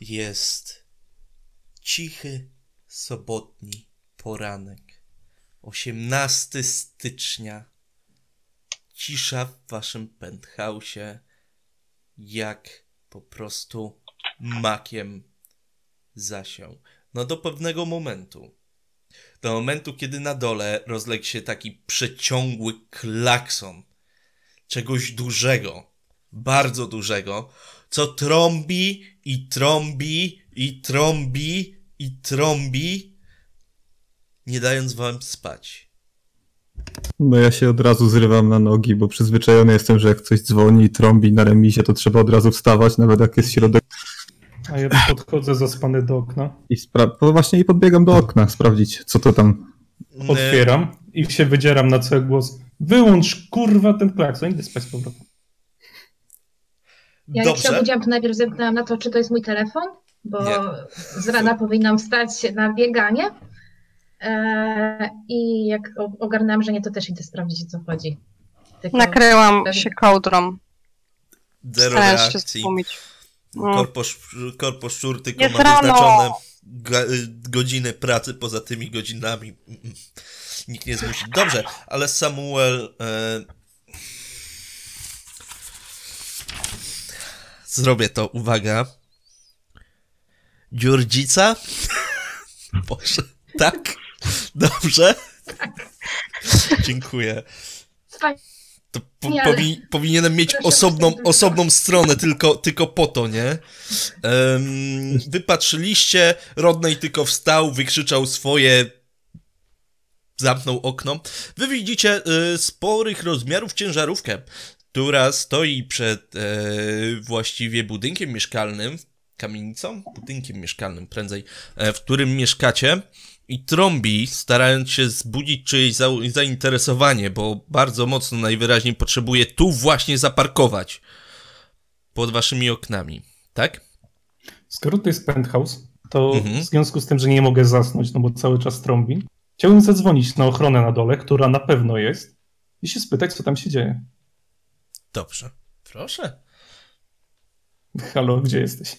Jest cichy, sobotni poranek. 18 stycznia. Cisza w waszym penthouse'ie. Jak po prostu makiem zasiał. No do pewnego momentu. Do momentu, kiedy na dole rozległ się taki przeciągły klakson. Czegoś dużego. Bardzo dużego. Co trąbi i trąbi i trąbi i trąbi, nie dając wam spać. No ja się od razu zrywam na nogi, bo przyzwyczajony jestem, że jak coś dzwoni i trąbi na remizie, to trzeba od razu wstawać, nawet jak jest środek. A ja podchodzę zaspany do okna. Bo właśnie i podbiegam do okna sprawdzić, co to tam. Otwieram i się wydzieram na cały głos. Wyłącz kurwa ten klakson, idę spać z powrotem. Ja jak się obudziłam, to najpierw zerknęłam na to, czy to jest mój telefon, bo z rana powinnam wstać na bieganie. I jak ogarnęłam, że nie, to też idę sprawdzić, o co chodzi. Tylko nakryłam się kołdrą. Zero reakcji. Korpo szczur tylko jest ma wyznaczone rano. godziny pracy poza tymi godzinami. Nikt nie zmusi. Dobrze, ale Samuel... Zrobię to, uwaga. Dziurdzica? Boże, tak? Dobrze? Dziękuję. To powinienem mieć osobną stronę tylko po to, nie? Wy patrzyliście, Rodney tylko wstał, wykrzyczał swoje, zamknął okno. Wy widzicie sporych rozmiarów ciężarówkę, która stoi przed właściwie budynkiem mieszkalnym, kamienicą? Budynkiem mieszkalnym prędzej, w którym mieszkacie i trąbi, starając się wzbudzić czyjeś zainteresowanie, bo bardzo mocno najwyraźniej potrzebuje tu właśnie zaparkować pod waszymi oknami, tak? Skoro to jest penthouse, to w związku z tym, że nie mogę zasnąć, no bo cały czas trąbi, chciałbym zadzwonić na ochronę na dole, która na pewno jest, i się spytać, co tam się dzieje. Dobrze, proszę. Halo, gdzie jesteś?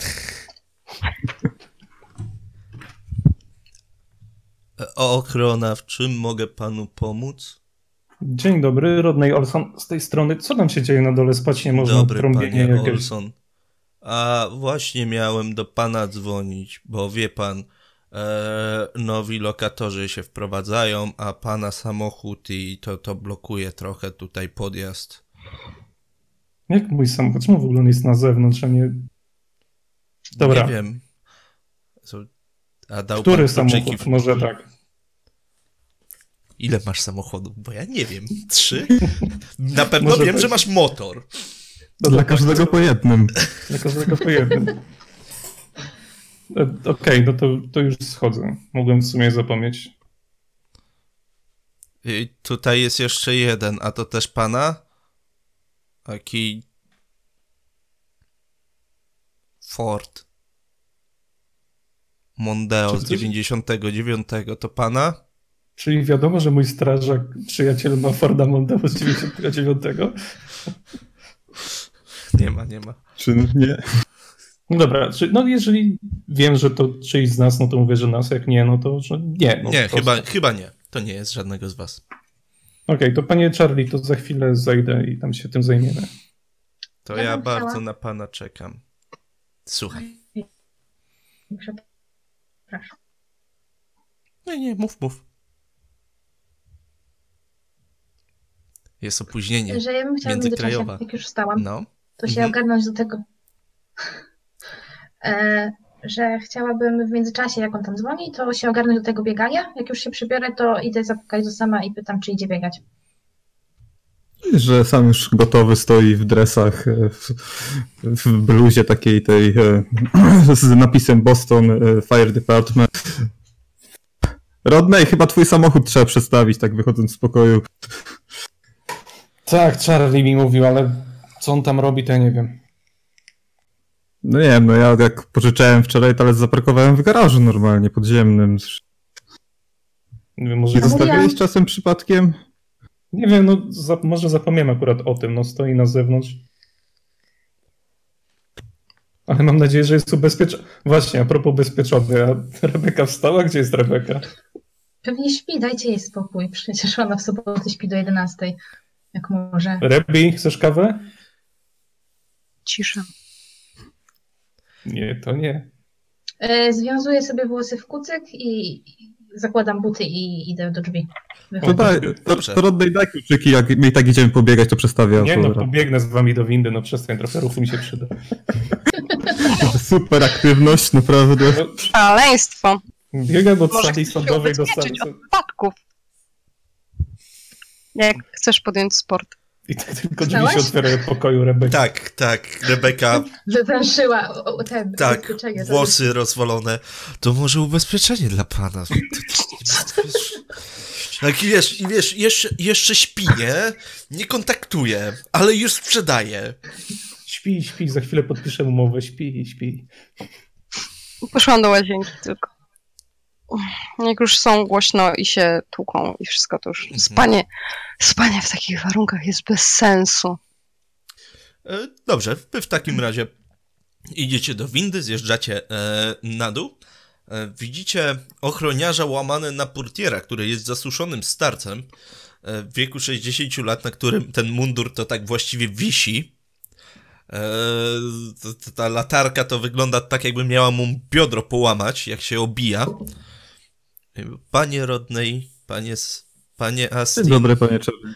Ochrona, w czym mogę panu pomóc? Dzień dobry, Rodney Olson z tej strony. Co tam się dzieje na dole? Spać nie można, Dobry, trąbienie panie jakieś. Olson. A właśnie miałem do pana dzwonić, bo wie pan, nowi lokatorzy się wprowadzają, a pana samochód i to blokuje trochę tutaj podjazd. Jak mój samochód? Czemu w ogóle on jest na zewnątrz, a nie... Dobra. Nie wiem. A dał który pan samochód? Może tak. Ile masz samochodów? Bo ja nie wiem. 3? Na pewno Może wiem, być. że masz motor. No, dla każdego po jednym. Dla każdego po jednym. Okej, no to już schodzę. Mogłem w sumie zapomnieć. I tutaj jest jeszcze jeden, a to też pana? Taki... Ford. Mondeo z 99 to pana? Czyli wiadomo, że mój strażak, przyjaciel ma Forda Mondeo z 99? Nie ma. Czy nie? No dobra, no jeżeli wiem, że to czyjś z nas, no to mówię, że nas, jak nie, no to że nie. No Nie, chyba nie. To nie jest żadnego z was. Okej, to panie Charlie, to za chwilę zajdę i tam się tym zajmiemy. To Ja ja bym bardzo chciała- na pana czekam. Słuchaj. Przepraszam. Nie, mów. Jest opóźnienie. Że ja bym chciała w międzyczasie, międzykrajowa. jak już wstałam, No. to się ogarnąć do tego, że chciałabym w międzyczasie, jak on tam dzwoni, to się ogarnąć do tego biegania. Jak już się przybiorę, to idę zapukać do sama i pytam, czy idzie biegać. Że sam już gotowy stoi w dresach, w bluzie takiej tej z napisem Boston Fire Department. Rodney, chyba twój samochód trzeba przestawić, tak wychodząc z pokoju. Tak, Charlie mi mówił, ale co on tam robi, to ja nie wiem. No nie wiem, no ja jak pożyczałem wczoraj, to ale zaparkowałem w garażu normalnie, podziemnym. Nie wiem, może... Nie zostawiłeś czasem przypadkiem? Nie wiem, no może zapomniałem akurat o tym, no stoi na zewnątrz. Ale mam nadzieję, że jest ubezpieczony. Właśnie, a propos ubezpieczony, a Rebeka wstała? Gdzie jest Rebeka? Pewnie śpi, dajcie jej spokój. Przecież ona w sobotę śpi do 11. Jak może. Rebi, chcesz kawę? Cisza. Nie, to nie. Związuję sobie włosy w kucyk i zakładam buty i idę do drzwi. To daj, to Rodney daj kluczyki, jak my i tak idziemy pobiegać, to przestawię Nie, auto. no pobiegnę z wami do windy, no przestań, trochę ruchu mi się przyda. Super aktywność, naprawdę. Szaleństwo. Biegam od Może sali chcesz się sądowej do sali... ubezpieczyć od wypadków. Jak chcesz podjąć sport. I tak tylko drzwi się otwierają w pokoju Rebeki. Tak, Rebeka, Wywęszyła ten tak, ubezpieczenie. włosy rozwalone. To może ubezpieczenie dla pana. Tak, i wiesz, jeszcze śpi, nie kontaktuje, ale już sprzedaje. Śpi, za chwilę podpiszę umowę, śpi. Poszłam do łazienki tylko. Jak już są głośno i się tłuką i wszystko, to już spanie w takich warunkach jest bez sensu. Dobrze, wy w takim razie idziecie do windy, zjeżdżacie na dół. Widzicie ochroniarza łamany na portiera, który jest zasuszonym starcem w wieku 60 lat, na którym ten mundur to tak właściwie wisi. Ta latarka to wygląda tak, jakby miała mu biodro połamać, jak się obija. Panie Rodney, panie Asti, Dzień dobry, panie Czerny.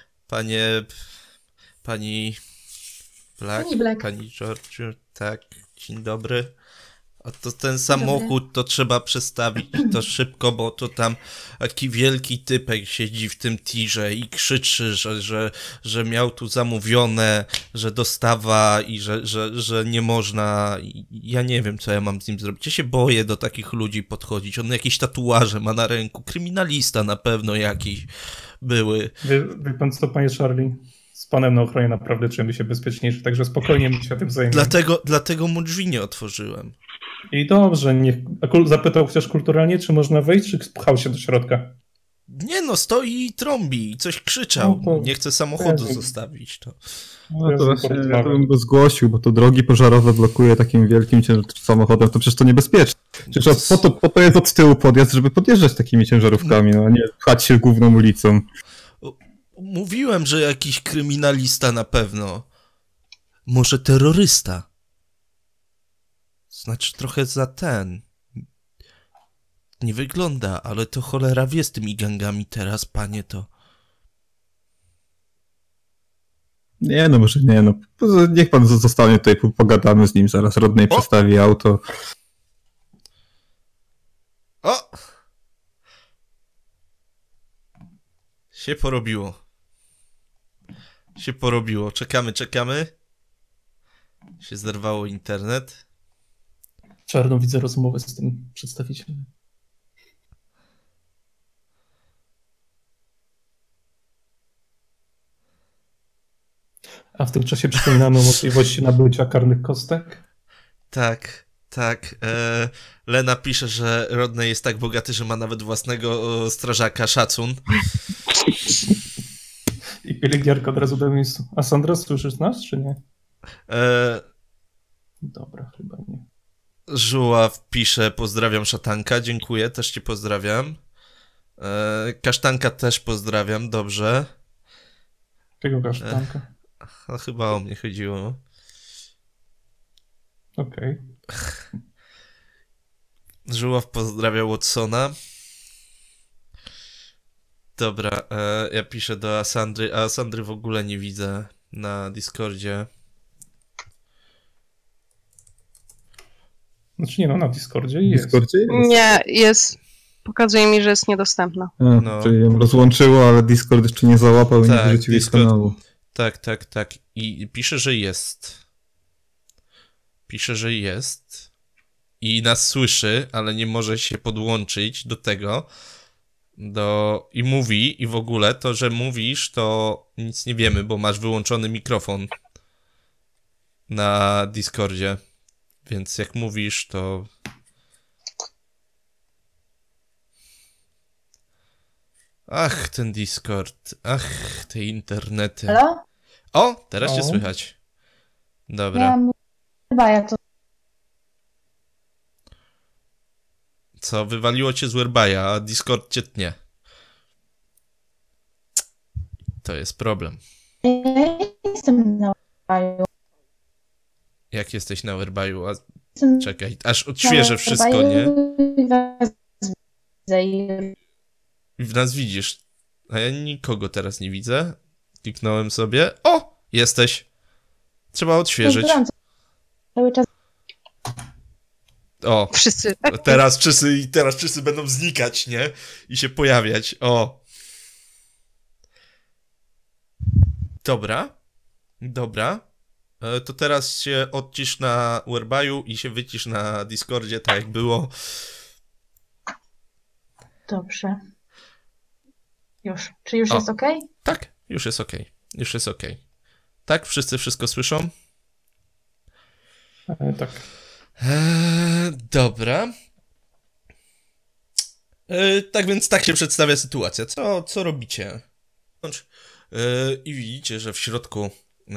pani Black, Pani Black. pani George, tak, dzień dobry. A to ten samochód to trzeba przestawić to szybko, bo to tam taki wielki typek siedzi w tym tirze i krzyczy, że miał tu zamówione, że dostawa i że nie można. Ja nie wiem, co ja mam z nim zrobić. Ja się boję do takich ludzi podchodzić. On jakieś tatuaże ma na ręku. Kryminalista na pewno jakiś były. Wie pan co, panie Charlie? Z panem na ochronie naprawdę czujemy się bezpieczniejszy, także spokojnie my się tym zajmiemy. Dlatego mu drzwi nie otworzyłem. I dobrze, zapytał chociaż kulturalnie, czy można wejść, czy pchał się do środka? Nie no, stoi i trąbi, coś krzyczał. No to nie chce samochodu zostawić. To. No to właśnie, ja bym go zgłosił, bo to drogi pożarowe blokuje takim wielkim samochodem, to przecież to niebezpieczne. Przecież po to jest od tyłu podjazd, żeby podjeżdżać takimi ciężarówkami, no, a nie pchać się główną ulicą. Mówiłem, że jakiś kryminalista na pewno. Może terrorysta. Znaczy trochę za ten. Nie wygląda, ale to cholera wie z tymi gangami teraz, panie, to... Nie no, może nie no. Niech pan zostanie tutaj, pogadamy z nim zaraz. Rodney przestawi auto. O! Się porobiło. Czekamy. Się zerwało internet. Czarno widzę rozmowę z tym przedstawicielem. A w tym czasie przypominamy o możliwości nabycia karnych kostek? Tak. Lena pisze, że Rodney jest tak bogaty, że ma nawet własnego strażaka, szacun. I pielęgniarka od razu do miejsca. A Sandra, słyszysz nas, czy nie? Dobra, chyba nie. Żuław pisze, pozdrawiam szatanka, dziękuję, też cię pozdrawiam. Kasztanka też pozdrawiam, dobrze. Jakiego kasztanka? No, chyba o mnie chodziło. Okej. Żuław pozdrawia Watsona. Dobra, ja piszę do Asandry, a Asandry w ogóle nie widzę na Discordzie. Znaczy nie, no na Discordzie jest. Nie, jest. Pokazuje mi, że jest niedostępna. No. Czyli ją rozłączyło, ale Discord jeszcze nie załapał i nie wyrzucił jej z kanału. Tak. I pisze, że jest. I nas słyszy, ale nie może się podłączyć do tego. I mówi, i w ogóle to, że mówisz, to nic nie wiemy, bo masz wyłączony mikrofon na Discordzie. Więc jak mówisz, to... Ach, ten Discord. Ach, te internety. Halo? O, teraz cię słychać. Dobra. Ja to... co? Wywaliło cię z Wherby'a, a Discord cię tnie. To jest problem. Ja jestem na Wherby'u. Jak jesteś na Wherby'u? Czekaj, aż odświeżę wszystko, nie? W nas widzisz. A ja nikogo teraz nie widzę. Kliknąłem sobie. O! Jesteś. Trzeba odświeżyć. Cały czas. O! Wszyscy. Teraz wszyscy będą znikać, nie? I się pojawiać. O! Dobra. To teraz się odcisz na Wherby'u i się wycisz na Discordzie, tak jak było. Dobrze. Już. Czy już jest ok? Tak, już jest ok. Tak? Wszyscy wszystko słyszą? Tak. Dobra. Tak więc tak się przedstawia sytuacja. Co robicie? I widzicie, że w środku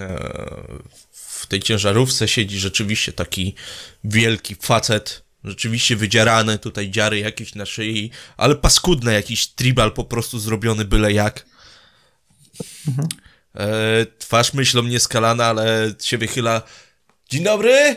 w tej ciężarówce siedzi rzeczywiście taki wielki facet, rzeczywiście wydzierany, tutaj dziary jakieś na szyi, ale paskudne, jakiś tribal po prostu zrobiony byle jak. Twarz myślą nieskalana, ale się wychyla. Dzień dobry!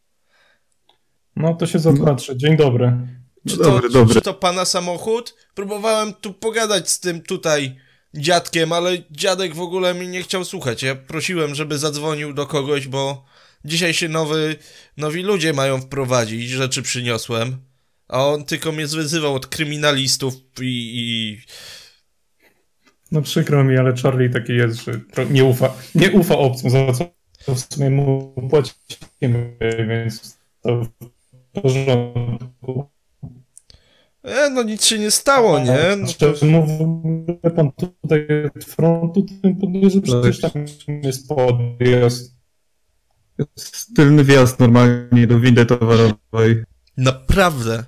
No to się zapatrzy. Dzień dobry. Czy to pana samochód? Próbowałem tu pogadać z tym tutaj dziadkiem, ale dziadek w ogóle mi nie chciał słuchać. Ja prosiłem, żeby zadzwonił do kogoś, bo dzisiaj się nowi ludzie mają wprowadzić, rzeczy przyniosłem, a on tylko mnie wyzywał od kryminalistów i... No przykro mi, ale Charlie taki jest, że nie ufa obcym, za co w sumie mu płacimy, więc to w porządku. No nic się nie stało, nie? No to... Mówi pan tutaj od frontu, tym podjeżdża, przecież tam jest podjazd. Jest tylny wjazd normalnie do windy towarowej. Naprawdę?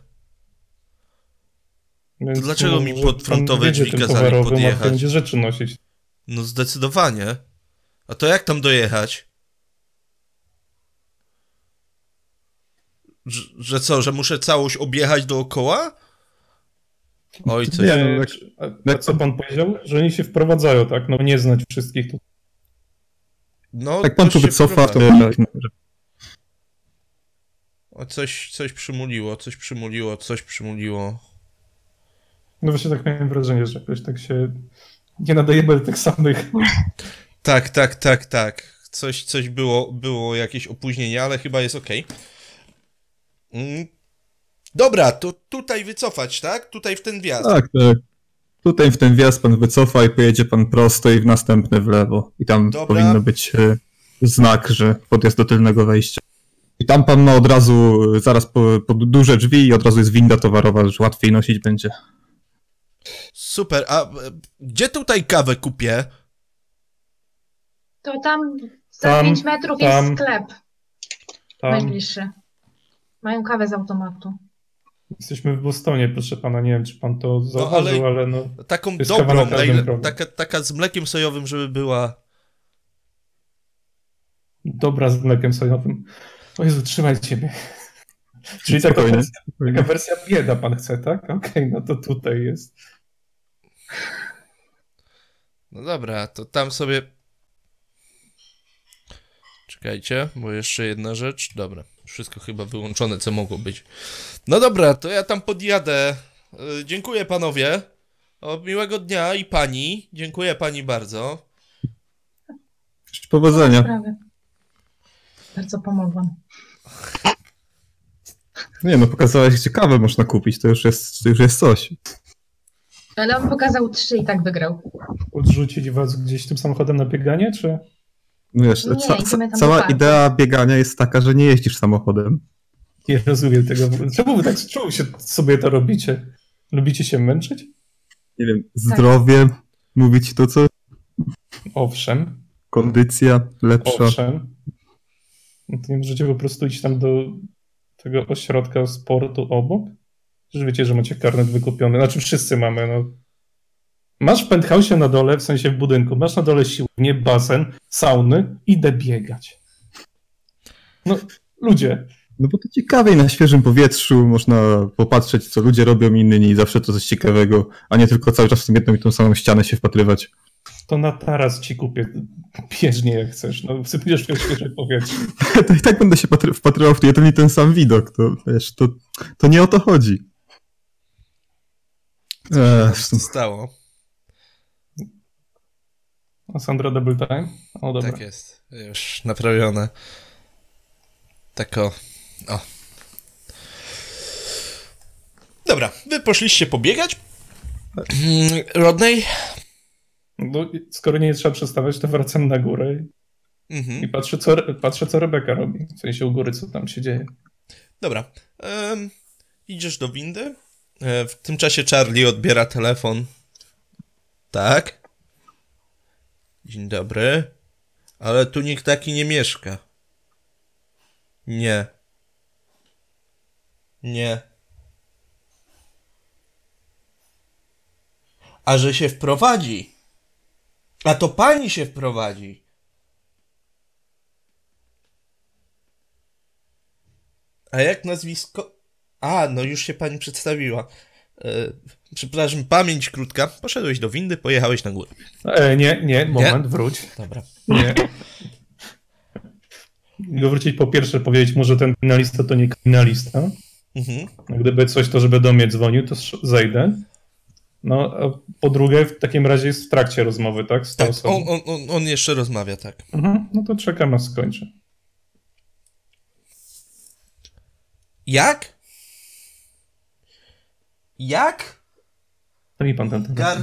Więc to dlaczego mi pod frontowe drzwi kazali podjechać? Będzie rzeczy nosić. No zdecydowanie. A to jak tam dojechać? Że co, że muszę całość objechać dookoła? Oj, coś... Nie, a co pan powiedział? Że oni się wprowadzają, tak? No nie znać wszystkich tu. No, jak pan tu wycofa, to... O, coś przymuliło. No właśnie tak miałem wrażenie, że jakoś tak się nie nadajemy do tych samych. Tak. Coś było jakieś opóźnienie, ale chyba jest okej. Dobra, to tutaj wycofać, tak? Tutaj w ten wjazd. Tak. Tutaj w ten wjazd pan wycofa i pojedzie pan prosto i w następny w lewo. I tam powinno być znak, że podjazd do tylnego wejścia. I tam pan ma od razu, zaraz po duże drzwi i od razu jest winda towarowa, że łatwiej nosić będzie. Super, a gdzie tutaj kawę kupię? To tam za 5 metrów jest sklep. Najbliższy. Mają kawę z automatu. Jesteśmy w Bostonie, proszę pana, nie wiem, czy pan to zauważył, ale no... Taką dobrą, taka z mlekiem sojowym, żeby była... Dobra z mlekiem sojowym. O Jezu, trzymajcie mnie. Czyli taka wersja bieda pan chce, tak? Okej, no to tutaj jest. No dobra, to tam sobie... Czekajcie, bo jeszcze jedna rzecz. Dobra, wszystko chyba wyłączone, co mogło być. No dobra, to ja tam podjadę. Dziękuję panowie. Miłego dnia i pani. Dziękuję pani bardzo. Powodzenia. Bardzo pomogłam. Nie no, pokazałeś, gdzie kawę można kupić, to już jest coś. Ale on pokazał 3 i tak wygrał. Odrzucić was gdzieś tym samochodem na bieganie, czy? Wiesz, cała idea biegania jest taka, że nie jeździsz samochodem. Nie rozumiem tego. Czemu wy tak sobie to robicie? Lubicie się męczyć? Nie wiem, zdrowie, mówi ci to co? Owszem. Kondycja lepsza. Owszem. No to nie możecie po prostu iść tam do tego ośrodka sportu obok? Że wiecie, że macie karnet wykupiony. Znaczy wszyscy mamy, no. Masz w penthouse'ie na dole, w sensie w budynku, masz na dole siłownię, basen, sauny, idę biegać. No, ludzie, No bo to ciekawiej, na świeżym powietrzu można popatrzeć, co ludzie robią inni i zawsze to coś ciekawego, a nie tylko cały czas w tym jedną i tą samą ścianę się wpatrywać. To na taras ci kupię bieżnie jak chcesz, no sypiesz w świeże powietrze. To i tak będę się wpatrywał w jeden i ten sam widok, to wiesz, to nie o to chodzi. Co stało? A Sandra double time? O, dobra. Tak jest, już naprawione. Tak o. Dobra, wy poszliście pobiegać. Rodney? No, skoro nie trzeba przestawać, to wracam na górę i patrzę, co Rebeka robi. W sensie u góry, co tam się dzieje. Dobra. Idziesz do windy. W tym czasie Charlie odbiera telefon. Tak? Dzień dobry. Ale tu nikt taki nie mieszka. Nie. A że się wprowadzi. A to pani się wprowadzi. A jak nazwisko? A, no już się pani przedstawiła. Przepraszam, pamięć krótka. Poszedłeś do windy, pojechałeś na górę. Nie, moment, wróć. Dobra. Nie. Wrócić po pierwsze, powiedzieć może ten kryminalista to nie kryminalista. Gdyby coś, to żeby do mnie dzwonił, to zejdę. No, a po drugie, w takim razie jest w trakcie rozmowy, tak? Z tą Tak, osobą. on jeszcze rozmawia, tak. No to czekam, aż skończę. Jak? To mi pan ten telefon.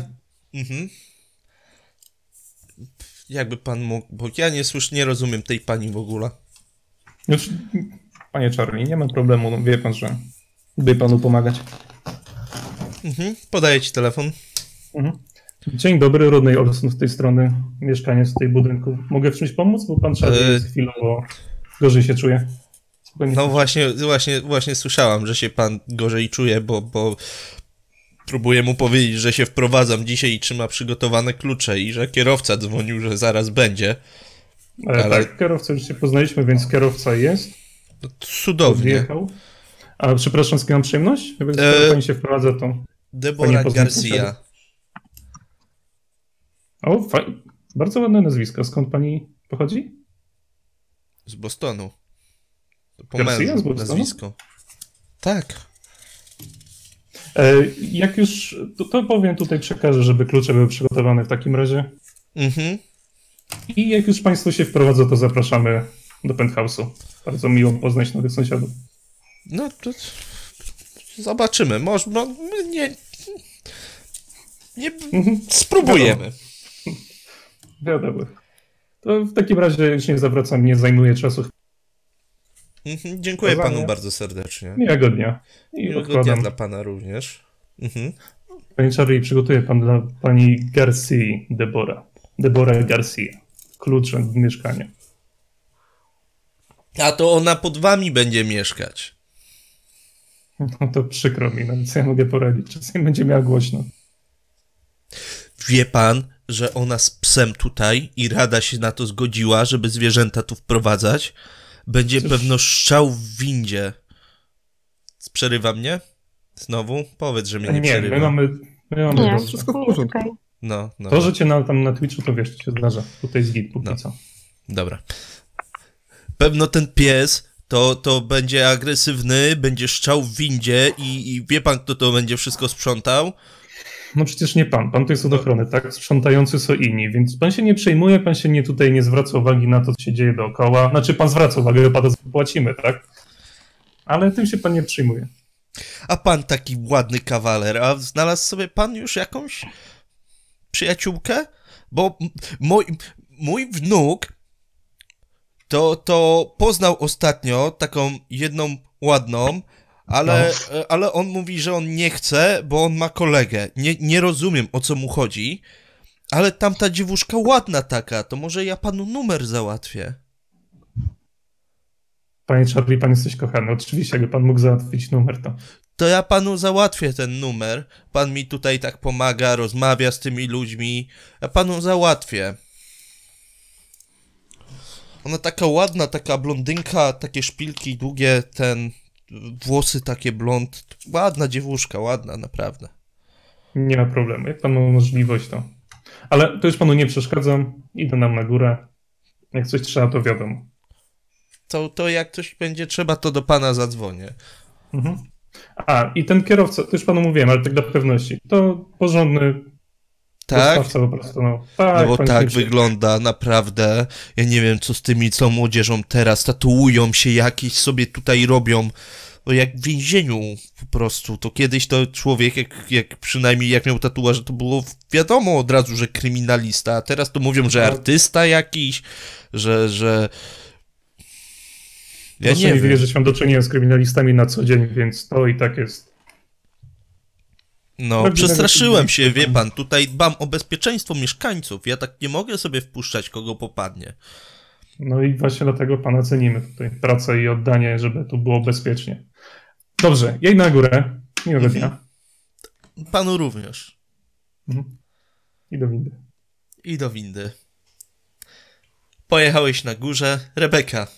Jakby pan mógł, bo ja nie rozumiem tej pani w ogóle. Już, panie Charlie, nie ma problemu, no, wie pan, że by panu pomagać. Podaję ci telefon. Dzień dobry, Rodney Olson z tej strony, mieszkaniec z tej budynku. Mogę w czymś pomóc? Bo pan Charlie jest chwilowo gorzej się czuje. Spokojnie. No właśnie słyszałam, że się pan gorzej czuje, bo próbuję mu powiedzieć, że się wprowadzam dzisiaj i trzyma przygotowane klucze i że kierowca dzwonił, że zaraz będzie. Ale... Tak, kierowcę już się poznaliśmy, więc kierowca jest. Cudownie. Podjechał. A przepraszam, z kim mam przyjemność? Więc skoro pani się wprowadza, to... Deborah Garcia. O, bardzo ładne nazwisko. Skąd pani pochodzi? Z Bostonu. To po Garcia mężu z Bostonu? nazwisko. Tak. Jak już, to powiem tutaj, przekażę, żeby klucze były przygotowane w takim razie. I jak już państwo się wprowadzą, to zapraszamy do penthouse'u. Bardzo miło poznać nowych sąsiadów. No to zobaczymy. Może nie spróbujemy. Wiadomo. To w takim razie już nie zawracam, nie zajmuję czasu. Dziękuję panu bardzo serdecznie. Miłego dnia. Miłego dnia dla pana również. Panie Charlie, przygotuje pan dla pani Garcia, Deborah Garcia, klucz od mieszkania. A to ona pod wami będzie mieszkać. No to przykro mi, no co ja mogę poradzić? Czasem będzie miała głośno. Wie pan, że ona z psem tutaj i rada się na to zgodziła, żeby zwierzęta tu wprowadzać? Będzie pewno szczał w windzie. Przerywa mnie? Znowu? Powiedz, że mnie nie przerywa. My mamy Nie, wszystko w porządku. okay. No. To, że cię tam na Twitchu, to wiesz, to się zdarza. Tutaj jest git, póki co. Dobra. Pewno ten pies to będzie agresywny, będzie szczał w windzie i wie pan, kto to będzie wszystko sprzątał? No przecież nie pan. Pan to jest od ochrony, tak? Sprzątający są inni, więc pan się nie przejmuje, pan się nie zwraca uwagi na to, co się dzieje dookoła. Znaczy pan zwraca uwagę, że pan to płacimy, tak? Ale tym się pan nie przejmuje. A pan taki ładny kawaler, a znalazł sobie pan już jakąś przyjaciółkę? Bo mój wnuk to poznał ostatnio taką jedną ładną, ale on mówi, że on nie chce, bo on ma kolegę. Nie rozumiem, o co mu chodzi, ale tamta dziewuszka ładna taka, to może ja panu numer załatwię. Panie Charlie, pan jesteś kochany. Oczywiście, jakby pan mógł załatwić numer, to... To ja panu załatwię ten numer. Pan mi tutaj tak pomaga, rozmawia z tymi ludźmi. Ja panu załatwię. Ona taka ładna, taka blondynka, takie szpilki długie, włosy takie blond. Ładna dziewuszka, ładna, naprawdę. Nie ma problemu. Jak pan ma możliwość, to... Ale to już panu nie przeszkadzam. Idę nam na górę. Jak coś trzeba, to wiadomo. To jak coś będzie trzeba, to do pana zadzwonię. Mhm. A, i ten kierowca, to już panu mówiłem, ale tak dla pewności, to porządny dostawca po prostu, Tak, bo tak wygląda, naprawdę. Ja nie wiem, co z tymi, co młodzieżą teraz, tatuują się jakieś sobie tutaj robią, jak w więzieniu po prostu. To kiedyś to człowiek, jak przynajmniej jak miał tatuaż, to było wiadomo od razu, że kryminalista, a teraz to mówią, że artysta jakiś, że... Ja nie wiem. Wierzyć, mam do czynienia z kryminalistami na co dzień, więc to i tak jest. No, przestraszyłem się, wie pan, tutaj dbam o bezpieczeństwo mieszkańców, ja tak nie mogę sobie wpuszczać, kogo popadnie. No i właśnie dlatego pana cenimy tutaj pracę i oddanie, żeby tu było bezpiecznie. Dobrze, jej na górę. Miłego dnia. Panu również. I do windy. I do windy. Pojechałeś na górze. Rebeka.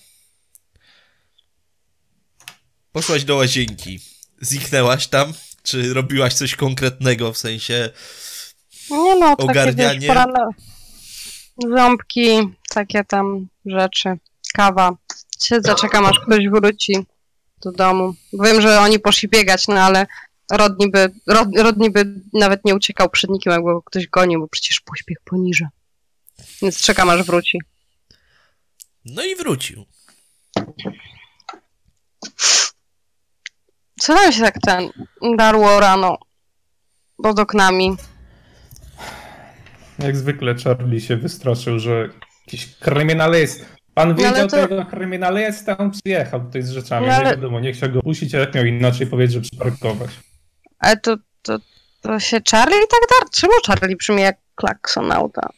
Poszłaś do łazienki. Zniknęłaś tam? Czy robiłaś coś konkretnego, w sensie nie no, ogarnianie? Takie ząbki, takie tam rzeczy, kawa. Siedzę, czekam aż ktoś wróci do domu. Wiem, że oni poszli biegać, no ale Rod niby nawet nie uciekał przed nikim, jakby go ktoś gonił, bo przecież pośpiech poniża. Więc czekam aż wróci. No i wrócił. Co tam się tak darło rano pod oknami? Jak zwykle Charlie się wystraszył, że jakiś kryminalist. Pan widział tego kryminalista, on przyjechał tutaj z rzeczami. No, ale... Nie wiadomo, nie chciał go puścić, a jak miał inaczej powiedzieć, że przyparkować. Ale to się Charlie tak dar? Czemu Charlie brzmi jak klakson auta?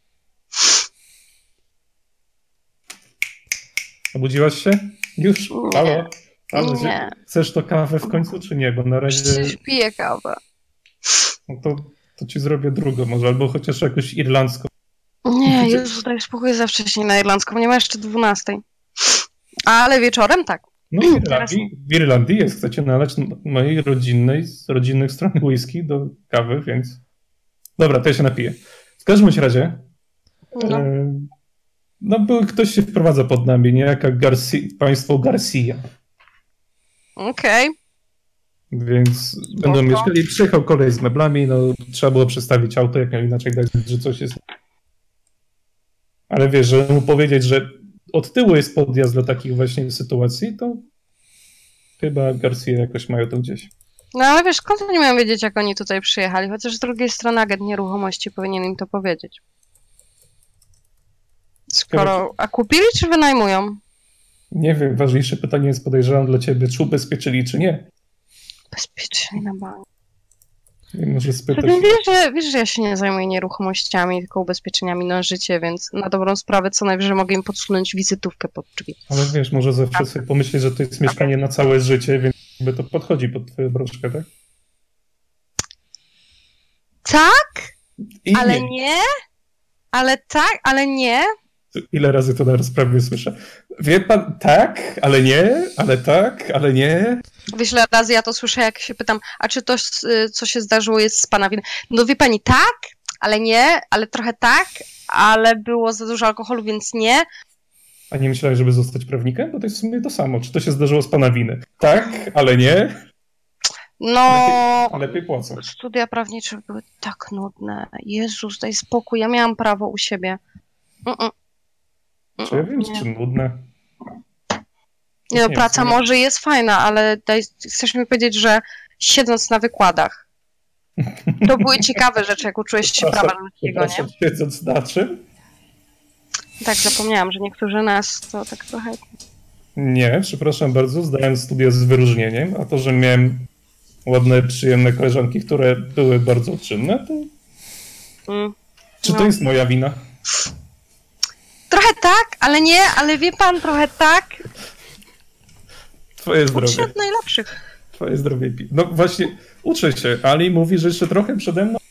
Obudziłaś się? Już? Halo? Nie. Chcesz to kawę w końcu, czy nie? Bo na razie... Przecież piję kawę. No to ci zrobię drugą może, albo chociaż jakąś irlandzką. Nie, Jezu, daj spokój, za wcześnie na irlandzką, nie ma jeszcze 12. Ale wieczorem tak. No w Irlandii jest, chcecie nalać mojej z rodzinnych stron whisky do kawy, więc... Dobra, to ja się napiję. W każdym razie... ktoś się wprowadza pod nami, niejaka państwo Garcia. Okej. Więc będą mieszkali. Przyjechał kolej z meblami, trzeba było przestawić auto, jak miał inaczej dać, że coś jest. Ale wiesz, że mu powiedzieć, że od tyłu jest podjazd do takich właśnie sytuacji, to chyba Garcia jakoś mają to gdzieś. No ale wiesz, skąd nie miałem wiedzieć, jak oni tutaj przyjechali? Chociaż z drugiej strony agent nieruchomości powinien im to powiedzieć. A kupili czy wynajmują? Nie wiem, ważniejsze pytanie jest, podejrzewam dla ciebie, czy ubezpieczyli, czy nie. Ubezpieczyli na bank. Może spytać. Wiesz, że ja się nie zajmuję nieruchomościami, tylko ubezpieczeniami na życie, więc na dobrą sprawę co najwyżej mogę im podsunąć wizytówkę pod drzwi. Ale wiesz, może zawsze sobie pomyśleć, że to jest mieszkanie na całe życie, więc jakby to podchodzi pod twoją broszkę, tak? Tak, ale nie. Ale tak, ale nie. Ile razy to na rozprawie słyszę? Wie pan, tak, ale nie, ale tak, ale nie. Wiesz, ile razy ja to słyszę, jak się pytam, a czy to, co się zdarzyło, jest z pana winy? No wie pani, tak, ale nie, ale trochę tak, ale było za dużo alkoholu, więc nie. A nie myślałeś, żeby zostać prawnikiem? Bo to jest w sumie to samo. Czy to się zdarzyło z pana winy? Tak, ale nie. No, lepiej płacą. Studia prawnicze były tak nudne. Jezus, daj spokój, ja miałam prawo u siebie. Czy ja wiem, czy nudne? Nie no, praca może jest fajna, ale chcesz mi powiedzieć, że siedząc na wykładach, to były ciekawe rzeczy, jak uczyłeś się prawa ludzkiego, nie? Siedząc na czym? Tak, zapomniałam, że niektórzy nas to tak trochę... Nie, przepraszam bardzo, zdałem studia z wyróżnieniem, a to, że miałem ładne, przyjemne koleżanki, które były bardzo czynne, to... Czy to jest moja wina? Trochę tak, ale nie, ale wie pan, trochę tak. Twoje zdrowie. Wśród najlepszych. Twoje zdrowie. No właśnie, uczę się. Ali mówi, że jeszcze trochę przede mną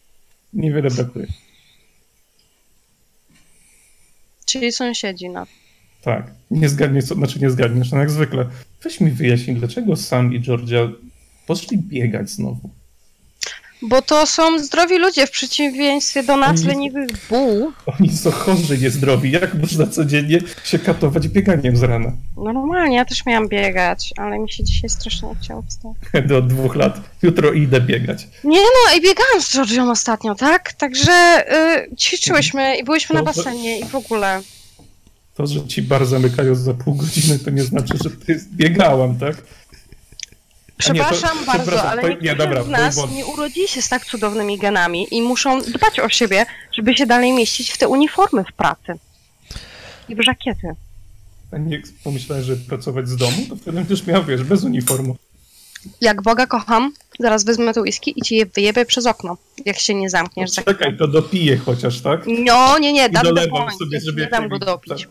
niewiele brakuje. Czyli sąsiedzi, no. Tak. Nie zgadniesz, nie zgadniesz, no jak zwykle. Weź mi wyjaśnij, dlaczego Sam i Georgia poszli biegać znowu. Bo to są zdrowi ludzie w przeciwieństwie do nas, leniwych buł. Oni są chorzy, niezdrowi. Jak można codziennie się katować bieganiem z rana? Normalnie, ja też miałam biegać, ale mi się dzisiaj strasznie chciało wstać. Do 2 lat. Jutro idę biegać. Nie no, i biegałam z Georgią ostatnio, tak? Także ćwiczyłyśmy i byliśmy na basenie i w ogóle. To, że ci bar zamykają za pół godziny, to nie znaczy, że biegałam, tak? Przepraszam bardzo, ale niektórzy z nas nie urodzili się z tak cudownymi genami i muszą dbać o siebie, żeby się dalej mieścić w te uniformy w pracy. I w żakiety. A nie pomyślałem, że pracować z domu, to wtedy będziesz miał, wiesz, bez uniformu. Jak Boga kocham, zaraz wezmę tu whisky i ci je wyjebę przez okno, jak się nie zamkniesz. No, czekaj, to dopiję chociaż, tak? No, nie, dam dolewam sobie, żeby nie dam go dopić.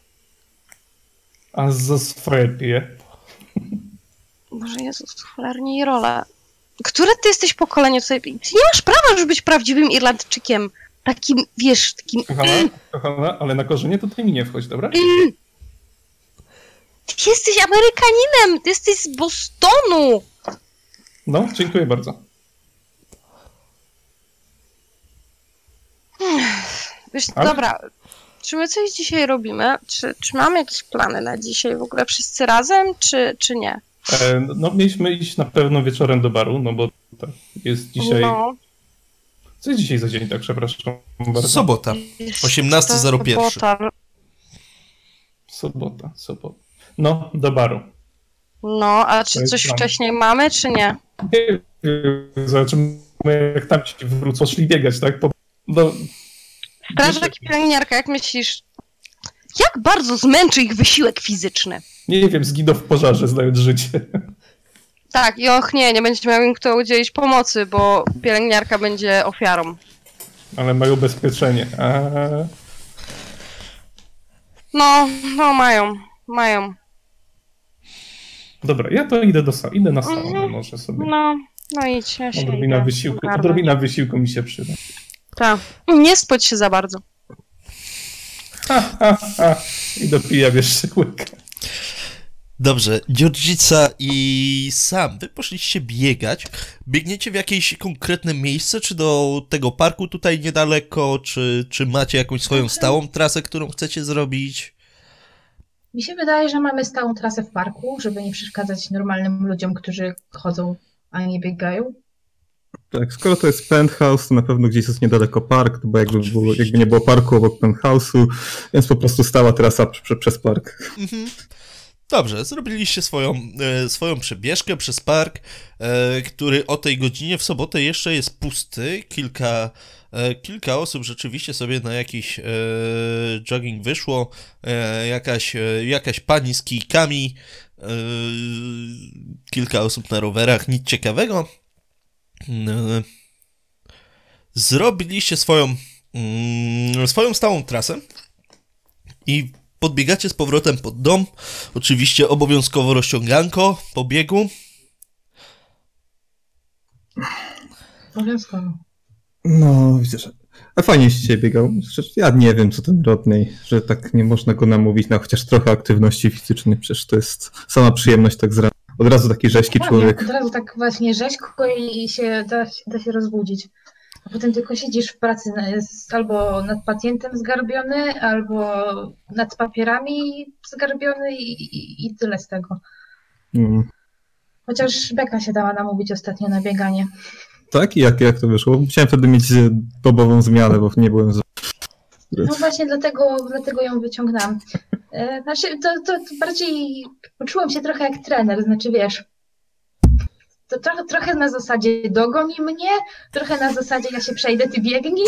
A za swoje piję. Boże Jezus, cholernie i rola. Które ty jesteś pokolenie tutaj? Ty nie masz prawa, żeby być prawdziwym Irlandczykiem. Takim, wiesz, takim... Kochana, ale na korzenie to ty mi nie wchodź, dobra? Ty jesteś Amerykaninem! Ty jesteś z Bostonu! No, dziękuję bardzo. Wiesz, dobra, czy my coś dzisiaj robimy? Czy mamy jakieś plany na dzisiaj w ogóle wszyscy razem, czy nie? No, mieliśmy iść na pewno wieczorem do baru, no bo tak jest dzisiaj... No. Co jest dzisiaj za dzień, tak przepraszam bardzo? Sobota, 18:01. Sobota. No, do baru. No, a czy coś wcześniej mamy, czy nie? Nie, zobaczymy, jak tam ci wrócą, szli biegać, tak? Strażak i pielęgniarka, jak myślisz, jak bardzo zmęczy ich wysiłek fizyczny? Nie wiem, zginął w pożarze, znając życie. Tak, i nie będzie miał im kto udzielić pomocy, bo pielęgniarka będzie ofiarą. Ale mają ubezpieczenie. No, mają. Dobra, ja to idę na salę, może sobie. No idź, ja się Odrobina wysiłku mi się przyda. Tak, nie spać się za bardzo. I dopiję jeszcze łyka. Dobrze, Georgica i Sam, wy poszliście biegać. Biegniecie w jakieś konkretne miejsce, czy do tego parku tutaj niedaleko, czy macie jakąś swoją stałą trasę, którą chcecie zrobić? Mi się wydaje, że mamy stałą trasę w parku, żeby nie przeszkadzać normalnym ludziom, którzy chodzą, a nie biegają. Tak, skoro to jest penthouse, to na pewno gdzieś jest niedaleko park, bo jakby nie było parku obok penthouse'u, więc po prostu stała trasa przez park. Dobrze, zrobiliście swoją przebieżkę przez park, który o tej godzinie w sobotę jeszcze jest pusty. Kilka osób rzeczywiście sobie na jakiś jogging wyszło, jakaś pani z kijkami, kilka osób na rowerach, nic ciekawego. Zrobiliście swoją stałą trasę i podbiegacie z powrotem pod dom. Oczywiście obowiązkowo rozciąganko po biegu. Obowiązkowo. No, widzisz, a fajnie się dzisiaj biegał. Ja nie wiem, co ten Rodney, że tak nie można go namówić na chociaż trochę aktywności fizycznej. Przecież to jest sama przyjemność tak z rana. Od razu taki rzeźki człowiek. Od razu tak właśnie rzeźko i się da się rozbudzić. A potem tylko siedzisz w pracy albo nad pacjentem zgarbiony, albo nad papierami zgarbiony i tyle z tego. Chociaż Beka się dała namówić ostatnio na bieganie. Tak? I jak to wyszło? Musiałem wtedy mieć dobową zmianę, bo nie byłem... No właśnie dlatego ją wyciągnęłam. Znaczy, to bardziej poczułam się trochę jak trener, znaczy wiesz, to trochę na zasadzie dogoni mnie, trochę na zasadzie ja się przejdę, ty biegnij.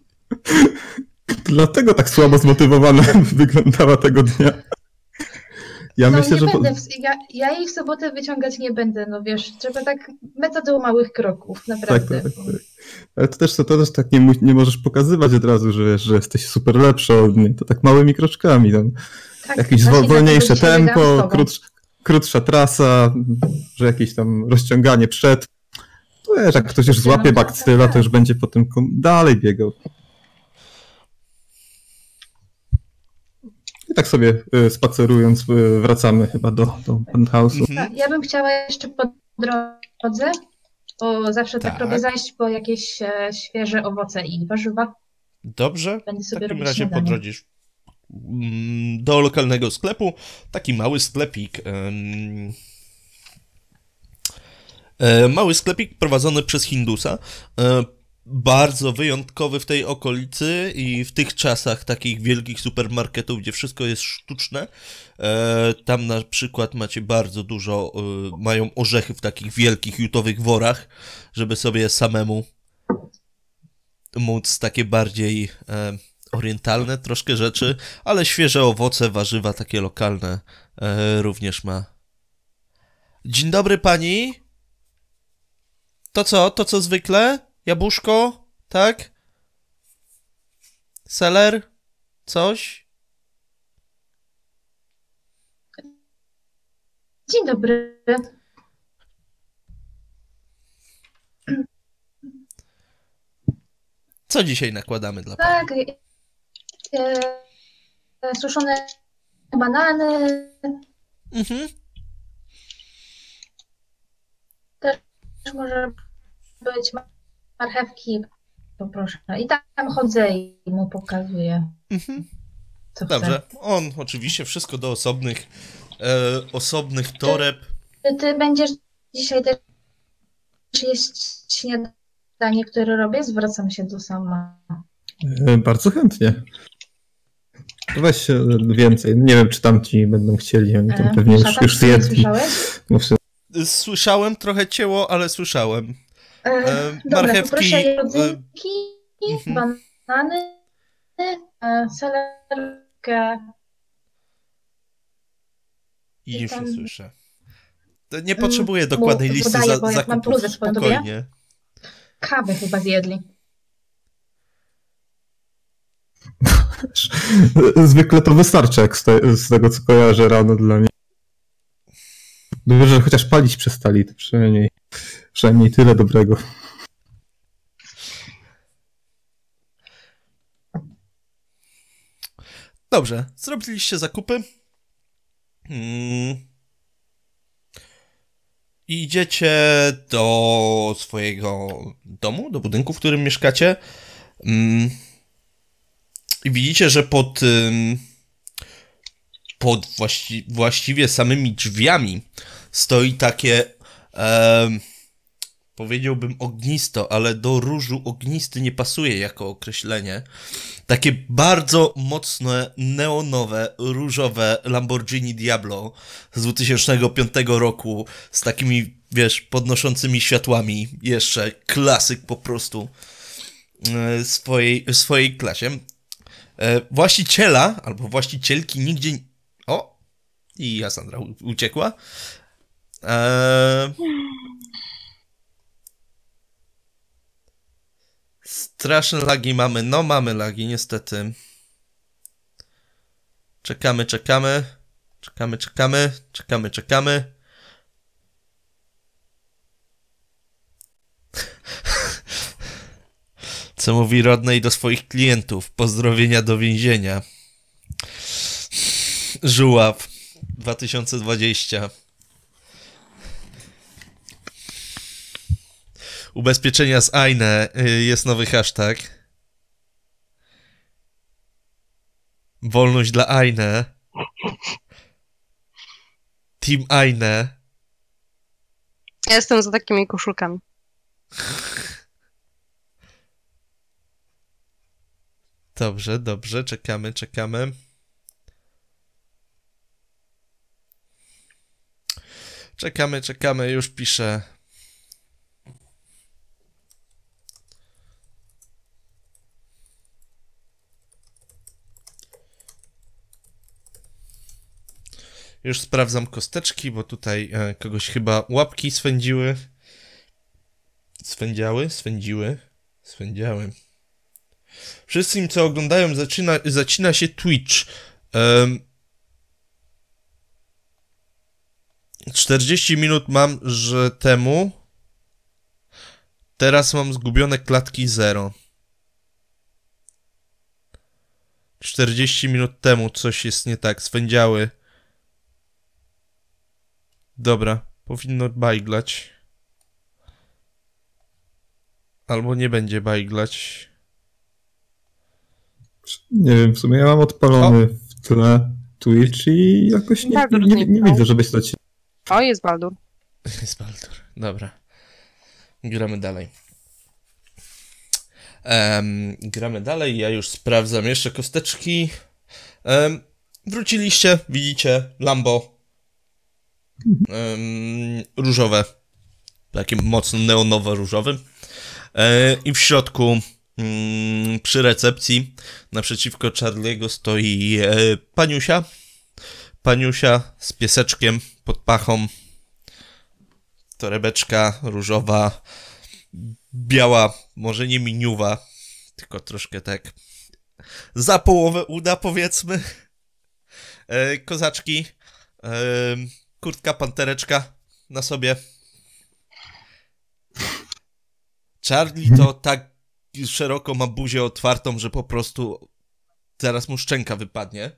Dlatego tak słabo zmotywowana wyglądała tego dnia. Ja myślę, że... Ja jej w sobotę wyciągać nie będę, no wiesz, trzeba tak metodą małych kroków, naprawdę. Tak. Ale to też tak nie możesz pokazywać od razu, że wiesz, że jesteś super lepsza od niej, to tak małymi kroczkami. Tam. Tak, jakieś wolniejsze tempo, krótsza trasa, że jakieś tam rozciąganie przed. To wiesz, jak ktoś już złapie bakcyla, to już będzie potem dalej biegał. I tak sobie spacerując wracamy chyba do penthouse'u. Ja bym chciała jeszcze po drodze, bo zawsze tak robię, zajść po jakieś świeże owoce i warzywa. Dobrze, Będę w sobie takim robić razie śniadanie. podrodzisz do lokalnego sklepu. Taki mały sklepik. Mały sklepik prowadzony przez Hindusa. Bardzo wyjątkowy w tej okolicy i w tych czasach takich wielkich supermarketów, gdzie wszystko jest sztuczne. Tam na przykład macie bardzo dużo, mają orzechy w takich wielkich jutowych worach, żeby sobie samemu móc takie bardziej orientalne troszkę rzeczy, ale świeże owoce, warzywa takie lokalne również ma. Dzień dobry pani. To co? To co zwykle? Jabłuszko? Tak? Seler? Coś? Dzień dobry. Co dzisiaj nakładamy dla pani? Tak, suszone banany, Mhm. też może być marchewki, poproszę. I tam chodzę i mu pokazuję, Mhm. co Dobrze. On oczywiście wszystko do osobnych toreb. Ty będziesz dzisiaj też jeść śniadanie, które robię? Zwracam się do sama. Bardzo chętnie. Weź więcej. Nie wiem, czy tamci będą chcieli. Oni tam pewnie już zjedli. Słyszałeś? Słyszałem, trochę cięło, ale słyszałem. Dobra, Marchewki. poproszę rodzynki, Mhm. banany, salerkę. I już tam- nie słyszę. To nie potrzebuję dokładnej bo listy podaję, bo jak mam zakupów. bluzę swoją, to Spokojnie. Kawę chyba zjedli. Zwykle to wystarczy, jak z tego co kojarzę rano dla mnie. Dobrze, że chociaż palić przestali, to przynajmniej tyle dobrego. Dobrze, zrobiliście zakupy. I idziecie do swojego domu, do budynku, w którym mieszkacie. I widzicie, że pod właściwie samymi drzwiami stoi takie, powiedziałbym ognisto, ale do różu ognisty nie pasuje jako określenie. Takie bardzo mocne, neonowe, różowe Lamborghini Diablo z 2005 roku z takimi, wiesz, podnoszącymi światłami. Jeszcze klasyk po prostu w swojej klasie. Właściciela albo właścicielki nigdzie... O! I Jasandra uciekła. Straszne lagi mamy. No, mamy lagi, niestety. Czekamy. Co mówi Rodney do swoich klientów? Pozdrowienia do więzienia. Żuław 2020. Ubezpieczenia z Aine. Jest nowy hashtag. Wolność dla Aine. Team Aine. Ja jestem za takimi koszulkami. Dobrze, czekamy. Czekamy, już piszę. Już sprawdzam kosteczki, bo tutaj kogoś chyba łapki swędziły. Swędziały. Wszystkim, co oglądają, zacina się Twitch. 40 minut mam, że temu. Teraz mam zgubione klatki 0. 40 minut temu coś jest nie tak, swędziały. Dobra, powinno bajglać. Albo nie będzie bajglać. Nie wiem, w sumie ja mam odpalony w tle Twitch i jakoś nie widzę, żeby się dać. O, jest Baldur. Jest Baldur, dobra. Gramy dalej. Gramy dalej, ja już sprawdzam jeszcze kosteczki. Wróciliście, widzicie, Lambo. Różowe. Takim mocno neonowo-różowym. I w środku przy recepcji naprzeciwko Charlie'ego stoi Paniusia. Paniusia z pieseczkiem pod pachą. Torebeczka różowa, biała, może nie miniuwa, tylko troszkę tak za połowę uda, powiedzmy. Kozaczki, kurtka pantereczka na sobie. Charlie to tak szeroko ma buzię otwartą, że po prostu zaraz mu szczęka wypadnie.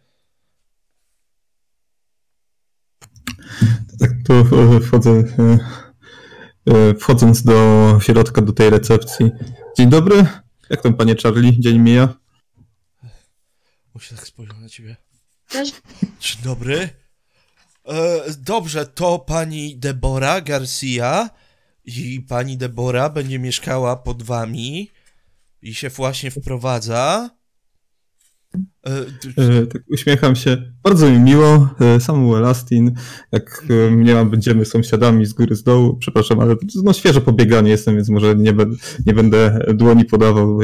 Tak, tu wchodząc do środka, do tej recepcji. Dzień dobry. Jak tam, panie Charlie? Dzień mija? Muszę tak spojrzeć na ciebie. Cześć. Dzień dobry. Dobrze, to pani Debora Garcia i pani Debora będzie mieszkała pod wami i się właśnie wprowadza. Tak, uśmiecham się. Bardzo mi miło. Samuel Astin. Jak mnie będziemy sąsiadami z góry, z dołu. Przepraszam, ale no, świeżo pobieganie jestem, więc może nie będę dłoni podawał.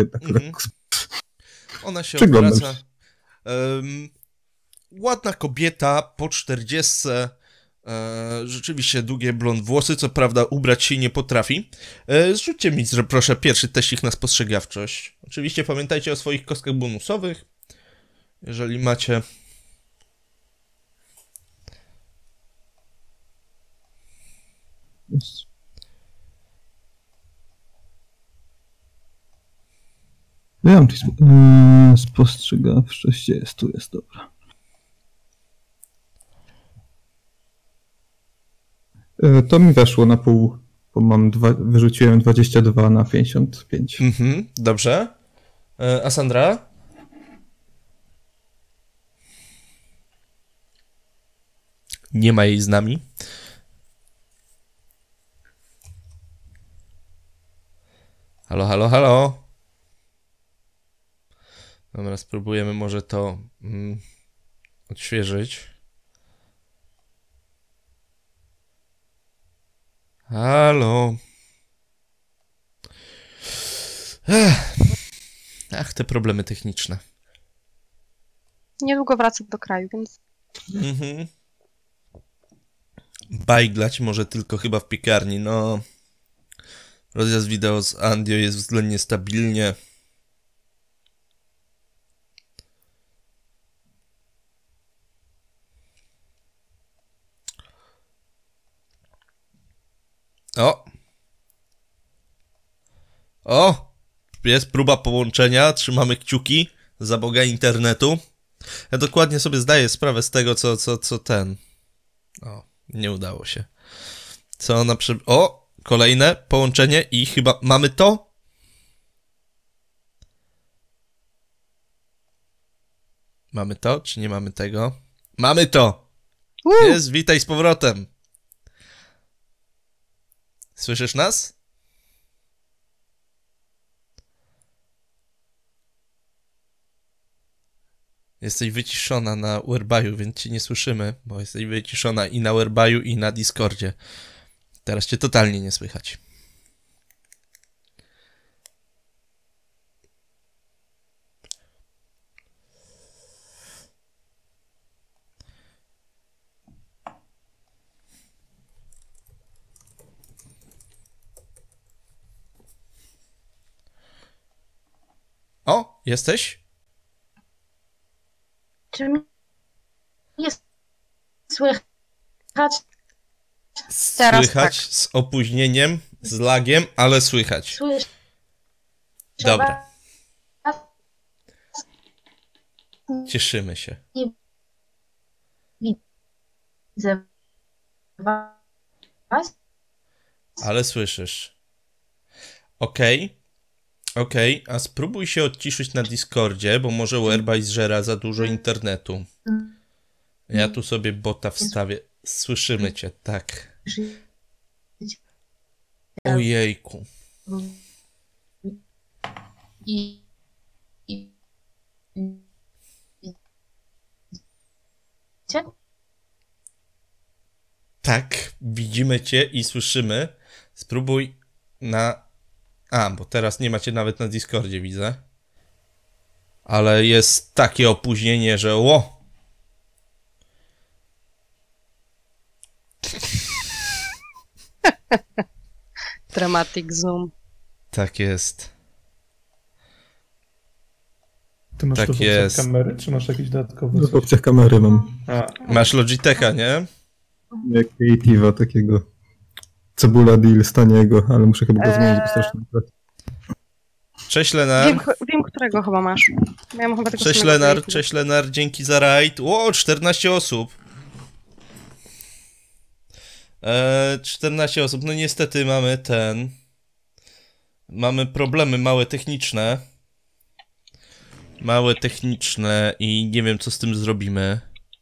Ona się odwraca. Ładna kobieta po 40. Rzeczywiście długie blond włosy, co prawda ubrać się nie potrafi. Zrzućcie mi, proszę, pierwszy teścik na spostrzegawczość. Oczywiście pamiętajcie o swoich kostkach bonusowych. Jeżeli macie... Ja mam coś spostrzegawczość, tu jest, dobra. To mi weszło na pół, bo wyrzuciłem 22 na 55. Dobrze. A Sandra? Nie ma jej z nami. Halo, halo, halo. Dobra, spróbujemy może to odświeżyć. Halo. Ach, te problemy techniczne. Niedługo wracam do kraju, więc... Bajglać może tylko chyba w piekarni, no. Rozjazd wideo z Andio jest względnie stabilnie. O! Jest próba połączenia, trzymamy kciuki za Boga internetu. Ja dokładnie sobie zdaję sprawę z tego, co ten... O, nie udało się. Co na przykład... O! Kolejne połączenie i chyba... Mamy to? Mamy to, czy nie mamy tego? Mamy to! Jest, witaj z powrotem. Słyszysz nas? Jesteś wyciszona na Whereby, więc cię nie słyszymy, bo jesteś wyciszona i na Whereby, i na Discordzie. Teraz cię totalnie nie słychać. O, jesteś? Czy mnie jest słychać? Teraz Słychać tak. z opóźnieniem, z lagiem, ale słychać. Słyszę. Dobra. Cieszymy się. Nie widzę was. Ale słyszysz. Okej, a spróbuj się odciszyć na Discordzie, bo może u Airbase zżera za dużo internetu. Ja tu sobie bota wstawię. Słyszymy cię, tak. Ojejku. I Cię? Tak, widzimy cię i słyszymy. Spróbuj na... A, bo teraz nie macie nawet na Discordzie, widzę. Ale jest takie opóźnienie, że ło! Dramatic zoom. Tak jest. Ty masz Tak tu w opcjach jest. kamery, czy masz jakieś dodatkowe? No w opcjach kamery mam. Masz Logitecha, nie? Jak Creative'a takiego. Cebula deal z taniego, ale muszę chyba go zmienić, bo strasznie. Cześć Lenar. Wiem, którego chyba masz. Ja mam chyba tego Cześć samego Lenar, Creative'a. cześć Lenar, dzięki za raid. Ło, 14 osób. 14 osób, no niestety mamy problemy małe techniczne. Małe techniczne i nie wiem co z tym zrobimy.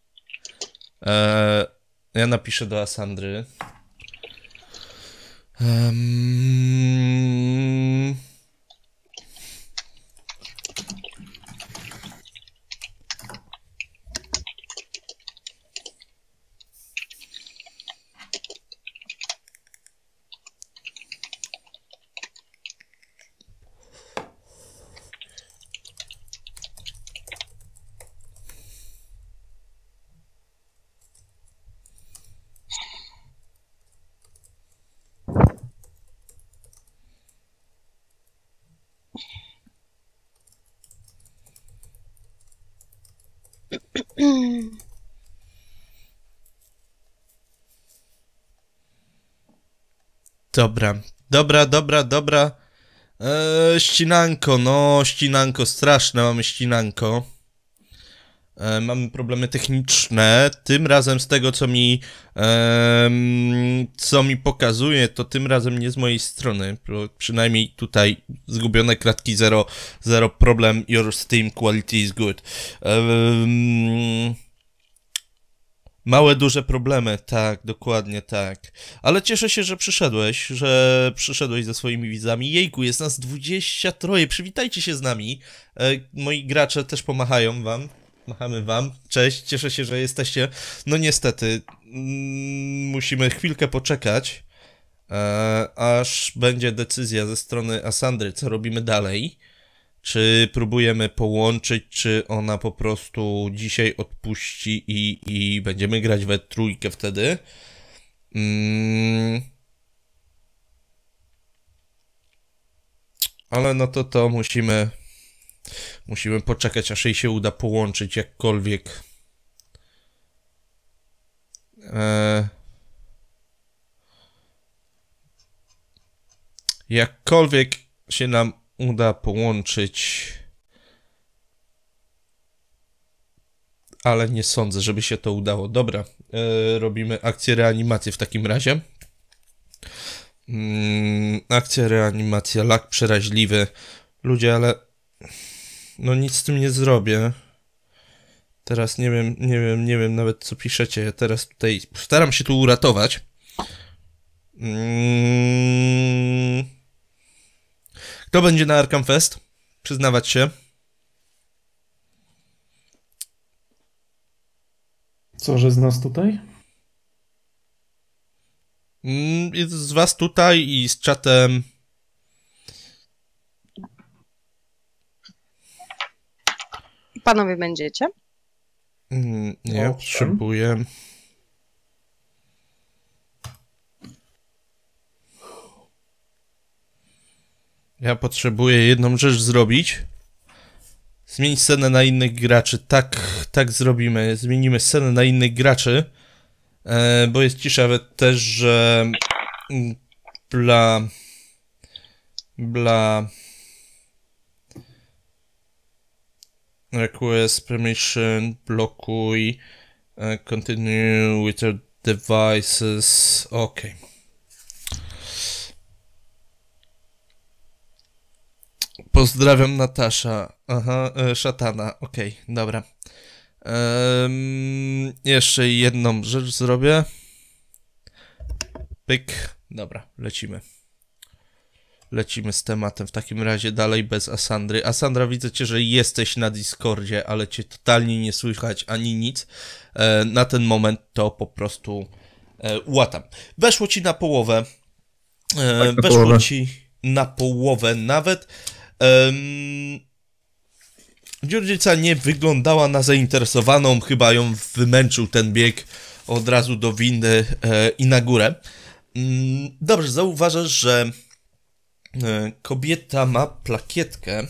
Ja napiszę do Asandry. Dobra. Ścinanko, no ścinanko, straszne mamy ścinanko. Mamy problemy techniczne. Tym razem z tego, co mi pokazuje, to tym razem nie z mojej strony. Przynajmniej tutaj zgubione kratki 0 problem, your Steam quality is good. Małe, duże problemy, tak, dokładnie tak. Ale cieszę się, że przyszedłeś ze swoimi widzami. Jejku, jest nas 23, przywitajcie się z nami. Moi gracze też pomachają wam. Machamy wam. Cześć, cieszę się, że jesteście. No niestety, musimy chwilkę poczekać, aż będzie decyzja ze strony Asandry, co robimy dalej. Czy próbujemy połączyć, czy ona po prostu dzisiaj odpuści i będziemy grać we trójkę wtedy. Ale no to musimy poczekać, aż jej się uda połączyć jakkolwiek. Jakkolwiek się nam uda połączyć, ale nie sądzę, żeby się to udało. Dobra, robimy akcję reanimacji w takim razie. Akcja reanimacja, lag przeraźliwy. Ludzie, ale no nic z tym nie zrobię. Teraz nie wiem nawet co piszecie. Ja teraz tutaj staram się tu uratować. Kto będzie na Arkham Fest? Przyznawać się. Co, że z nas tutaj? Z was tutaj i z czatem. Panowie będziecie? Nie, potrzebuję. Ja potrzebuję jedną rzecz zrobić. Zmienić scenę na innych graczy. Tak zrobimy. Zmienimy scenę na innych graczy. Bo jest cisza też, że Request permission, blokuj, continue with your devices, okej. Pozdrawiam Natasza, aha, szatana, okej, dobra. Jeszcze jedną rzecz zrobię. Pyk, dobra, lecimy. Lecimy z tematem w takim razie dalej bez Asandry. Asandra, widzę cię, że jesteś na Discordzie, ale cię totalnie nie słychać ani nic. Na ten moment to po prostu łatam. Weszło ci na połowę. Weszło ci na połowę nawet. Dziurdzica nie wyglądała na zainteresowaną, chyba ją wymęczył ten bieg od razu do windy i na górę. Dobrze, zauważasz, że kobieta ma plakietkę.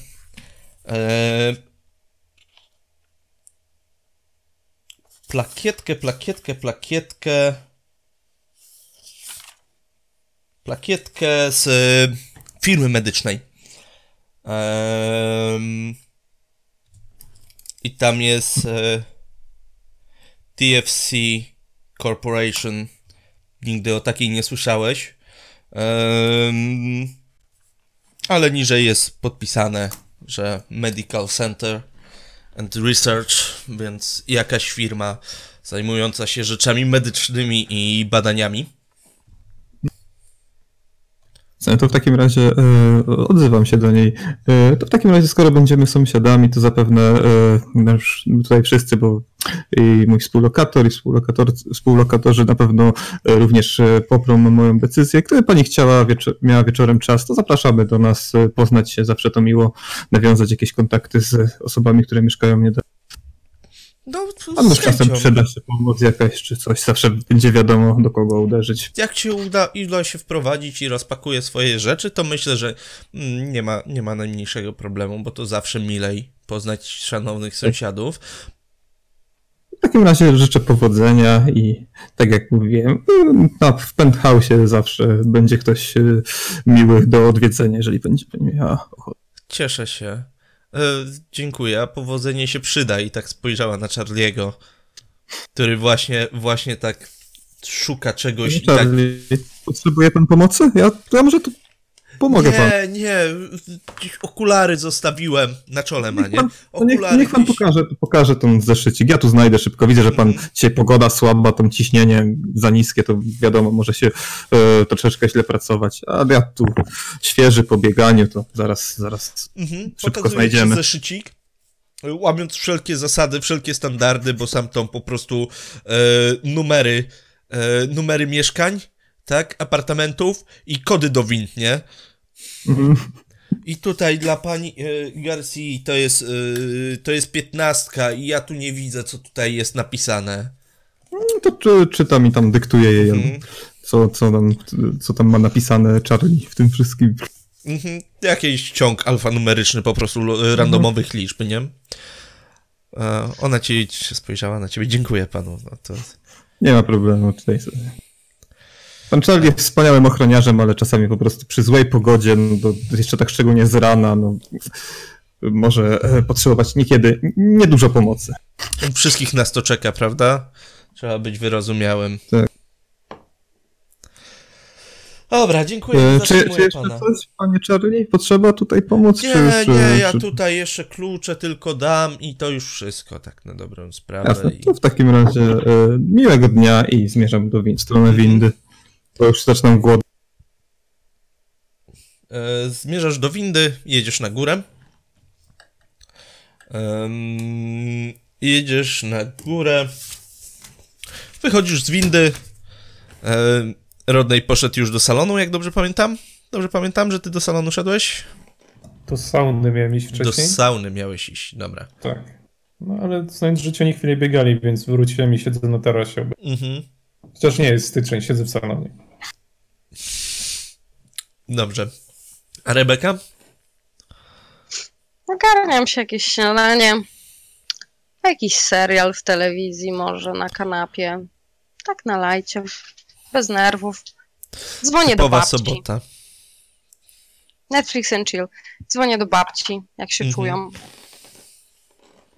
Plakietkę z firmy medycznej. I tam jest TFC Corporation. Nigdy o takiej nie słyszałeś. Ale niżej jest podpisane, że Medical Center and Research, więc jakaś firma zajmująca się rzeczami medycznymi i badaniami. To w takim razie odzywam się do niej. To w takim razie, skoro będziemy sąsiadami, to zapewne tutaj wszyscy, bo i mój współlokator i współlokatorzy na pewno również poprą moją decyzję. Gdyby pani miała wieczorem czas, to zapraszamy do nas poznać się. Zawsze to miło nawiązać jakieś kontakty z osobami, które mieszkają niedaleko. No, a może czasem przyda się pomoc jakaś, czy coś, zawsze będzie wiadomo, do kogo uderzyć. Jak ci uda się wprowadzić i rozpakuje swoje rzeczy, to myślę, że nie ma najmniejszego problemu, bo to zawsze milej poznać szanownych sąsiadów. W takim razie życzę powodzenia i tak jak mówiłem, w penthouse'ie zawsze będzie ktoś miły do odwiedzenia, jeżeli będzie miała ochotę. Cieszę się. Dziękuję, a powodzenie się przyda. I tak spojrzała na Charlie'ego, który właśnie tak szuka czegoś. No, Charlie, tak... Potrzebuje pan pomocy? Ja może tu pomogę panu. Nie, okulary zostawiłem na czole, nie? Okulary niech pan pokaże ten zeszycik. Ja tu znajdę szybko. Widzę, że pan dzisiaj pogoda słaba, tam ciśnienie za niskie, to wiadomo, może się troszeczkę źle pracować. A ja tu świeży po bieganiu, to zaraz szybko znajdziemy. Zeszycik, łamiąc wszelkie zasady, wszelkie standardy, bo sam tą po prostu numery mieszkań, tak, apartamentów i kody do wind, nie? I tutaj dla pani Garcia to jest 15 i ja tu nie widzę, co tutaj jest napisane. To czytam i tam dyktuję jej, co tam ma napisane Charlie w tym wszystkim. Jakiś ciąg alfanumeryczny po prostu randomowych liczb, nie? Ona się spojrzała na ciebie. Dziękuję panu. No to... Nie ma problemu tutaj sobie. Pan Charlie jest wspaniałym ochroniarzem, ale czasami po prostu przy złej pogodzie, jeszcze tak szczególnie z rana, może potrzebować niekiedy niedużo pomocy. Wszystkich nas to czeka, prawda? Trzeba być wyrozumiałym. Tak. Dobra, dziękuję. Czy jeszcze pana. Coś, panie Charlie, potrzeba tutaj pomoc? Nie, ja tutaj jeszcze klucze tylko dam i to już wszystko, tak na dobrą sprawę. Jasne, to w takim razie miłego dnia i zmierzam do stronę windy. Bo już zaczynam głodny. Zmierzasz do windy, jedziesz na górę. Jedziesz na górę. Wychodzisz z windy. Rodney poszedł już do salonu, jak dobrze pamiętam. Dobrze pamiętam, że ty do salonu szedłeś? Do sauny miałem iść wcześniej. Do sauny miałeś iść, dobra. Tak. No ale znając życie, oni chwilę biegali, więc wróciłem i siedzę na tarasie. Chociaż nie jest styczeń, siedzę w salonie. Dobrze. A Rebeka? Ogarniam się jakieś śniadanie. Jakiś serial w telewizji może na kanapie. Tak na lajcie. Bez nerwów. Dzwonię do babci. Sobota. Netflix and chill. Dzwonię do babci, jak się czują.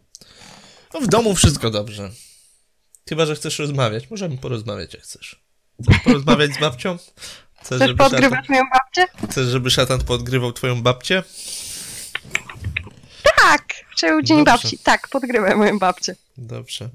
No w domu wszystko dobrze. Chyba, że chcesz rozmawiać. Możemy porozmawiać, jak chcesz. Chcesz porozmawiać z babcią? Chcesz podgrywać moją babcię? Chcesz, żeby szatan podgrywał twoją babcię? Tak! Wczoraj dzień babci. Tak, podgrywaj moją babcię. Dobrze.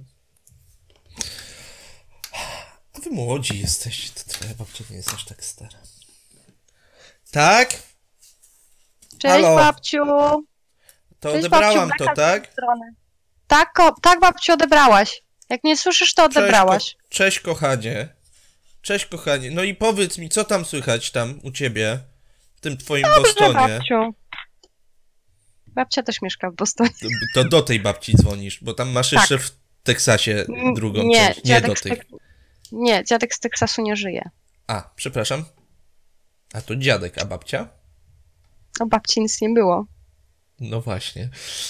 A wy młodzi jesteście, to twoja babcia nie jest aż tak stara. Tak? Cześć, Halo? babciu! To Cześć, odebrałam babciu, to, tak? Tak, babciu, odebrałaś. Jak nie słyszysz, to odebrałaś. Cześć, kochanie. Cześć, kochanie. No i powiedz mi, co tam słychać tam u ciebie? W tym twoim Bostonie. Babciu. Babcia też mieszka w Bostonie. To do tej babci dzwonisz, bo tam masz jeszcze w Teksasie drugą część. Nie do tej. Nie, dziadek z Teksasu nie żyje. A, przepraszam. A to dziadek, a babcia? O babci nic nie było. No właśnie.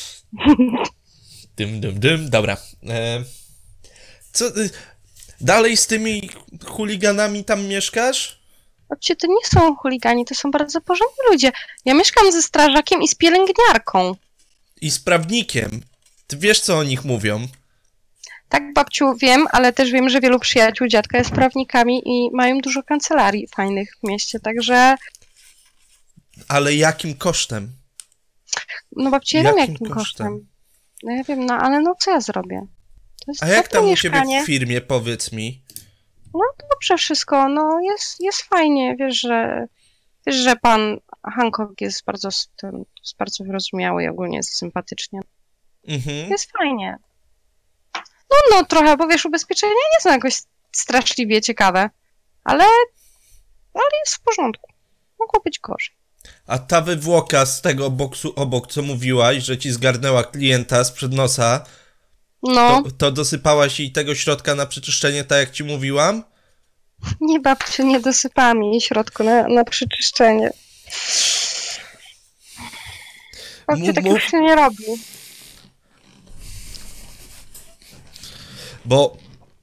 Dobra. Co dalej z tymi chuliganami tam mieszkasz? Babciu, to nie są chuligani, to są bardzo porządni ludzie. Ja mieszkam ze strażakiem i z pielęgniarką. I z prawnikiem. Ty wiesz, co o nich mówią? Tak, babciu, wiem, ale też wiem, że wielu przyjaciół dziadka jest prawnikami i mają dużo kancelarii fajnych w mieście, także... Ale jakim kosztem? No babciu, ja wiem jakim kosztem. No ja wiem, no ale no co ja zrobię? To jest a jak tam mieszkanie. u ciebie w firmie, powiedz mi? No dobrze wszystko, no jest fajnie, wiesz, że pan Hancock jest bardzo wyrozumiały i ogólnie jest sympatycznie. Mhm. Jest fajnie. No trochę, bo wiesz, ubezpieczenia nie są jakoś straszliwie ciekawe, ale jest w porządku. Mogło być gorzej. A ta wywłoka z tego boksu obok, co mówiłaś, że ci zgarnęła klienta sprzed nosa, no. To dosypałaś jej tego środka na przeczyszczenie, tak jak ci mówiłam? Nie, babciu, nie dosypałam jej środku na przeczyszczenie. Babciu, tak już się nie robi. Bo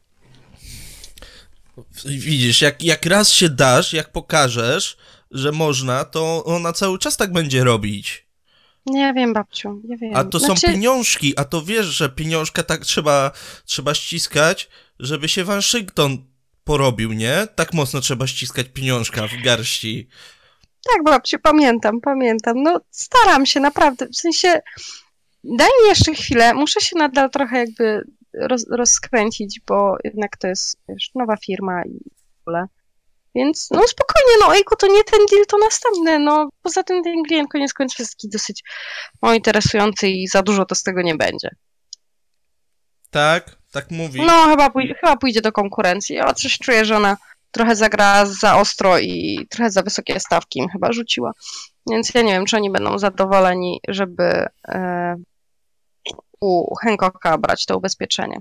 widzisz, jak raz się dasz, jak pokażesz, że można, to ona cały czas tak będzie robić. Nie wiem, babciu, nie wiem. A to są pieniążki, a to wiesz, że pieniążka tak trzeba ściskać, żeby się Waszyngton porobił, nie? Tak mocno trzeba ściskać pieniążka w garści. Tak, babciu, pamiętam. No staram się, naprawdę, w sensie daj mi jeszcze chwilę, muszę się nadal trochę jakby rozkręcić, bo jednak to jest, wiesz, nowa firma i w ogóle. Więc no spokojnie, no ojku, to nie ten deal, to następny, no poza tym ten klient koniec końców jest taki dosyć interesujący i za dużo to z tego nie będzie. Tak? Tak mówi? No chyba pójdzie do konkurencji, ja coś czuję, że ona trochę zagrała za ostro i trochę za wysokie stawki im chyba rzuciła, więc ja nie wiem, czy oni będą zadowoleni, żeby u Hancocka brać to ubezpieczenie.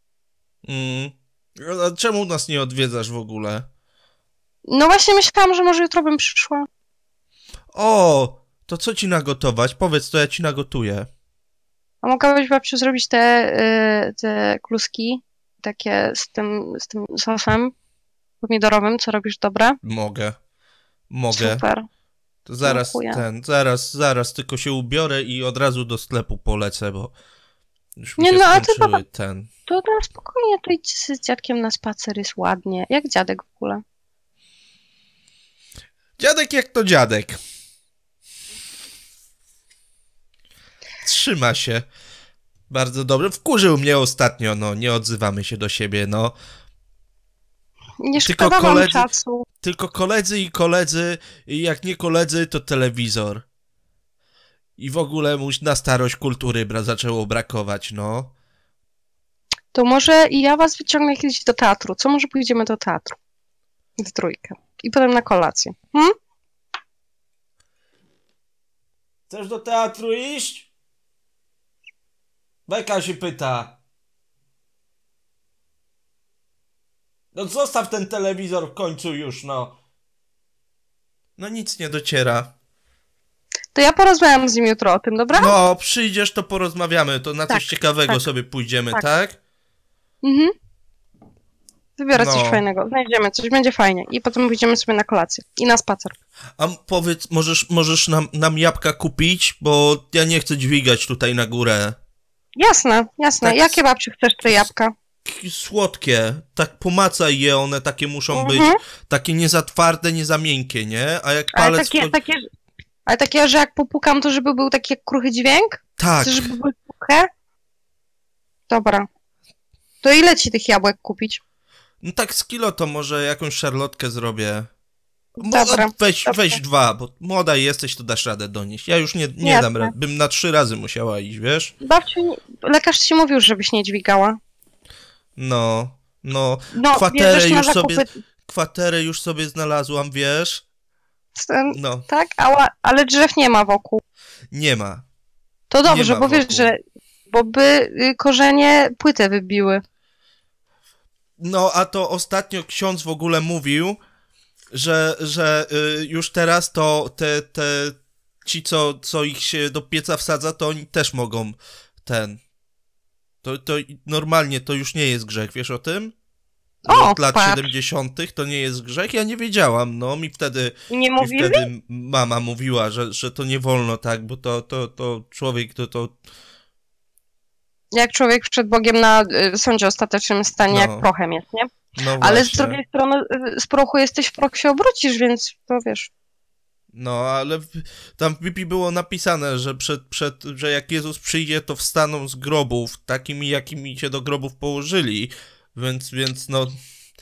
A czemu nas nie odwiedzasz w ogóle? No właśnie myślałam, że może jutro bym przyszła. O, to co ci nagotować? Powiedz, to ja ci nagotuję. A mogłabyś, babciu, zrobić te kluski, takie z tym sosem pomidorowym, co robisz dobre? Mogę. Super. To zaraz tylko się ubiorę i od razu do sklepu polecę, bo już mi się skończyły To na spokojnie, to idź z dziadkiem na spacer, jest ładnie. Jak dziadek w ogóle? Dziadek jak to dziadek. Trzyma się. Bardzo dobrze. Wkurzył mnie ostatnio, no. Nie odzywamy się do siebie, no. Nie szkoda wam czasu. Tylko koledzy, i jak nie koledzy, to telewizor. I w ogóle mu na starość kultury zaczęło brakować, no. To może i ja was wyciągnę kiedyś do teatru. Co, może pójdziemy do teatru? W trójkę. I potem na kolację. Chcesz do teatru iść? Beka się pyta. No zostaw ten telewizor w końcu już, no. No nic nie dociera. To ja porozmawiam z nim jutro o tym, dobra? No, przyjdziesz, to porozmawiamy. To na coś ciekawego sobie pójdziemy, tak? Mhm. Wybiorę coś fajnego. Znajdziemy coś, będzie fajnie. I potem pójdziemy sobie na kolację. I na spacer. A powiedz, możesz nam jabłka kupić? Bo ja nie chcę dźwigać tutaj na górę. Jasne, jasne. Tak. Jakie babciu chcesz te jabłka? Słodkie, tak pomacaj je, one takie muszą być, takie nie za twarde, nie za miękkie, nie? A jak Ale palec... takie, że jak popukam, to żeby był taki jak kruchy dźwięk? Tak. Chcesz, żeby były kruche? Dobra. To ile ci tych jabłek kupić? No tak z kilo to może jakąś szarlotkę zrobię. Dobra. Weź 2, bo młoda jesteś, to dasz radę donieść. Ja już nie dam rady, bym na 3 razy musiała iść, wiesz? Babciu, lekarz ci mówił, żebyś nie dźwigała. No, zakupy... kwaterę już sobie znalazłam, wiesz? No. Tak? Ale drzew nie ma wokół. Nie ma. To dobrze, bo wokół. wiesz, że... Bo by korzenie płytę wybiły. No, a to ostatnio ksiądz w ogóle mówił, że już teraz to ci, co ich się do pieca wsadza, to oni też mogą To normalnie to już nie jest grzech, wiesz o tym? Od lat 70. to nie jest grzech? Ja nie wiedziałam, no mi wtedy mama mówiła, że to nie wolno tak, bo to człowiek to... Jak człowiek przed Bogiem na sądzie ostatecznym stanie, jak prochem jest, nie? No ale z drugiej strony z prochu jesteś, w proch się obrócisz, więc to wiesz. No, ale tam w Biblii było napisane, że że jak Jezus przyjdzie, to wstaną z grobów, takimi, jakimi się do grobów położyli, więc no...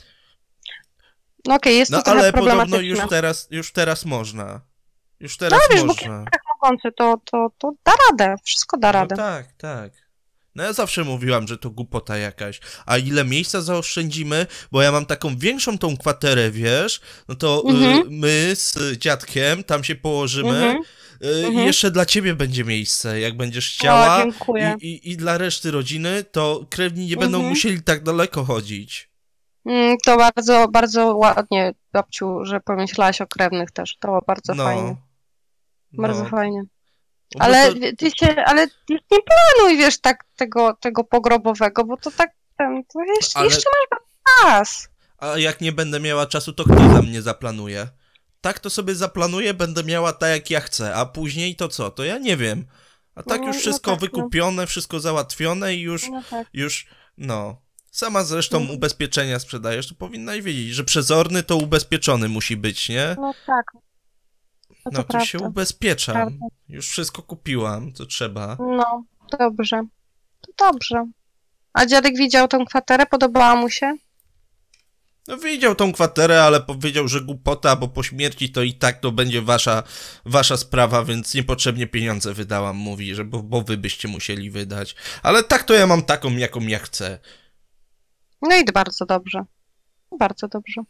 No okej, jest to trochę problematyczne. Ale podobno już teraz można. Już teraz wiesz, można. Bo tak mogący, to da radę, wszystko da radę. No tak. No ja zawsze mówiłam, że to głupota jakaś. A ile miejsca zaoszczędzimy? Bo ja mam taką większą tą kwaterę, wiesz? No to my z dziadkiem tam się położymy. I jeszcze dla ciebie będzie miejsce, jak będziesz chciała. Dziękuję. I dla reszty rodziny, to krewni nie będą musieli tak daleko chodzić. To bardzo, bardzo ładnie, babciu, że pomyślałaś o krewnych też. To było bardzo fajnie. Bardzo fajnie. Ale ty nie planuj, wiesz, tak tego pogrobowego, bo to tak to jeszcze masz czas. A jak nie będę miała czasu, to kto za mnie zaplanuje? Tak to sobie zaplanuję, będę miała tak jak ja chcę, a później to co? To ja nie wiem. A tak już wszystko wykupione, wszystko załatwione i już, Sama zresztą ubezpieczenia sprzedajesz, to powinnaś wiedzieć, że przezorny to ubezpieczony musi być, nie? No tak. No to się ubezpieczam. Prawda. Już wszystko kupiłam, co trzeba. No, dobrze. To dobrze. A dziadek widział tą kwaterę? Podobała mu się? No widział tą kwaterę, ale powiedział, że głupota, bo po śmierci to i tak to będzie wasza sprawa, więc niepotrzebnie pieniądze wydałam, mówi, że bo wy byście musieli wydać. Ale tak to ja mam taką, jaką ja chcę. No i bardzo dobrze. Bardzo dobrze.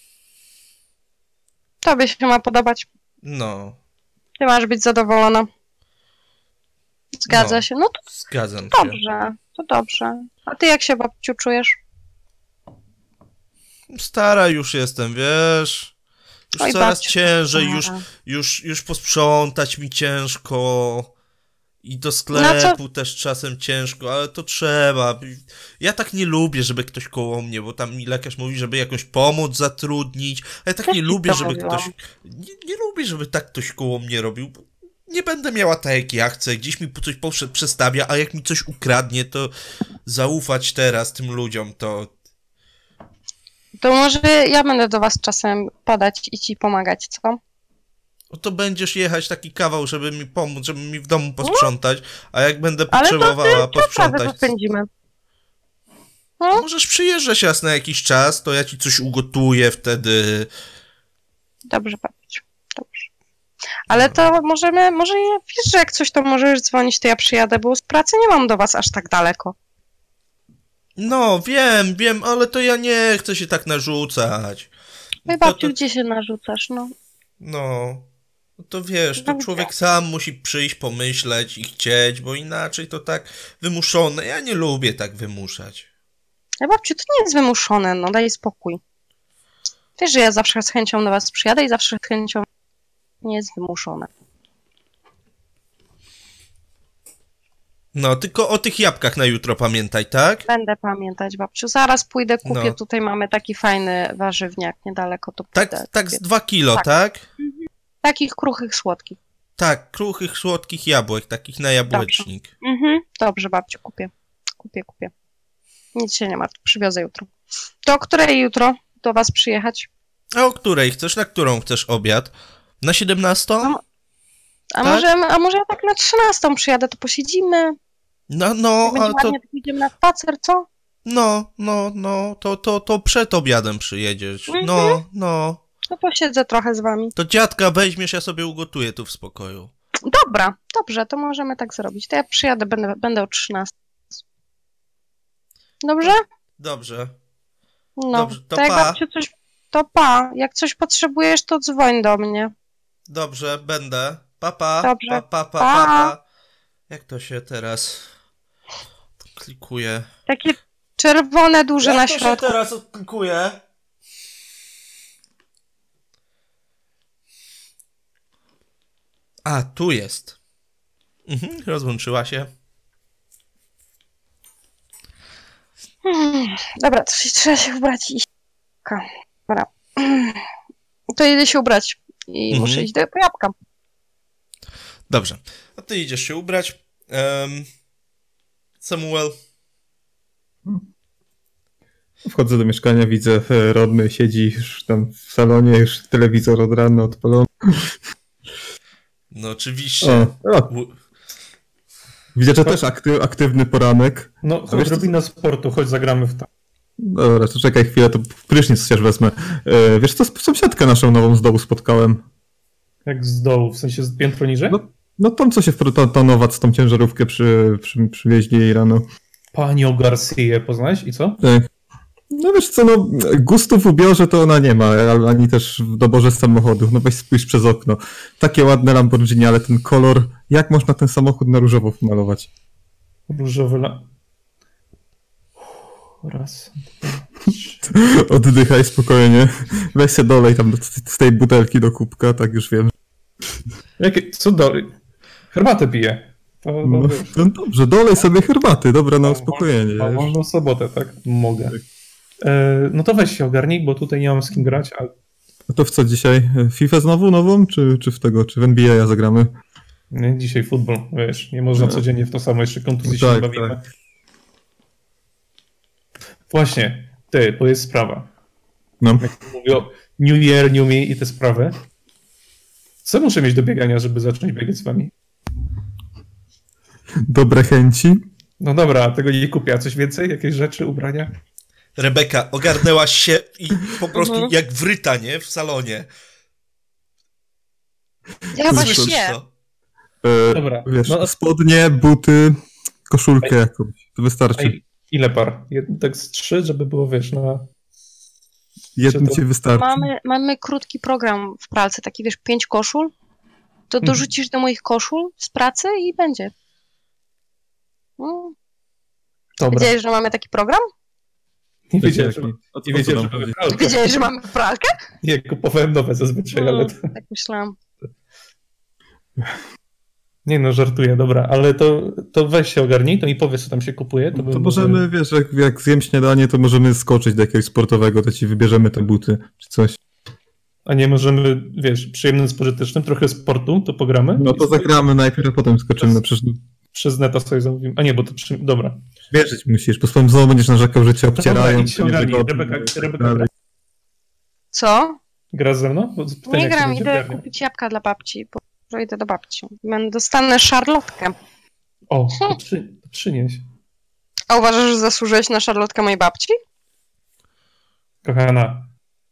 Tobie się ma podobać. No. Ty masz być zadowolona. Zgadza się. No to zgadzam się. Dobrze, to dobrze. A ty jak się, babciu, czujesz? Stara już jestem, wiesz. Już coraz ciężej, już posprzątać mi ciężko. I do sklepu też czasem ciężko, ale to trzeba. Ja tak nie lubię, żeby ktoś koło mnie, bo tam mi lekarz mówi, żeby jakąś pomoc zatrudnić. A ja tak nie lubię, żeby ktoś... Nie lubię, żeby tak ktoś koło mnie robił. Bo nie będę miała tak, jak ja chcę. Gdzieś mi coś przestawia, a jak mi coś ukradnie, to zaufać teraz tym ludziom, to... To może ja będę do was czasem padać i ci pomagać, co? To będziesz jechać taki kawał, żeby mi pomóc, żeby mi w domu posprzątać, a jak będę potrzebowała posprzątać... to spędzimy. Możesz przyjeżdżać raz na jakiś czas, to ja ci coś ugotuję wtedy. Dobrze, babciu, dobrze. Ale to może wiesz, że jak coś, to możesz dzwonić, to ja przyjadę, bo z pracy nie mam do was aż tak daleko. No, wiem, ale to ja nie chcę się tak narzucać. No babciu, gdzie się narzucasz, no? No, to wiesz, to człowiek sam musi przyjść, pomyśleć i chcieć, bo inaczej to tak wymuszone. Ja nie lubię tak wymuszać. Ja babciu, to nie jest wymuszone, no daj spokój. Wiesz, że ja zawsze z chęcią do was przyjadę i zawsze z chęcią nie jest wymuszone. No, tylko o tych jabłkach na jutro pamiętaj, tak? Będę pamiętać, babciu. Zaraz pójdę, kupię. Tutaj mamy taki fajny warzywniak niedaleko. To pójdę, tak z 2 kilo, tak? Takich kruchych, słodkich. Tak, kruchych, słodkich jabłek, takich na jabłecznik. Dobrze, babciu, kupię. Kupię. Nic się nie martw, przywiozę jutro. To o której jutro do was przyjechać? A o której chcesz? Na którą chcesz obiad? Na 17? A Tak? może ja tak na 13 przyjadę, to posiedzimy. No, Będzie a to... ładnie, to pójdziemy na spacer, co? No, to przed obiadem przyjedziesz. No. To posiedzę trochę z wami. To dziadka weźmiesz, ja sobie ugotuję tu w spokoju. Dobra, dobrze, to możemy tak zrobić. To ja przyjadę, będę o 13. Dobrze? Dobrze. No, Dobrze, to jak pa. babciu coś... To pa. Jak coś potrzebujesz, to dzwoń do mnie. Dobrze, będę. Pa. Dobrze. Pa. Jak to się teraz klikuje? Takie czerwone, duże na Jak to się środku. teraz odklikuje? A, tu jest. Rozłączyła się. Dobra, to trzeba się ubrać i iść. Dobra. To idę się ubrać i muszę iść do jabłka. Dobrze. A ty idziesz się ubrać. Samuel. Wchodzę do mieszkania, widzę Rodny siedzi już tam w salonie, już telewizor od rana odpalony. No oczywiście. Widzę, że też aktywny poranek. No, odrobina sportu, chodź zagramy w to. Dobra, to czekaj chwilę, to prysznic chociaż wezmę. Wiesz co, sąsiadkę naszą nową z dołu spotkałem. Jak z dołu, w sensie z piętro niżej? No tam co się ta Nowac, tą ciężarówkę przywieźli jej rano. Panią Garcia poznałeś i co? Tak. No wiesz co, no gustów w ubiorze to ona nie ma, ani też w doborze samochodów. No weź spójrz przez okno. Takie ładne Lamborghini, ale ten kolor, jak można ten samochód na różowo malować? Różowy Raz. Oddychaj spokojnie. Weź się dolej tam z tej butelki do kubka, tak już wiem. Co dolej? Herbatę piję. No dobrze, dolej sobie herbaty, dobra, na uspokojenie. A można w sobotę, tak? Mogę. No to weź się ogarnij, bo tutaj nie mam z kim grać. A to w co dzisiaj? FIFA znowu nową, czy w NBA zagramy? Nie, dzisiaj futbol, wiesz, nie można codziennie w to samo, jeszcze kontuzji się nie bawimy. Tak. Właśnie, bo jest sprawa. No. Jak mówią New Year, New Me i te sprawy. Co muszę mieć do biegania, żeby zacząć biegać z wami? Dobre chęci. No dobra, tego nie kupię. A coś więcej? Jakieś rzeczy, ubrania? Rebeka, ogarnęłaś się i po prostu jak wryta, nie? W salonie. Ja właśnie. Dobra. Wiesz, spodnie, buty, koszulkę jakąś. To wystarczy. Ile par? Tak z 3, żeby było, wiesz, na... Jedno ci wystarczy. Mamy krótki program w pralce, taki wiesz, 5 koszul. To dorzucisz do moich koszul z pracy i będzie. Wiedziałeś, że mamy taki program? Nie wiedziałem, że mamy pralkę. Wiedziałeś, że mamy pralkę? Nie, kupowałem nowe zazwyczaj, ale... Tak myślałam. Nie no, żartuję, dobra, ale to weź się ogarnij, to mi powiedz, co tam się kupuje. To możemy, wiesz, jak zjem śniadanie, to możemy skoczyć do jakiegoś sportowego, to ci wybierzemy te buty, czy coś. A nie możemy, wiesz, przyjemnym z pożytecznym, trochę sportu, to pogramy? No to zagramy najpierw, a potem skoczymy. Przez neta sobie zamówimy. A nie, bo to dobra. Wierzyć musisz, bo swoim znowu będziesz narzekał, że cię obcierają. Rebeka. Co? Grasz ze mną? Nie gram, idę kupić jabłka dla babci, bo idę do babci. Dostanę szarlotkę. O, to przynieś. A uważasz, że zasłużyłeś na szarlotkę mojej babci? Kochana.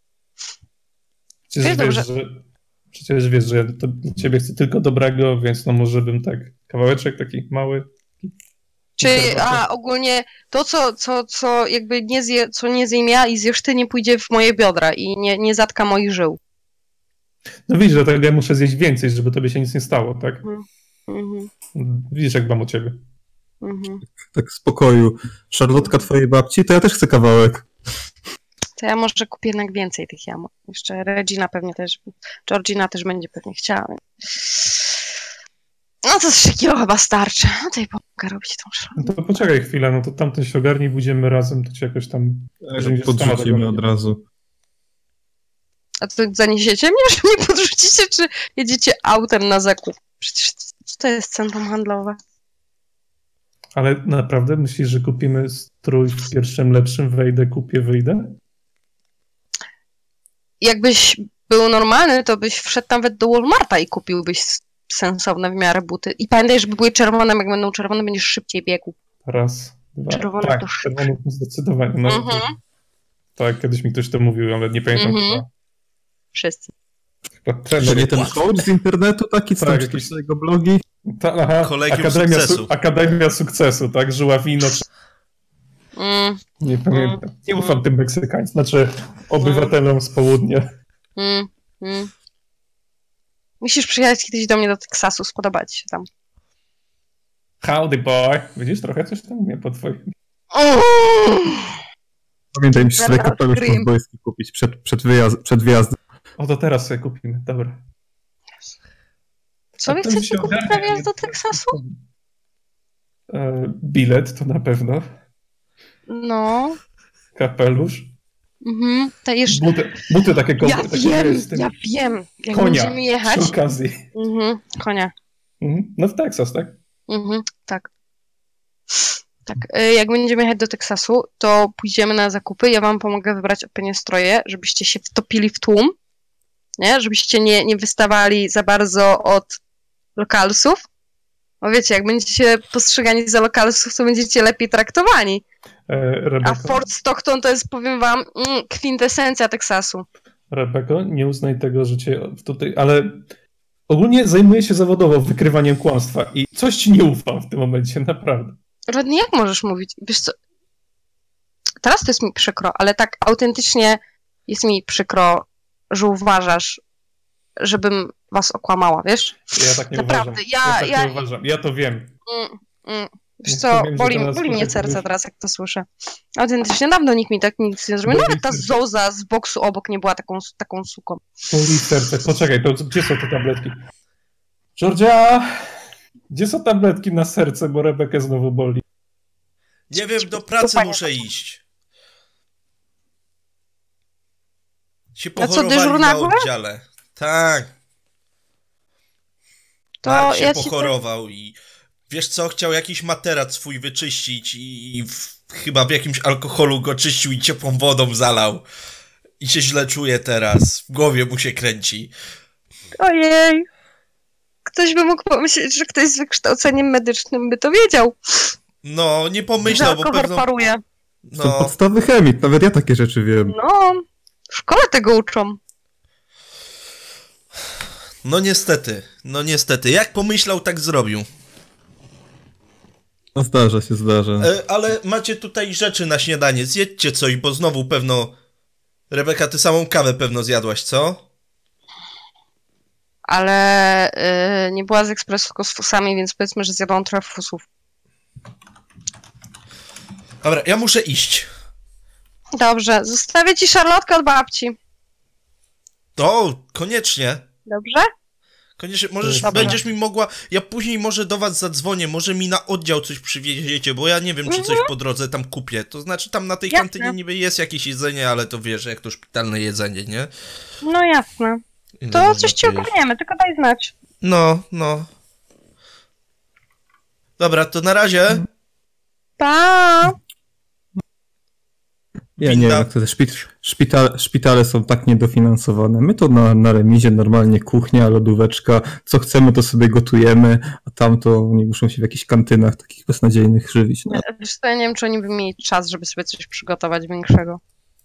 Przecież wiesz, że ja dla ciebie chcę tylko dobrego, więc no może bym tak, kawałeczek taki mały. Czyli, ogólnie to, co jakby nie zjem ja i zjesz ty, nie pójdzie w moje biodra i nie zatka moich żył. No widzisz, dlatego ja muszę zjeść więcej, żeby tobie się nic nie stało, tak? Widzisz, jak dbam o ciebie. Tak w spokoju. Szarlotka twojej babci, to ja też chcę kawałek. To ja może kupię jednak więcej tych jabłek. Jeszcze Georgina też będzie pewnie chciała. No to 3 kilo chyba starczy. No to i pomogę robić tą szalę. No to poczekaj chwilę, no to tamten się ogarnij, pójdziemy razem, to ci jakoś tam... Podrzucimy od razu. A to zaniesiecie mnie, że mnie podrzucicie, czy jedziecie autem na zakup? Przecież to jest centrum handlowe. Ale naprawdę myślisz, że kupimy strój w pierwszym lepszym, wejdę, kupię, wyjdę? Jakbyś był normalny, to byś wszedł nawet do Walmarta i kupiłbyś sensowne w miarę buty. I pamiętaj, żeby były czerwone, jak będą czerwone, będziesz szybciej biegł. Raz, dwa. Czerwone tak, to czerwone zdecydowanie. No, tak, kiedyś mi ktoś to mówił, ale nie pamiętam chyba. Wszyscy. To nie ten coach z internetu taki, co tam czytasz jego blogi? Aha, Akademia Sukcesu, tak? Żuławino. Nie pamiętam. Nie ufam tym Meksykańcom, znaczy obywatelom z południa. Musisz przyjechać kiedyś do mnie do Teksasu, spodoba ci się tam. Howdy boy. Widzisz, trochę coś tam umie po twoim. Pamiętaj, musisz sobie kapelusz kowbojski kupić przed wyjazdem. O, to teraz sobie kupimy, dobra. Co wy chcecie kupić na wjazd do Teksasu? Bilet to na pewno. No. Kapelusz. To jeszcze... Buty takie Ja wiem. Jak konia, będziemy jechać... przy okazji. Konia. No w Teksas, tak? Tak. Tak. Jak będziemy jechać do Teksasu, to pójdziemy na zakupy. Ja wam pomogę wybrać odpowiednie stroje, żebyście się wtopili w tłum. Nie? Żebyście nie wystawali za bardzo od lokalsów. Bo wiecie, jak będziecie postrzegani za lokalsów, to będziecie lepiej traktowani. A Fort Stockton to jest, powiem wam, kwintesencja Teksasu. Rebeko, nie uznaj tego, że cię tutaj... Ale ogólnie zajmuję się zawodowo wykrywaniem kłamstwa i coś ci nie ufam w tym momencie, naprawdę. Rodney, jak możesz mówić? Wiesz co, teraz to jest mi przykro, ale tak autentycznie jest mi przykro, że uważasz, żebym was okłamała, wiesz? Ja tak nie naprawdę, uważam. Ja tak nie uważam. Ja to wiem. Wiesz co, boli mnie serce teraz, jak to słyszę. Autentycznie dawno nikt mi tak nic nie zrobił. Nawet ta Zoza z boksu obok nie była taką suką. Boli serce. Poczekaj, to gdzie są te tabletki? Georgia! Gdzie są tabletki na serce, bo Rebekę znowu boli? Nie wiem, do pracy muszę iść. Się pochorowali na oddziale. Tak. To Mark się pochorował i wiesz co, chciał jakiś materac swój wyczyścić i chyba w jakimś alkoholu go czyścił i ciepłą wodą zalał. I się źle czuje teraz. W głowie mu się kręci. Ojej. Ktoś by mógł pomyśleć, że ktoś z wykształceniem medycznym by to wiedział. No, nie pomyślał, bo pewno... paruje. No. To podstawy chemii, nawet ja takie rzeczy wiem. No, w szkole tego uczą. No niestety. Jak pomyślał, tak zrobił. No zdarza się. Ale macie tutaj rzeczy na śniadanie, zjedźcie coś, bo znowu pewno... Rebeka, ty samą kawę pewno zjadłaś, co? Ale nie była z ekspresu, tylko z fusami, więc powiedzmy, że zjadłam trochę fusów. Dobra, ja muszę iść. Dobrze, zostawię ci szarlotkę od babci. To, koniecznie. Dobrze? Koniecznie, będziesz mi mogła... Ja później może do was zadzwonię, może mi na oddział coś przywieziecie, bo ja nie wiem, czy coś po drodze tam kupię. To znaczy, tam na tej kantynie niby jest jakieś jedzenie, ale to wiesz, jak to szpitalne jedzenie, nie? No jasne. To coś ci ogarniemy, tylko daj znać. No. Dobra, to na razie. Pa! Ja nie wiem, jak to szpitale są tak niedofinansowane. My to na remizie normalnie kuchnia, lodóweczka, co chcemy, to sobie gotujemy, a tam to oni muszą się w jakichś kantynach takich beznadziejnych żywić. No. Wiesz co, ja nie wiem, czy oni by mieli czas, żeby sobie coś przygotować większego.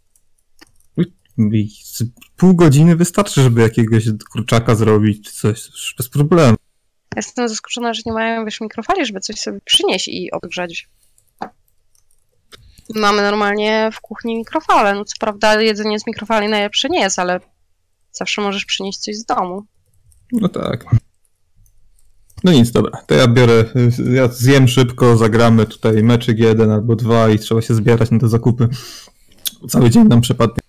Pół godziny wystarczy, żeby jakiegoś kurczaka zrobić, czy coś, bez problemu. Jestem zaskoczona, że nie mają, wiesz, mikrofali, żeby coś sobie przynieść i odgrzać. Mamy normalnie w kuchni mikrofale. No co prawda jedzenie z mikrofali najlepsze nie jest, ale zawsze możesz przynieść coś z domu. No tak. No nic, dobra. To ja zjem szybko, zagramy tutaj meczyk 1 albo 2 i trzeba się zbierać na te zakupy. Cały dzień nam przepadnie.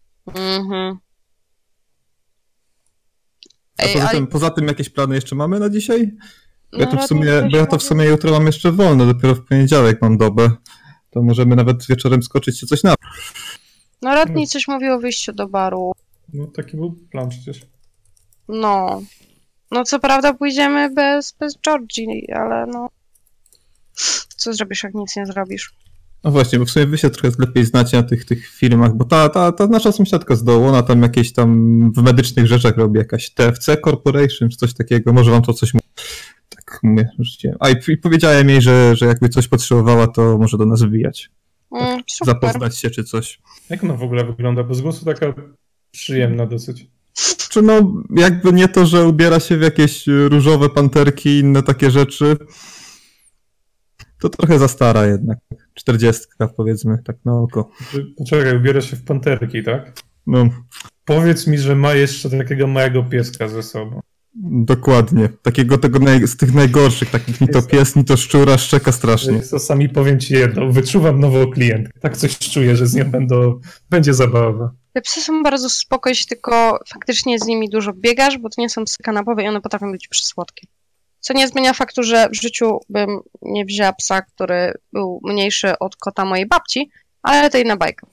Poza tym jakieś plany jeszcze mamy na dzisiaj? Ja to w sumie jutro mam jeszcze wolne, dopiero w poniedziałek mam dobę. To możemy nawet wieczorem skoczyć się coś na... No Rodney coś mówił o wyjściu do baru. No taki był plan przecież. No. No co prawda pójdziemy bez Georgii, ale no... Co zrobisz, jak nic nie zrobisz? No właśnie, bo w sumie wy się trochę lepiej znacie na tych firmach, bo ta nasza sąsiadka z dołu, ona tam jakieś tam w medycznych rzeczach robi, jakaś TFC Corporation czy coś takiego, może wam to coś mówi. Tak mówię, rzuciłem. A i powiedziałem jej, że jakby coś potrzebowała, to może do nas wbijać. Tak, zapoznać się czy coś. Jak ona w ogóle wygląda? Bo z głosu taka przyjemna dosyć. Czy no, jakby nie to, że ubiera się w jakieś różowe panterki i inne takie rzeczy, to trochę za stara jednak. 40 powiedzmy, tak na oko. Poczekaj, ubiera się w panterki, tak? No. Powiedz mi, że ma jeszcze takiego małego pieska ze sobą. Dokładnie. Takiego z tych najgorszych, takich ni to pies, ni to szczura, szczeka strasznie. Czasami powiem ci jedno, wyczuwam nową klientkę. Tak coś czuję, że z nią będzie zabawa. Te psy są bardzo spoko, jeśli tylko faktycznie z nimi dużo biegasz, bo to nie są psy kanapowe i one potrafią być przysłodkie. Co nie zmienia faktu, że w życiu bym nie wzięła psa, który był mniejszy od kota mojej babci, ale to inna bajka.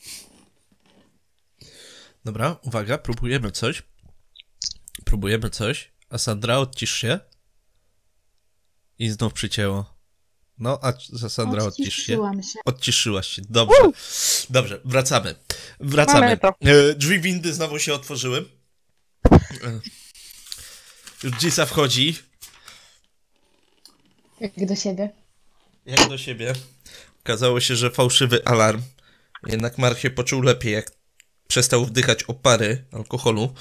Dobra, uwaga, próbujemy coś. A Sandra, odcisz się. I znów przycięło. No, a Sandra, odcisz się. Odciszyłaś się. Dobrze, wracamy. Mamy to. Drzwi windy znowu się otworzyły. Już Gisa wchodzi. Jak do siebie. Okazało się, że fałszywy alarm. Jednak Mark się poczuł lepiej, jak przestał wdychać opary alkoholu.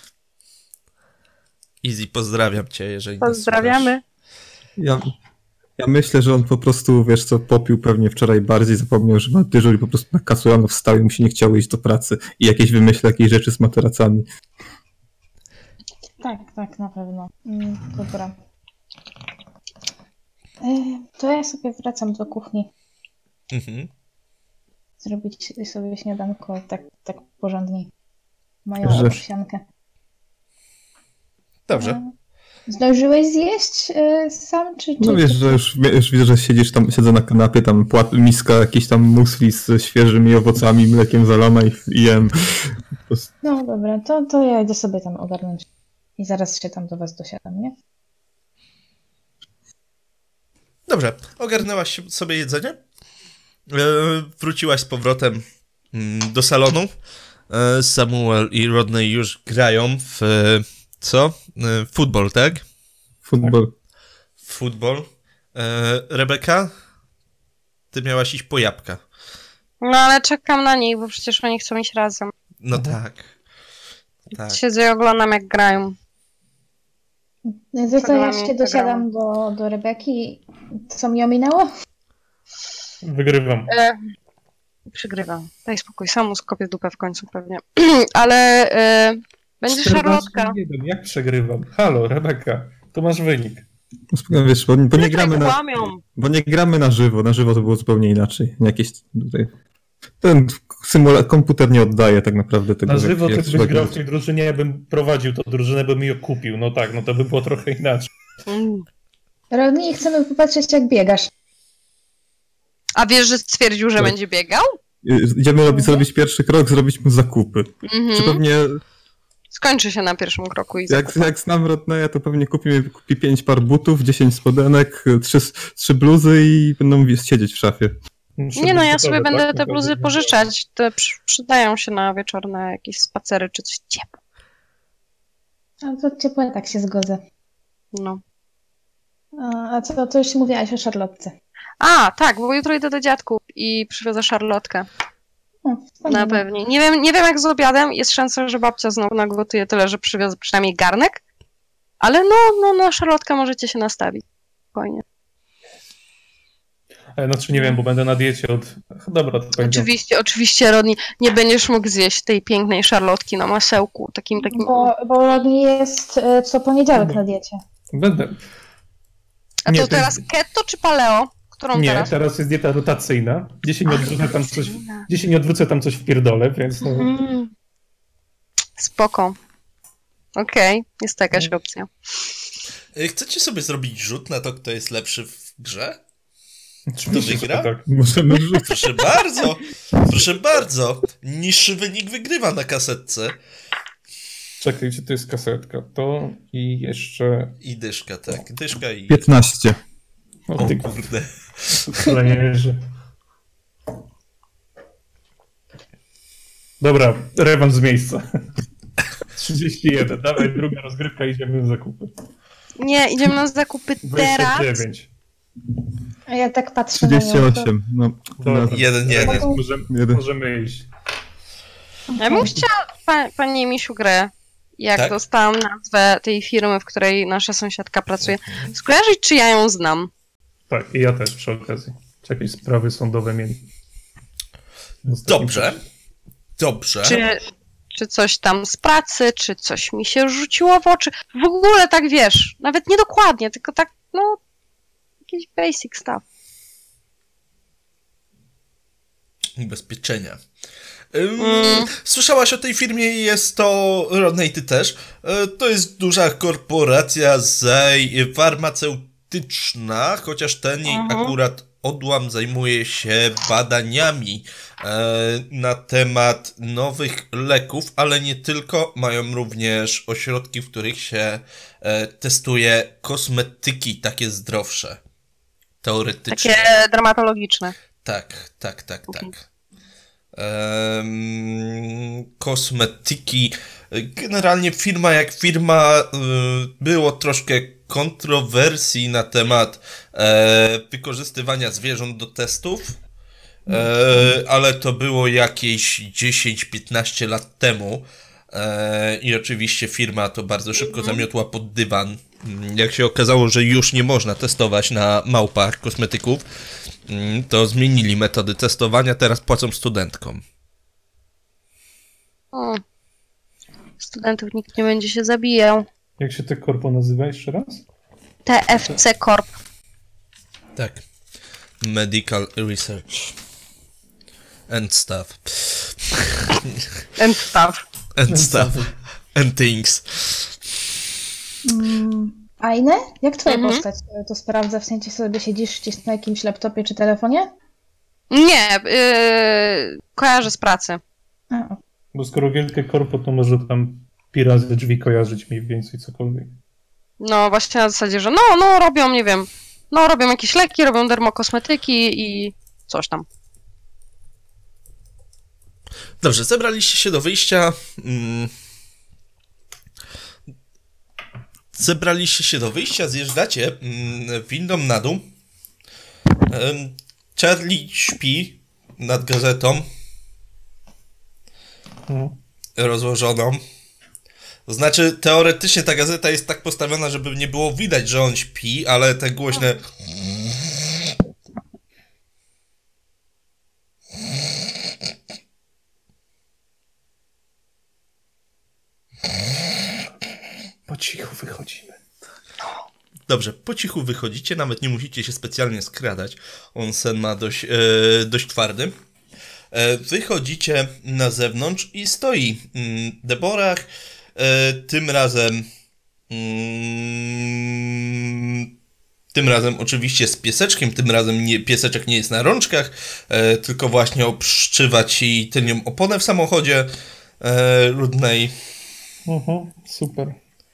Easy, pozdrawiam cię, jeżeli Pozdrawiamy. Ja myślę, że on po prostu, wiesz co, popił pewnie wczoraj bardziej, zapomniał, że ma dyżur i po prostu na kasu rano wstał i mu się nie chciało iść do pracy i wymyśla jakieś rzeczy z materacami. Tak, na pewno. Dobra. To ja sobie wracam do kuchni. Zrobić sobie śniadanko tak porządniej. Moją owsiankę. Dobrze. Zdążyłeś zjeść sam, czy... No wiesz, że już widzę, że siedzę na kanapie, tam miska jakiś tam musli z świeżymi owocami, mlekiem zalana i jem. No dobra, to ja idę sobie tam ogarnąć. I zaraz się tam do was dosiadam, nie? Dobrze, ogarnęłaś sobie jedzenie? Wróciłaś z powrotem do salonu. Samuel i Rodney już grają w... Co? Futbol, tak? Futbol. Rebeka? Ty miałaś iść po jabłka. No ale czekam na nich, bo przecież oni chcą iść razem. No tak. Siedzę i oglądam, jak grają. To ja się dosiadam do Rebeki. Co mi ominęło? Wygrywam. Przegrywam. Daj spokój, sam skopię dupę w końcu pewnie. Ale będzie szarlotka. Jak przegrywam? Halo, Rebeka, to masz wynik. Wiesz, bo nie gramy bo nie gramy na żywo. Na żywo to było zupełnie inaczej. Jakieś tutaj... Ten komputer nie oddaje tak naprawdę tego. Na żywo ty byś grał w tej drużynie, ja bym prowadził tą drużynę, bym ją kupił. No tak, no to by było trochę inaczej. Rodney, chcemy popatrzeć, jak biegasz. A wiesz, że stwierdził, że będzie biegał? Idziemy zrobić pierwszy krok, zrobić mu zakupy. Czy pewnie... Skończy się na pierwszym kroku i jak znam Rodneya, to pewnie kupi 5 par butów, 10 spodenek, 3 bluzy i będą siedzieć w szafie. Nie no, ja sobie będę te bluzy pożyczać. Te przydają się na wieczorne jakieś spacery czy coś ciepłe. A to ciepłe, tak się zgodzę. No. A co, to już mówiłaś o szarlotce. A, tak, bo jutro idę do dziadków i przywiozę szarlotkę. Na pewno. Nie wiem jak z obiadem. Jest szansa, że babcia znowu nagotuje tyle, że przywiozę przynajmniej garnek. Ale no na szarlotkę możecie się nastawić. Spokojnie. Znaczy nie wiem, bo będę na diecie od... Dobra, to będzie. Oczywiście, Rodney, nie będziesz mógł zjeść tej pięknej szarlotki na masełku. Takim... Bo Rodney jest co poniedziałek na diecie. Będę. A to teraz keto czy paleo? Którą nie, teraz? Teraz jest dieta rotacyjna. Gdzieś nie odwrócę tam coś w pierdolę, więc... No... Spoko. Okej, jest to jakaś opcja. Chcecie sobie zrobić rzut na to, kto jest lepszy w grze? Kto wygra? Tak. Możemy rzucić. Proszę bardzo. Niższy wynik wygrywa na kasetce. Czekaj, gdzie to jest kasetka? To i jeszcze... I dyszka, tak. Dyszka i... 15. O kurde. Ale nie wierzę. Dobra, rewanż z miejsca. 31. Dawaj, druga rozgrywka, idziemy na zakupy. Nie, idziemy na zakupy teraz. 29. A ja tak patrzę na nią. 38. No, To- Jeden. Możemy iść. Ja bym chciała, Pani Misiu, grę. Jak Tak? dostałam nazwę tej firmy, w której nasza sąsiadka pracuje, skojarzyć, czy ja ją znam. Tak, i ja też przy okazji. Czy jakieś sprawy sądowe mieli. Dobrze. Czy coś tam z pracy, czy coś mi się rzuciło w oczy. W ogóle tak, wiesz, nawet nie dokładnie, tylko tak, no, jakiś basic stuff. Ubezpieczenia. Słyszałaś o tej firmie, jest to, Rodney, ty też, to jest duża korporacja farmaceutyczna, chociaż ten jej akurat odłam zajmuje się badaniami na temat nowych leków, ale nie tylko, mają również ośrodki, w których się testuje kosmetyki takie zdrowsze, teoretycznie. Takie dramatologiczne. Tak. Kosmetyki. Generalnie firma jak firma, było troszkę kontrowersji na temat wykorzystywania zwierząt do testów, ale to było jakieś 10-15 lat temu i oczywiście firma to bardzo szybko zamiotła pod dywan. Jak się okazało, że już nie można testować na małpach kosmetyków, to zmienili metody testowania, teraz płacą studentkom. Studentów nikt nie będzie się zabijał. Jak się te korpo nazywa jeszcze raz? TFC Corp. Tak. Medical Research. And stuff. And stuff. And stuff. And things. Fajne? Jak twoja postać to sprawdza? W sensie sobie siedzisz gdzieś na jakimś laptopie czy telefonie? Nie, kojarzę z pracy. Bo skoro wielkie korpo, to może tam pirazy drzwi kojarzyć mniej więcej cokolwiek. No właśnie na zasadzie, że robią, nie wiem, robią jakieś leki, robią dermokosmetyki i coś tam. Dobrze, zebraliście się do wyjścia. Zjeżdżacie windą na dół. Charlie śpi nad gazetą rozłożoną. To znaczy, teoretycznie ta gazeta jest tak postawiona, żeby nie było widać, że on śpi, ale te głośne... Po cichu wychodzimy. Dobrze, po cichu wychodzicie, nawet nie musicie się specjalnie skradać. On sen ma dość twardy. Wychodzicie na zewnątrz i stoi Deborah, tym razem oczywiście z pieseczkiem, tym razem pieseczek nie jest na rączkach, tylko właśnie obszczywa ci tylnią oponę w samochodzie Rodney. Super.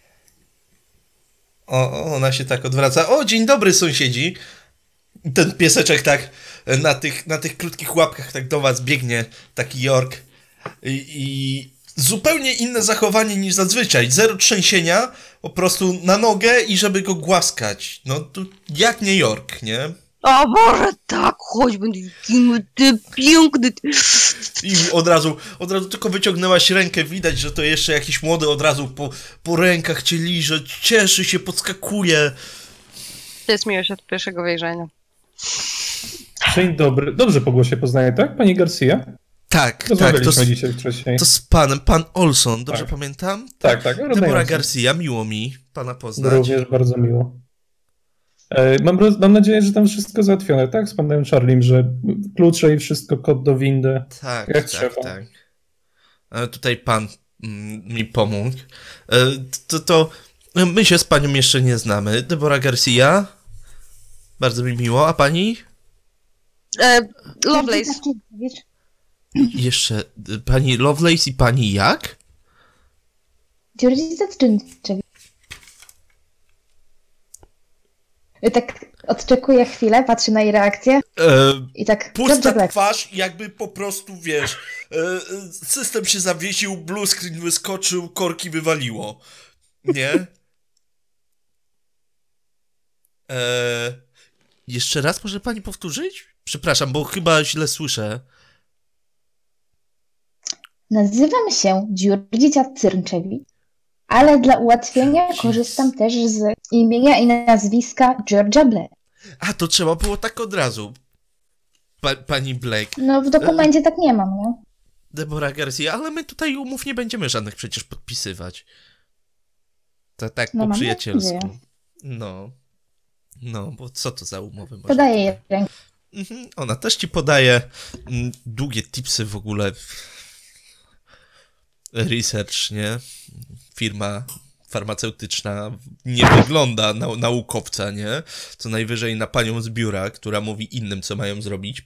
Ona się tak odwraca. O, dzień dobry, sąsiedzi. Ten pieseczek tak na tych krótkich łapkach tak do was biegnie, taki York. I zupełnie inne zachowanie niż zazwyczaj. Zero trzęsienia, po prostu na nogę i żeby go głaskać. No to jak nie York, nie? O Boże, tak, chodź, będę piękny. I od razu tylko wyciągnęłaś rękę, widać, że to jeszcze jakiś młody od razu po rękach cię liże, cieszy się, podskakuje. To jest miłość od pierwszego wejrzenia. Dzień dobry. Dobrze po głosie poznaję, tak? Pani Garcia? Tak, dzisiaj wcześniej. To z pan Olson, dobrze pamiętam? Tak. Deborah Garcia, miło mi pana poznać. Również bardzo miło. Mam nadzieję, że tam wszystko załatwione, tak? Z panem Charliem, że klucze i wszystko, kod do windy. Tak, jak tak. trzeba. Tutaj pan mi pomógł. To my się z panią jeszcze nie znamy. Deborah Garcia, bardzo mi miło. A pani? Lovelace. Jeszcze pani Lovelace i pani jak? Dziurdzica Trynczewicz. Tak odczekuję chwilę, patrzę na jej reakcję i tak... Pusta twarz, jakby po prostu, wiesz, system się zawiesił, blue screen wyskoczył, korki wywaliło. Nie? Jeszcze raz może pani powtórzyć? Przepraszam, bo chyba źle słyszę. Nazywam się Dziurdzica Trynczewicz, ale dla ułatwienia korzystam też z imienia i nazwiska Georgia Black. A, to trzeba było tak od razu. Pani Black. No w dokumencie tak nie mam, nie? Deborah Garcia, ale my tutaj umów nie będziemy żadnych przecież podpisywać. To tak No, po mam przyjacielsku. nadzieję. No, bo co to za umowy? można Podaję tutaj? jej rękę. Ona też ci podaje długie tipsy w ogóle. Research, nie? Firma farmaceutyczna nie wygląda na naukowca, nie? Co najwyżej na panią z biura, która mówi innym, co mają zrobić.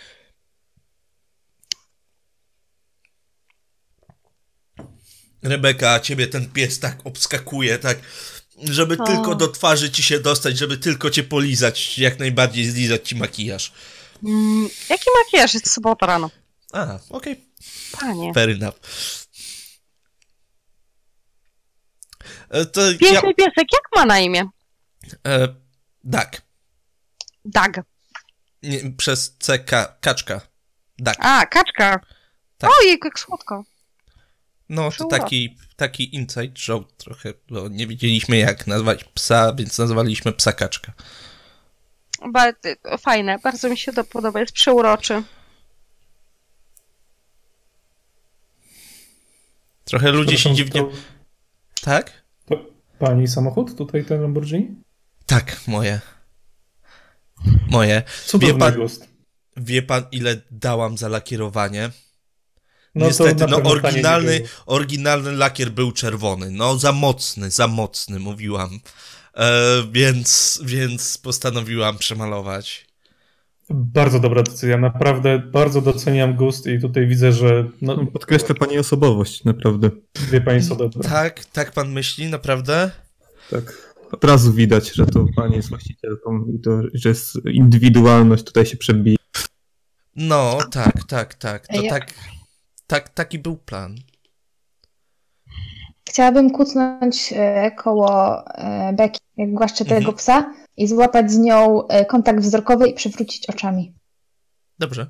Rebeka, ciebie ten pies tak obskakuje, tak, żeby tylko do twarzy ci się dostać, żeby tylko cię polizać, jak najbardziej zlizać ci makijaż. Jaki makijaż? Jest sobota rano. A, okej. Panie. Fair enough. Piękny piesek, jak ma na imię? Duck. Doug. Nie, przez kaczka. Duck. A, kaczka. Tak. Ojej, jak słodko. No, to taki inside joke trochę, bo nie wiedzieliśmy jak nazwać psa, więc nazwaliśmy psa kaczka. Fajne, bardzo mi się to podoba, jest przeuroczy. Trochę ludzie się dziwnie... To... Tak? To pani samochód? Tutaj ten Lamborghini? Tak, moje. Wie pan, ile dałam za lakierowanie? No niestety, to oryginalny lakier był czerwony. No, za mocny, mówiłam. Więc postanowiłam przemalować. Bardzo dobra decyzja, naprawdę bardzo doceniam gust i tutaj widzę, że... No, podkreśla pani osobowość, naprawdę. Wie pani co dobre. Tak pan myśli, naprawdę? Tak. Od razu widać, że to pani jest właścicielką i to, że jest indywidualność tutaj się przebija. No, tak. To taki był plan. Chciałabym kucnąć koło Beki, jak głaszczę tego psa i złapać z nią kontakt wzrokowy i przewrócić oczami. Dobrze.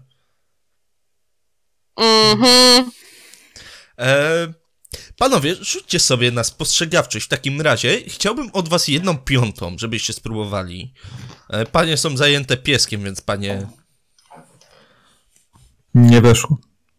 Panowie, rzućcie sobie na spostrzegawczość w takim razie. Chciałbym od was 1/5, żebyście spróbowali. Panie są zajęte pieskiem, więc panie... Nie weszło.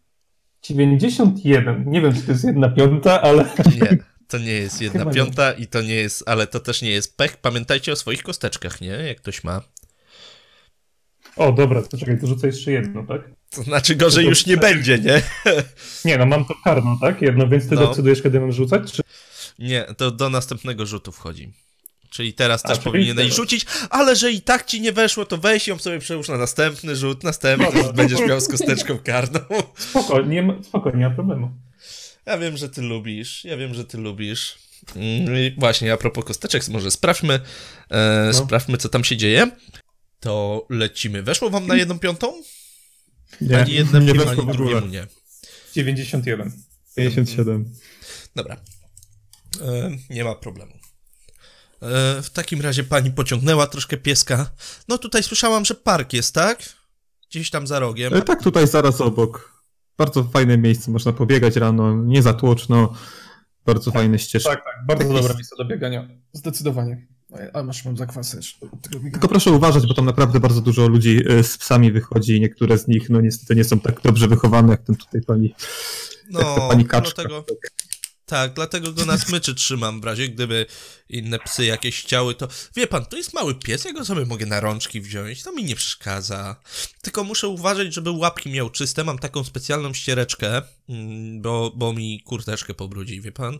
91. Nie wiem, czy to jest 1/5, ale... Nie, to nie jest 1/5 i to nie jest... Ale to też nie jest pech. Pamiętajcie o swoich kosteczkach, nie? Jak ktoś ma. O, dobra, to czekaj, to rzucę jeszcze jedno, tak? To znaczy gorzej już nie będzie, nie? Nie, no mam to karno, tak? Jedno, więc ty decydujesz, kiedy mam rzucać? Czy... Nie, to do następnego rzutu wchodzi. Czyli teraz też powinieneś rzucić, ale że i tak ci nie weszło, to weź ją sobie przełóż na następny rzut, będziesz miał z kosteczką karną. Spoko, nie ma problemu. Ja wiem, że ty lubisz. Właśnie, a propos kosteczek, może sprawdźmy, co tam się dzieje. To lecimy. Weszło wam na 1/5? Nie, ani jednemu, nie ani weszło w ogóle. drugiemu nie. 91. 57. Dobra. Nie ma problemu. W takim razie pani pociągnęła troszkę pieska. No tutaj słyszałam, że park jest, tak? Gdzieś tam za rogiem. Tak, tutaj zaraz obok. Bardzo fajne miejsce, można pobiegać rano, nie za tłoczno. Bardzo fajne ścieżki. Tak, bardzo dobre miejsce do biegania. Zdecydowanie. A mam zakwasy jeszcze. Tylko proszę uważać, bo tam naprawdę bardzo dużo ludzi z psami wychodzi i niektóre z nich no niestety nie są tak dobrze wychowane jak ten tutaj pani, pani kaczka. Dlatego go na smyczy trzymam, w razie gdyby inne psy jakieś chciały, to wie pan, to jest mały pies, ja go sobie mogę na rączki wziąć, to mi nie przeszkadza. Tylko muszę uważać, żeby łapki miał czyste, mam taką specjalną ściereczkę, bo mi kurteczkę pobrudzi, wie pan?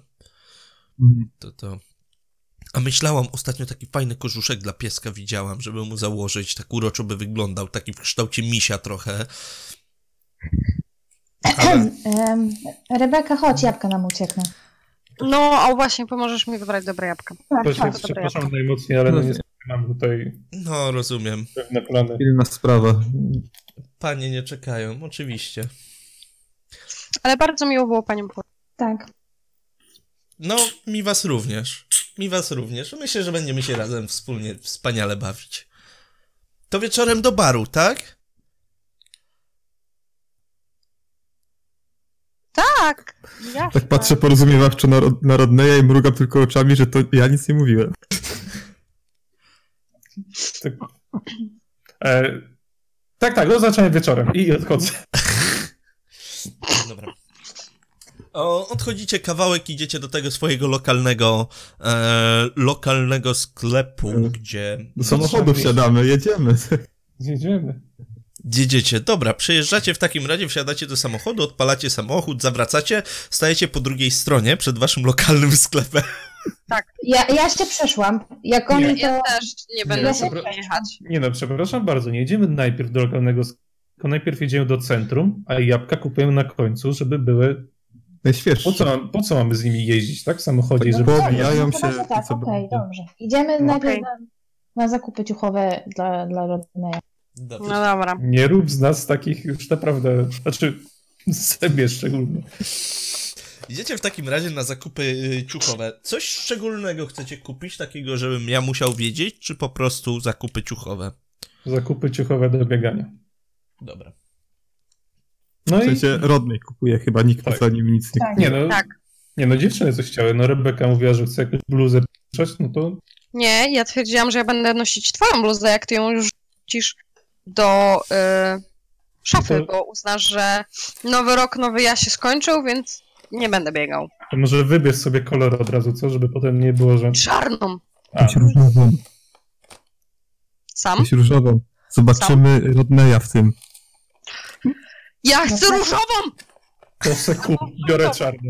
A myślałam, ostatnio taki fajny kożuszek dla pieska widziałam, żeby mu założyć, tak uroczo by wyglądał, taki w kształcie misia trochę. Ale... Rebeka, chodź, jabłka nam uciekną. No, właśnie, pomożesz mi wybrać dobre jabłka. Przepraszam najmocniej, ale nie mam tutaj... No, rozumiem. Pewne plany. Pilna sprawa. Panie nie czekają, oczywiście. Ale bardzo miło było panią poznać. Tak. No, mi was również. Myślę, że będziemy się razem wspólnie wspaniale bawić. To wieczorem do baru, tak? Tak, jasne. Tak patrzę porozumiewawczo na Rodneya i mrugam tylko oczami, że to ja nic nie mówiłem. Tak, oznaczamy wieczorem i odchodzę. Dobra. Odchodzicie kawałek, idziecie do tego swojego lokalnego sklepu, gdzie... Do samochodu wsiadamy, jedziemy. Jedziecie. Dobra, przejeżdżacie w takim razie, wsiadacie do samochodu, odpalacie samochód, zawracacie, stajecie po drugiej stronie przed waszym lokalnym sklepem. Tak. Ja się przeszłam. Jak oni to... Ja też nie będę sobie jechać. Nie no, przepraszam bardzo, nie jedziemy najpierw do lokalnego sklepu, tylko najpierw jedziemy do centrum, a jabłka kupujemy na końcu, żeby były... Najświeższe. Po co mamy z nimi jeździć, tak? W samochodzie, Tak, żeby... pomijają się. Tak, okej, dobrze. Idziemy najpierw na zakupy ciuchowe dla Rodneya. No dobra. Nie rób z nas takich już naprawdę... Znaczy, sobie szczególnie. Idziecie w takim razie na zakupy ciuchowe. Coś szczególnego chcecie kupić, takiego, żebym ja musiał wiedzieć, czy po prostu zakupy ciuchowe? Zakupy ciuchowe do biegania. Dobra. No w sensie Rodney kupuje, chyba nikt poza nim nic nie kupuje. Nie no, dziewczyny coś chciały. No Rebeka mówiła, że chce jakąś bluzę no to... Nie, ja twierdziłam, że ja będę nosić twoją bluzę, jak ty ją już wrzucisz do szafy, bo uznasz, że nowy rok, nowy ja się skończył, więc nie będę biegał. To może wybierz sobie kolor od razu, co? Żeby potem nie było, że... Czarną. Różową. Sam? Różową. Zobaczymy Rodneya w tym. Ja chcę różową! To sekundę, biorę czarny.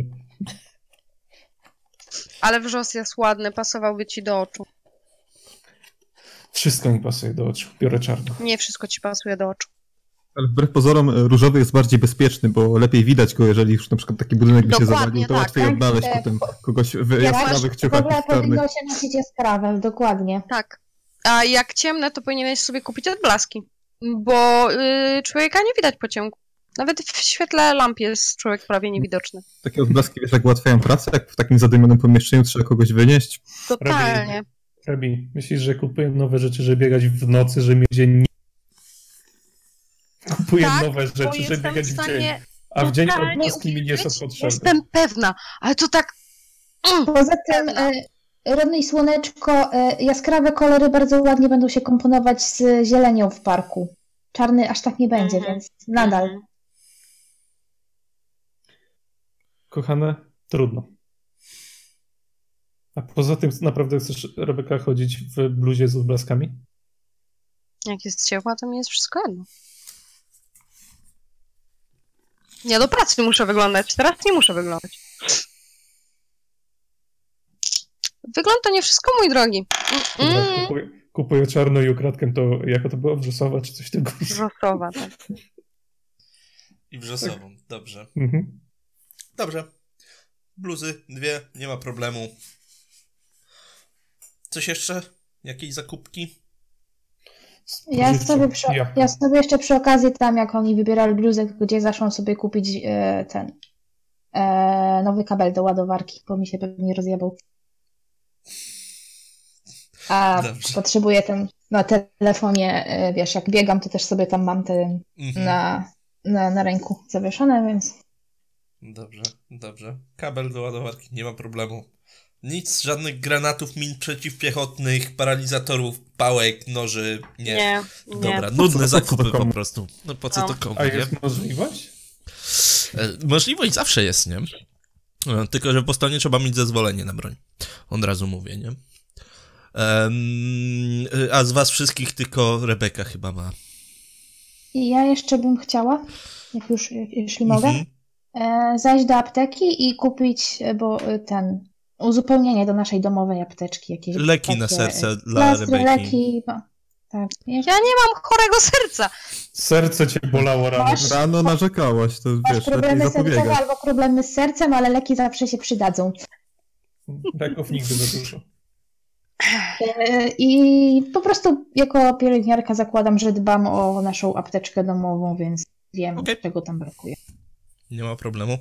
Ale wrzos jest ładny, pasowałby ci do oczu. Wszystko mi pasuje do oczu, biorę czarny. Nie wszystko ci pasuje do oczu. Ale wbrew pozorom różowy jest bardziej bezpieczny, bo lepiej widać go, jeżeli już na przykład taki budynek by się zawalił, to łatwiej odnaleźć potem kogoś w jaskrawych ciuchach czarnych. W ogóle powinno się nosić jaskrawe, dokładnie. Tak. A jak ciemne, to powinieneś sobie kupić odblaski, bo człowieka nie widać po ciemku. Nawet w świetle lamp jest człowiek prawie niewidoczny. Takie odblaski, wiesz, jak ułatwiają pracę, jak w takim zadymionym pomieszczeniu trzeba kogoś wynieść. Totalnie. Rebi, myślisz, że kupuję nowe rzeczy, żeby biegać w nocy, żeby mieć dzień... Kupuję nowe rzeczy, żeby biegać w dzień. A w dzień odblaski mi nie są potrzebne. Jestem pewna, ale to tak... Poza tym, Rodney Słoneczko, jaskrawe kolory bardzo ładnie będą się komponować z zielenią w parku. Czarny aż tak nie będzie, więc nadal. Kochane, trudno. A poza tym naprawdę chcesz, Rebeka, chodzić w bluzie z odblaskami? Jak jest ciepła, to mi jest wszystko jedno. Ja do pracy muszę wyglądać, teraz nie muszę wyglądać. Wygląd to nie wszystko, mój drogi. Kupuję czarną i ukradkiem, to jaka to była? Wrzosowa czy coś tego? Wrzosowa, tak. I wrzosową, dobrze. Mhm. Dobrze. Bluzy, 2, nie ma problemu. Coś jeszcze? Jakieś zakupki? Ja sobie jeszcze przy okazji tam, jak oni wybierali bluzę, gdzie zaszłam sobie kupić nowy kabel do ładowarki, bo mi się pewnie rozjebał. A dobrze. Potrzebuję ten na telefonie, wiesz, jak biegam, to też sobie tam mam ten na ręku zawieszone, więc... Dobrze. Kabel do ładowarki, nie ma problemu. Nic, żadnych granatów, min przeciwpiechotnych, paralizatorów, pałek, noży, nie. Dobra, nudne zakupy po prostu. No po co to komu, A jest możliwość? Możliwość zawsze jest, nie? Tylko, że po stronie trzeba mieć zezwolenie na broń. Od razu mówię, nie? A z was wszystkich tylko Rebeka chyba ma. I ja jeszcze bym chciała, jeśli mogę, zajść do apteki i kupić, uzupełnienie do naszej domowej apteczki. Jakieś leki takie, na serce dla Rebeki. Leki, tak. Ja nie mam chorego serca. Serce cię bolało rano. Rano narzekałaś, to masz wiesz, problemy sercowe albo problemy z sercem, ale leki zawsze się przydadzą. Leków nigdy za dużo. I po prostu jako pielęgniarka zakładam, że dbam o naszą apteczkę domową, więc wiem, czego tam brakuje. Nie ma problemu.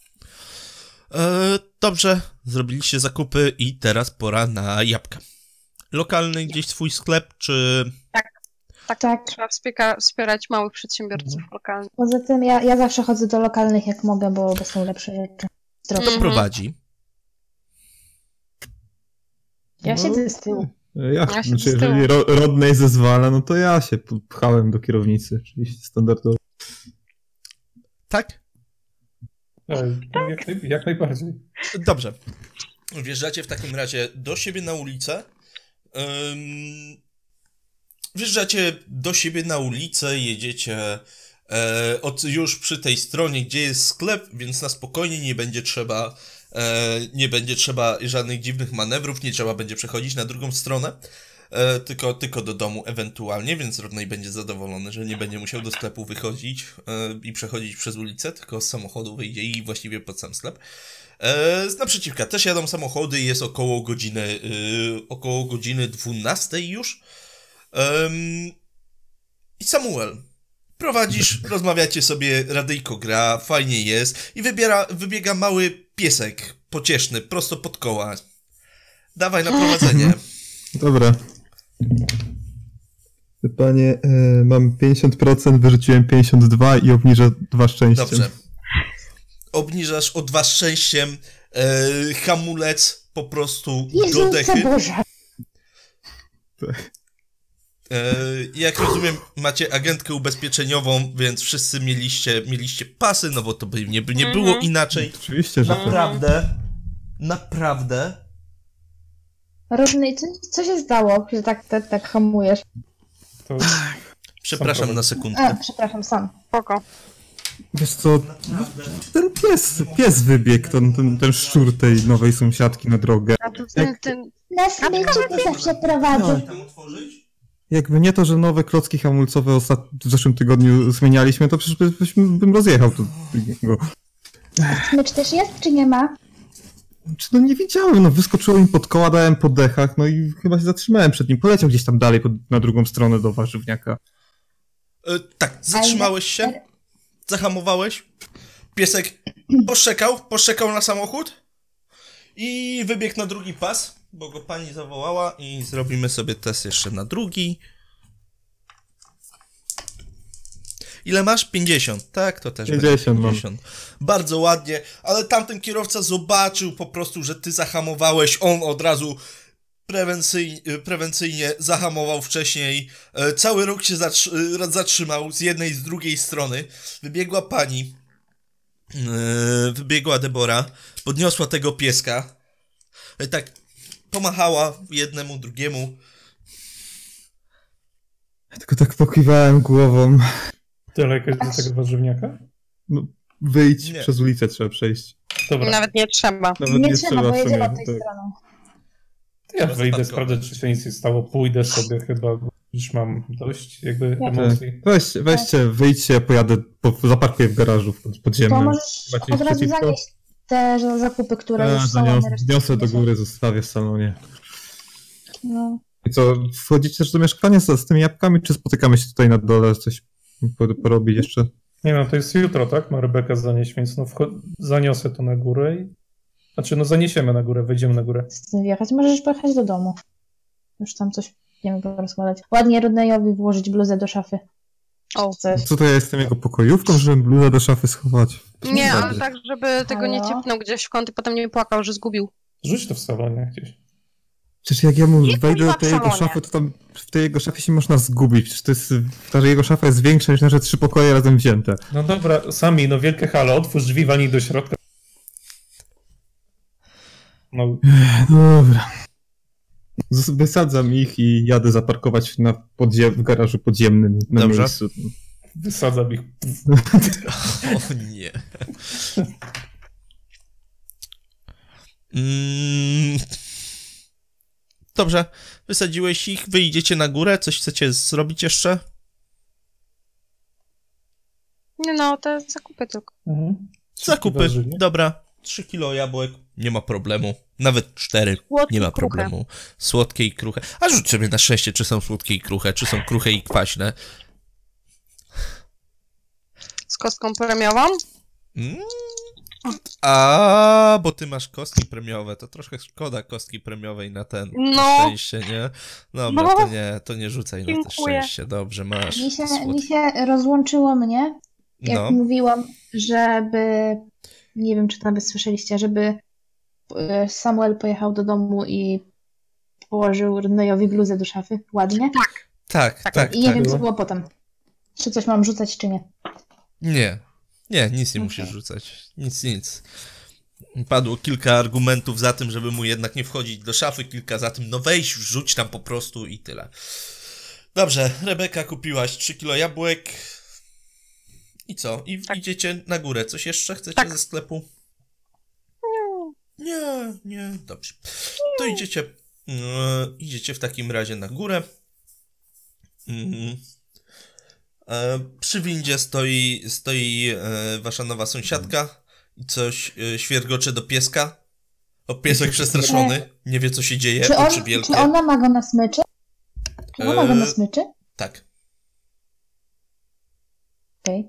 Dobrze, zrobiliście zakupy i teraz pora na jabłka. Lokalny gdzieś swój sklep, czy... Tak. Trzeba wspierać małych przedsiębiorców lokalnych. Poza tym ja zawsze chodzę do lokalnych jak mogę, bo są lepsze rzeczy. Kto prowadzi? Ja siedzę z tyłu. Znaczy, jeżeli Rodney zezwala, no to ja się pchałem do kierownicy, oczywiście standardowo. Tak? Jak najbardziej. Dobrze. Wjeżdżacie w takim razie do siebie na ulicę. Wjeżdżacie do siebie na ulicę, jedziecie już przy tej stronie, gdzie jest sklep, więc na spokojnie nie będzie trzeba żadnych dziwnych manewrów, nie trzeba będzie przechodzić na drugą stronę, tylko do domu ewentualnie, więc Rodney będzie zadowolony, że nie będzie musiał do sklepu wychodzić i przechodzić przez ulicę, tylko z samochodu wyjdzie i właściwie pod sam sklep. Z naprzeciwka też jadą samochody, jest około godziny 12 już. I Samuel, prowadzisz, rozmawiacie sobie, radyjko gra, fajnie jest i wybiega mały piesek pocieszny, prosto pod koła. Dawaj na prowadzenie. Dobra. Panie, mam 50%, wyrzuciłem 52 i obniżę 2 szczęściem. Dobrze. Obniżasz o 2 szczęściem hamulec po prostu do dechy. Boże. Jak rozumiem, macie agentkę ubezpieczeniową, więc wszyscy mieliście pasy, no bo to by nie było inaczej. Oczywiście, że Naprawdę. Rodney, co się stało, że tak hamujesz? Przepraszam na sekundkę. Przepraszam, sam. Spoko. wiesz co, ten pies wybiegł, ten szczur tej nowej sąsiadki na drogę. A to ten... Na smyczy to zawsze prowadzę. Jakby nie to, że nowe klocki hamulcowe w zeszłym tygodniu zmienialiśmy, to przecież bym rozjechał to go. Smycz też jest, czy nie ma? No nie widziałem, no wyskoczyło mi pod koła, dałem po dechach, no i chyba się zatrzymałem przed nim. Poleciał gdzieś tam dalej, na drugą stronę do warzywniaka. Tak, zatrzymałeś się, zahamowałeś, piesek poszczekał na samochód i wybiegł na drugi pas, bo go pani zawołała i zrobimy sobie test jeszcze na drugi. Ile masz? 50, tak? To też 50 będzie 50. Bardzo ładnie, ale tamten kierowca zobaczył po prostu, że ty zahamowałeś, on od razu prewencyjnie zahamował wcześniej, cały ruch się zatrzymał z jednej i z drugiej strony, wybiegła pani, wybiegła Debora, podniosła tego pieska, tak pomachała jednemu, drugiemu. Ja tylko tak pokiwałem głową. Daleko do tego warzywniaka? No, wyjdź, przez ulicę trzeba przejść. Dobra. Nawet nie trzeba. Nawet Nie trzeba, bo w sumie, jedziemy od tej tak. strony. Ja wyjdę, sprawdzę, czy się nic nie stało, pójdę sobie chyba, bo już mam dość jakby emocji. Weźcie, wyjdźcie, ja pojadę, zaparkuję w garażu podziemnym. To możesz Macie od razu przeciwko? zanieść te zakupy, które już są. Zniosę do góry, zostawię w salonie. No. I co, wchodzicie też do mieszkania z tymi jabłkami, czy spotykamy się tutaj na dole, coś porobić jeszcze? Nie no, to jest jutro, tak? Ma Rebeka zanieść, więc no zaniosę to na górę i... Znaczy, no zaniesiemy na górę, wejdziemy na górę. Z tym wjechać, możesz pojechać do domu. Już tam coś będziemy porozkładać. Ładnie Rodneyowi włożyć bluzę do szafy. Coś. Co to ja jestem jego pokojówką, żebym bluzę do szafy schować? Nie, ale tak, żeby tego nie ciepnął gdzieś w kąt i potem nie płakał, że zgubił. Rzuć to w salonie gdzieś. Przecież jak ja mu Nie wejdę do w tej jego salonie. szafy, to tam w tej jego szafie się można zgubić. Przecież to jest, ta jego szafa jest większa niż nasze 3 pokoje razem wzięte. No dobra, sami, no wielkie halo, otwórz drzwi, walnij do środka. No, Dobra. Wysadzam ich i jadę zaparkować w garażu podziemnym na Dobrze. miejscu. wysadzam ich. O nie. Dobrze, wysadziłeś ich, wyjdziecie na górę, coś chcecie zrobić jeszcze? Nie no, te zakupy tylko. Mhm. Zakupy, Warzywie. dobra, 3 kilo jabłek, Nie ma problemu. Nawet 4. Słodkie Nie ma i kruche. problemu. Słodkie i kruche. A rzuć sobie na szczęście, czy są słodkie i kruche, czy są kruche i kwaśne. Z kostką premiową? Bo ty masz kostki premiowe, to troszkę szkoda kostki premiowej na ten No. szczęście, nie? Dobra, No. to nie rzucaj na to Dziękuję. szczęście. Dobrze, masz. Mi się rozłączyło mnie, jak No. mówiłam, żeby, nie wiem, czy to nawet słyszeliście, żeby Samuel pojechał do domu i położył Rodneyowi bluzę do szafy. Ładnie. Tak. I nie wiem, co było potem. Czy coś mam rzucać, czy nie. Nie, nic nie musisz rzucać. Nic. Padło kilka argumentów za tym, żeby mu jednak nie wchodzić do szafy, kilka za tym, no weź, wrzuć tam po prostu i tyle. Dobrze, Rebeka, kupiłaś 3 kilo jabłek. I co? I idziecie na górę. Coś jeszcze chcecie ze sklepu? Nie, dobrze. To idziecie w takim razie na górę. Przy windzie stoi wasza nowa sąsiadka i coś świergocze do pieska. O, piesek przestraszony, nie wie co się dzieje, oczy wielkie. Czy ona ma go na smyczy? Czy ona ma go na smyczy? Tak. Okej.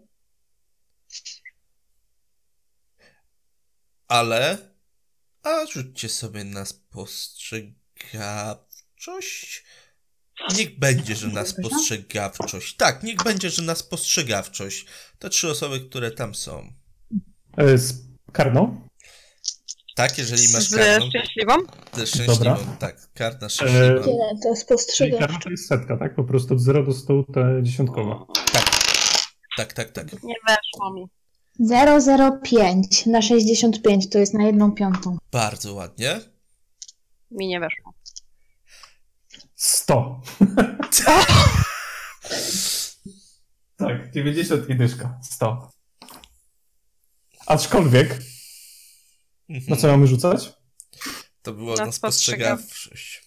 Rzućcie sobie na spostrzegawczość. Niech będzie, że na spostrzegawczość. Tak, niech będzie, że na spostrzegawczość. Te 3 osoby, które tam są. Z karną? Tak, jeżeli masz Z karną. szczęśliwą? Ze szczęśliwą, Dobra. tak. Karta szczęśliwa. Tyle, to Czyli spostrzegam. karna to jest 100, tak? Po prostu od 0 do 100 te dziesiątkowa. Tak. Nie weszło mi. 005 na 65 to jest na 1/5. Bardzo ładnie. Mi nie weszło. 100. Tak, 90 i dyszka. 100. Aczkolwiek, na co mamy rzucać? To było Na na spostrzegawczość.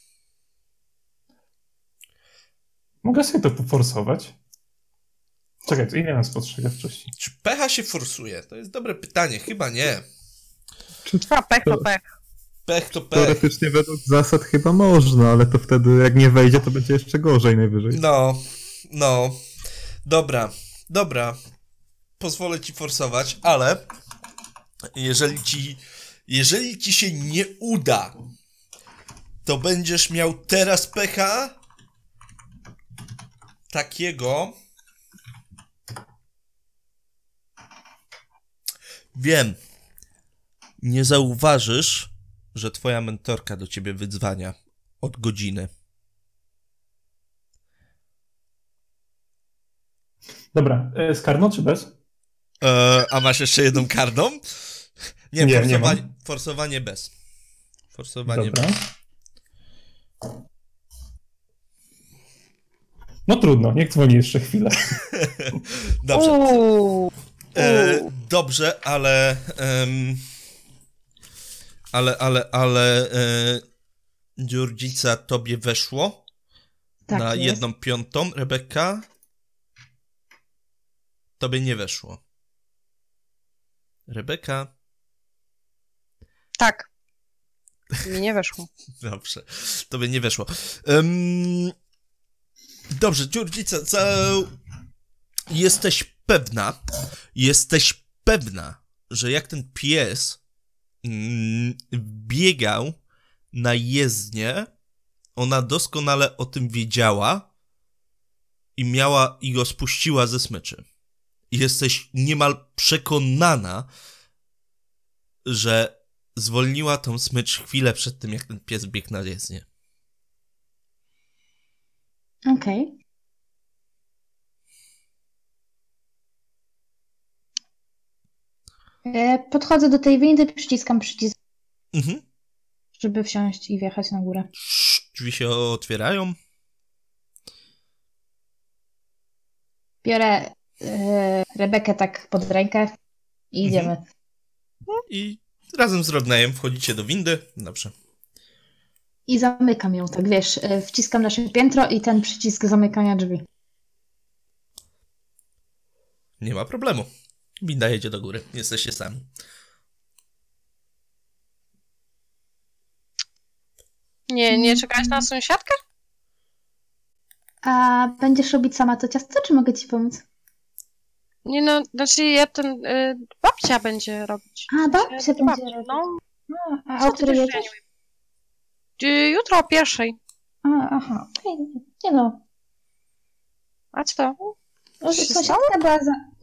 Mogę sobie to poforsować? Czekaj, to ile mam spostrzegawczości? Czy pecha się forsuje? To jest dobre pytanie. Chyba nie. Pech to pech. Pech to pech. Teoretycznie według zasad chyba można, ale to wtedy jak nie wejdzie, to będzie jeszcze gorzej najwyżej. No. Dobra. Pozwolę ci forsować, ale jeżeli ci się nie uda, to będziesz miał teraz pecha takiego. Wiem. Nie zauważysz, że twoja mentorka do ciebie wydzwania od godziny. Dobra, z karną czy bez? A masz jeszcze jedną karną? Nie mam. Forsowanie bez. Forsowanie Dobra. bez. No trudno, niech dzwoni jeszcze chwilę. Dobrze. Uuu. Dobrze, ale Dziurdzica tobie weszło Tak na jest. 1/5. Rebeka, tobie nie weszło. Rebeka. Tak. Mi nie weszło. Dobrze, tobie nie weszło. Dobrze, Dziurdzica, jesteś pewna, że jak ten pies biegał na jezdnię, ona doskonale o tym wiedziała i go spuściła ze smyczy. I jesteś niemal przekonana, że zwolniła tą smycz chwilę przed tym, jak ten pies biegł na jezdnię. Okej. Podchodzę do tej windy, przyciskam przycisk, Mhm. żeby wsiąść i wjechać na górę. Drzwi się otwierają. Biorę Rebekę tak pod rękę i idziemy. I razem z Rodneyem wchodzicie do windy. Dobrze. I zamykam ją, tak wiesz, wciskam nasze piętro i ten przycisk zamykania drzwi. Nie ma problemu. Winda jedzie do góry. Jesteście sami. Nie czekałaś na sąsiadkę? A będziesz robić sama to ciasto, czy mogę ci pomóc? Nie no, znaczy babcia będzie robić. A, babcia będzie robić. No, A o której jedziesz? Jutro o 1:00. Aha, okej. Nie no. A co? Sąsiadka była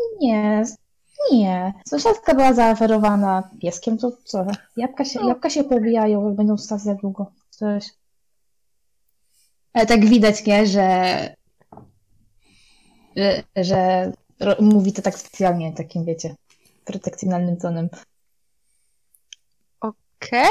Nie. Sąsiadka była zaoferowana pieskiem, to co? Jabłka się pobijają, jak będą stać za długo. Coś. Ale tak widać, nie, że mówi to tak specjalnie, takim, wiecie, protekcjonalnym tonem. Okej.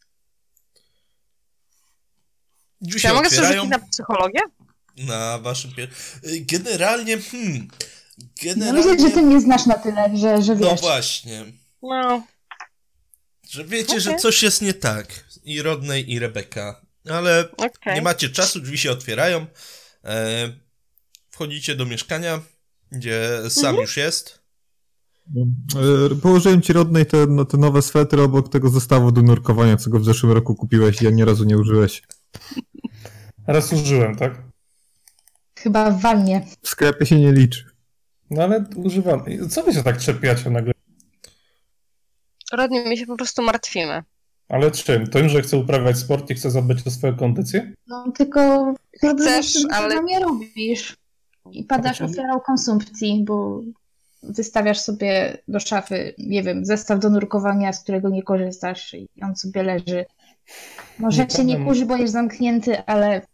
Drzwi Czy ja się mogę sobie otwierają rzucić na psychologię? na waszym generalnie, No myślę, że ty nie znasz na tyle, że wiesz. No właśnie. No. Że wiecie, że coś jest nie tak. I Rodney, i Rebeka. Ale nie macie czasu, drzwi się otwierają. Wchodzicie do mieszkania, gdzie sam już jest. Położyłem ci, Rodney, te nowe swetry obok tego zestawu do nurkowania, co go w zeszłym roku kupiłeś i ani razu nie użyłeś. Raz użyłem, tak? Chyba w wannie. W sklepie się nie liczy. No ale używam. Co wy się tak czepiacie nagle? Rodney, my się po prostu martwimy. Ale czym? Tym, że chcę uprawiać sport i chcę zadbać o swoją kondycję? No tylko Chcesz, ale nie robisz. I padasz ofiarą konsumpcji, bo wystawiasz sobie do szafy, nie wiem, zestaw do nurkowania, z którego nie korzystasz i on sobie leży. Może cię nie kurzy, bo jest zamknięty, ale...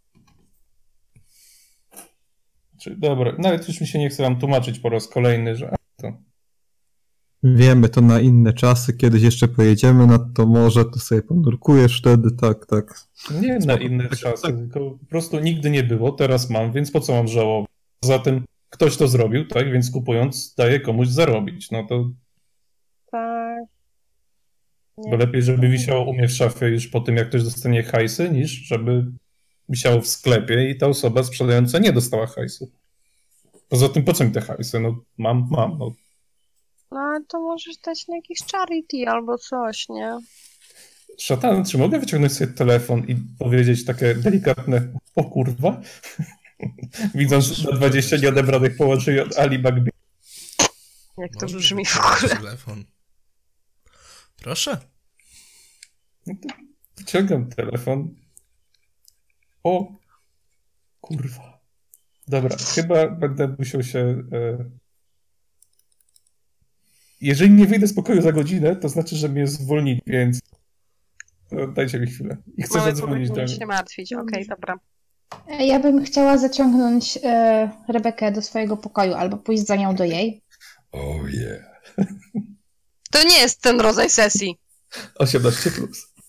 Dobra, nawet już mi się nie chce wam tłumaczyć po raz kolejny, że to... Wiemy, to na inne czasy, kiedyś jeszcze pojedziemy nad to morze, to sobie ponurkujesz wtedy, tak. Nie na inne czasy, tylko po prostu nigdy nie było, teraz mam, więc po co mam żałować? Poza tym ktoś to zrobił, tak, więc kupując daje komuś zarobić, no to... tak. Bo lepiej, żeby wisiało u mnie w szafie już po tym, jak ktoś dostanie hajsy, niż żeby wisiało w sklepie i ta osoba sprzedająca nie dostała hajsu. Poza tym, po co mi te hajsy? No mam, no. No, ale to możesz dać na jakiś charity albo coś, nie? Szatan, czy mogę wyciągnąć sobie telefon i powiedzieć takie delikatne o kurwa? Widząc na 20 nieodebranych połączeń od Ali Bagby. Jak to brzmi w ogóle? Telefon. Proszę. No to wyciągam telefon. O kurwa. Dobra, chyba będę musiał się... Jeżeli nie wyjdę z pokoju za godzinę, to znaczy, że mnie zwolnili, więc dajcie mi chwilę. I chcę zadzwonić do Nie niej. się martwić, okej, dobra. Ja bym chciała zaciągnąć Rebekę do swojego pokoju albo pójść za nią do jej. Oh yeah. To nie jest ten rodzaj sesji. 18+.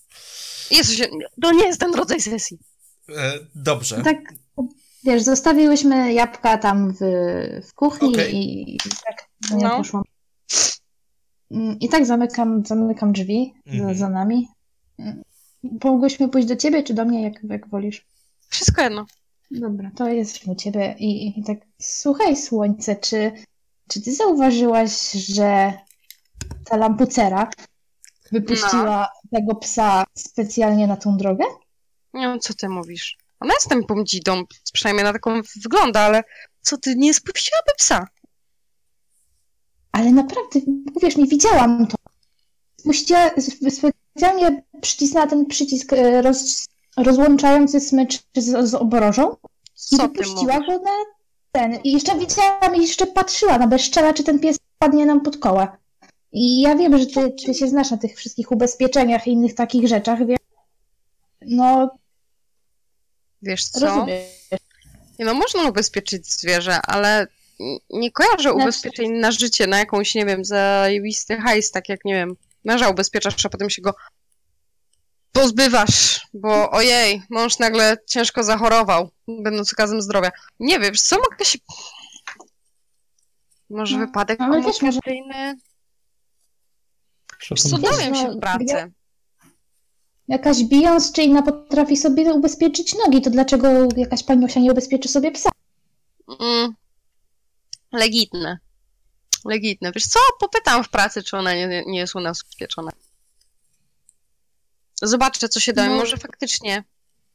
To nie jest ten rodzaj sesji. Dobrze. Tak, wiesz, zostawiłyśmy jabłka tam w kuchni i tak nie poszłam. I tak zamykam drzwi za nami. Mogłyśmy pójść do ciebie, czy do mnie, jak wolisz? Wszystko jedno. Dobra, to jesteśmy u ciebie i tak, słuchaj, słońce, czy ty zauważyłaś, że ta lampucera wypuściła tego psa specjalnie na tą drogę? Nie wiem, co ty mówisz. Ona jest tym pomdzidą, przynajmniej na taką wygląda, ale co ty, nie spuściłaby psa? Ale naprawdę, uwierz mi, widziałam to. Spuściła, specjalnie przycisnęła ten przycisk rozłączający smycz z oborożą i wypuściła go na ten. I jeszcze widziałam i jeszcze patrzyła na bezczela, czy ten pies padnie nam pod koła. I ja wiem, że ty się znasz na tych wszystkich ubezpieczeniach i innych takich rzeczach, więc no... Wiesz co? Rozumiesz. Nie no, można ubezpieczyć zwierzę, ale nie kojarzę ubezpieczeń na życie, na jakąś, nie wiem, zajebisty hajs, tak jak, nie wiem, męża ubezpieczasz, a potem się go pozbywasz, bo ojej, mąż nagle ciężko zachorował, będąc okazem zdrowia. Nie wiem, co mogę się... Może wypadek komunikacyjny? Dowiem się w pracy. Jakaś Beyoncé, czy inna potrafi sobie ubezpieczyć nogi, to dlaczego jakaś paniosia nie ubezpieczy sobie psa? Legitne. Wiesz co? Popytam w pracy, czy ona nie jest u nas ubezpieczona. Zobaczę, co się da. Może faktycznie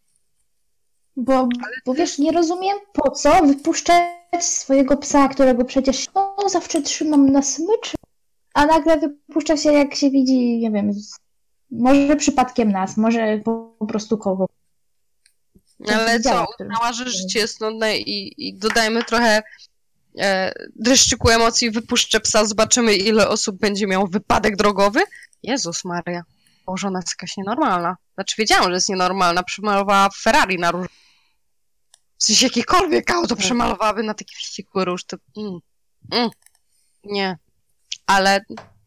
Bo wiesz, nie rozumiem, po co wypuszczać swojego psa, którego przecież zawsze trzymam na smyczy, a nagle wypuszcza się, jak się widzi, nie wiem, może przypadkiem nas, może po prostu kogo. Ale co, uznała, że życie jest nudne i dodajmy trochę dreszczyku emocji, wypuszczę psa, zobaczymy, ile osób będzie miało wypadek drogowy. Jezus Maria, Boże, ona jest jakaś nienormalna. Znaczy wiedziałam, że jest nienormalna, przemalowała Ferrari na róż. W sensie jakiekolwiek auto przemalowałaby na taki wściekły róż, to... Nie. Ale...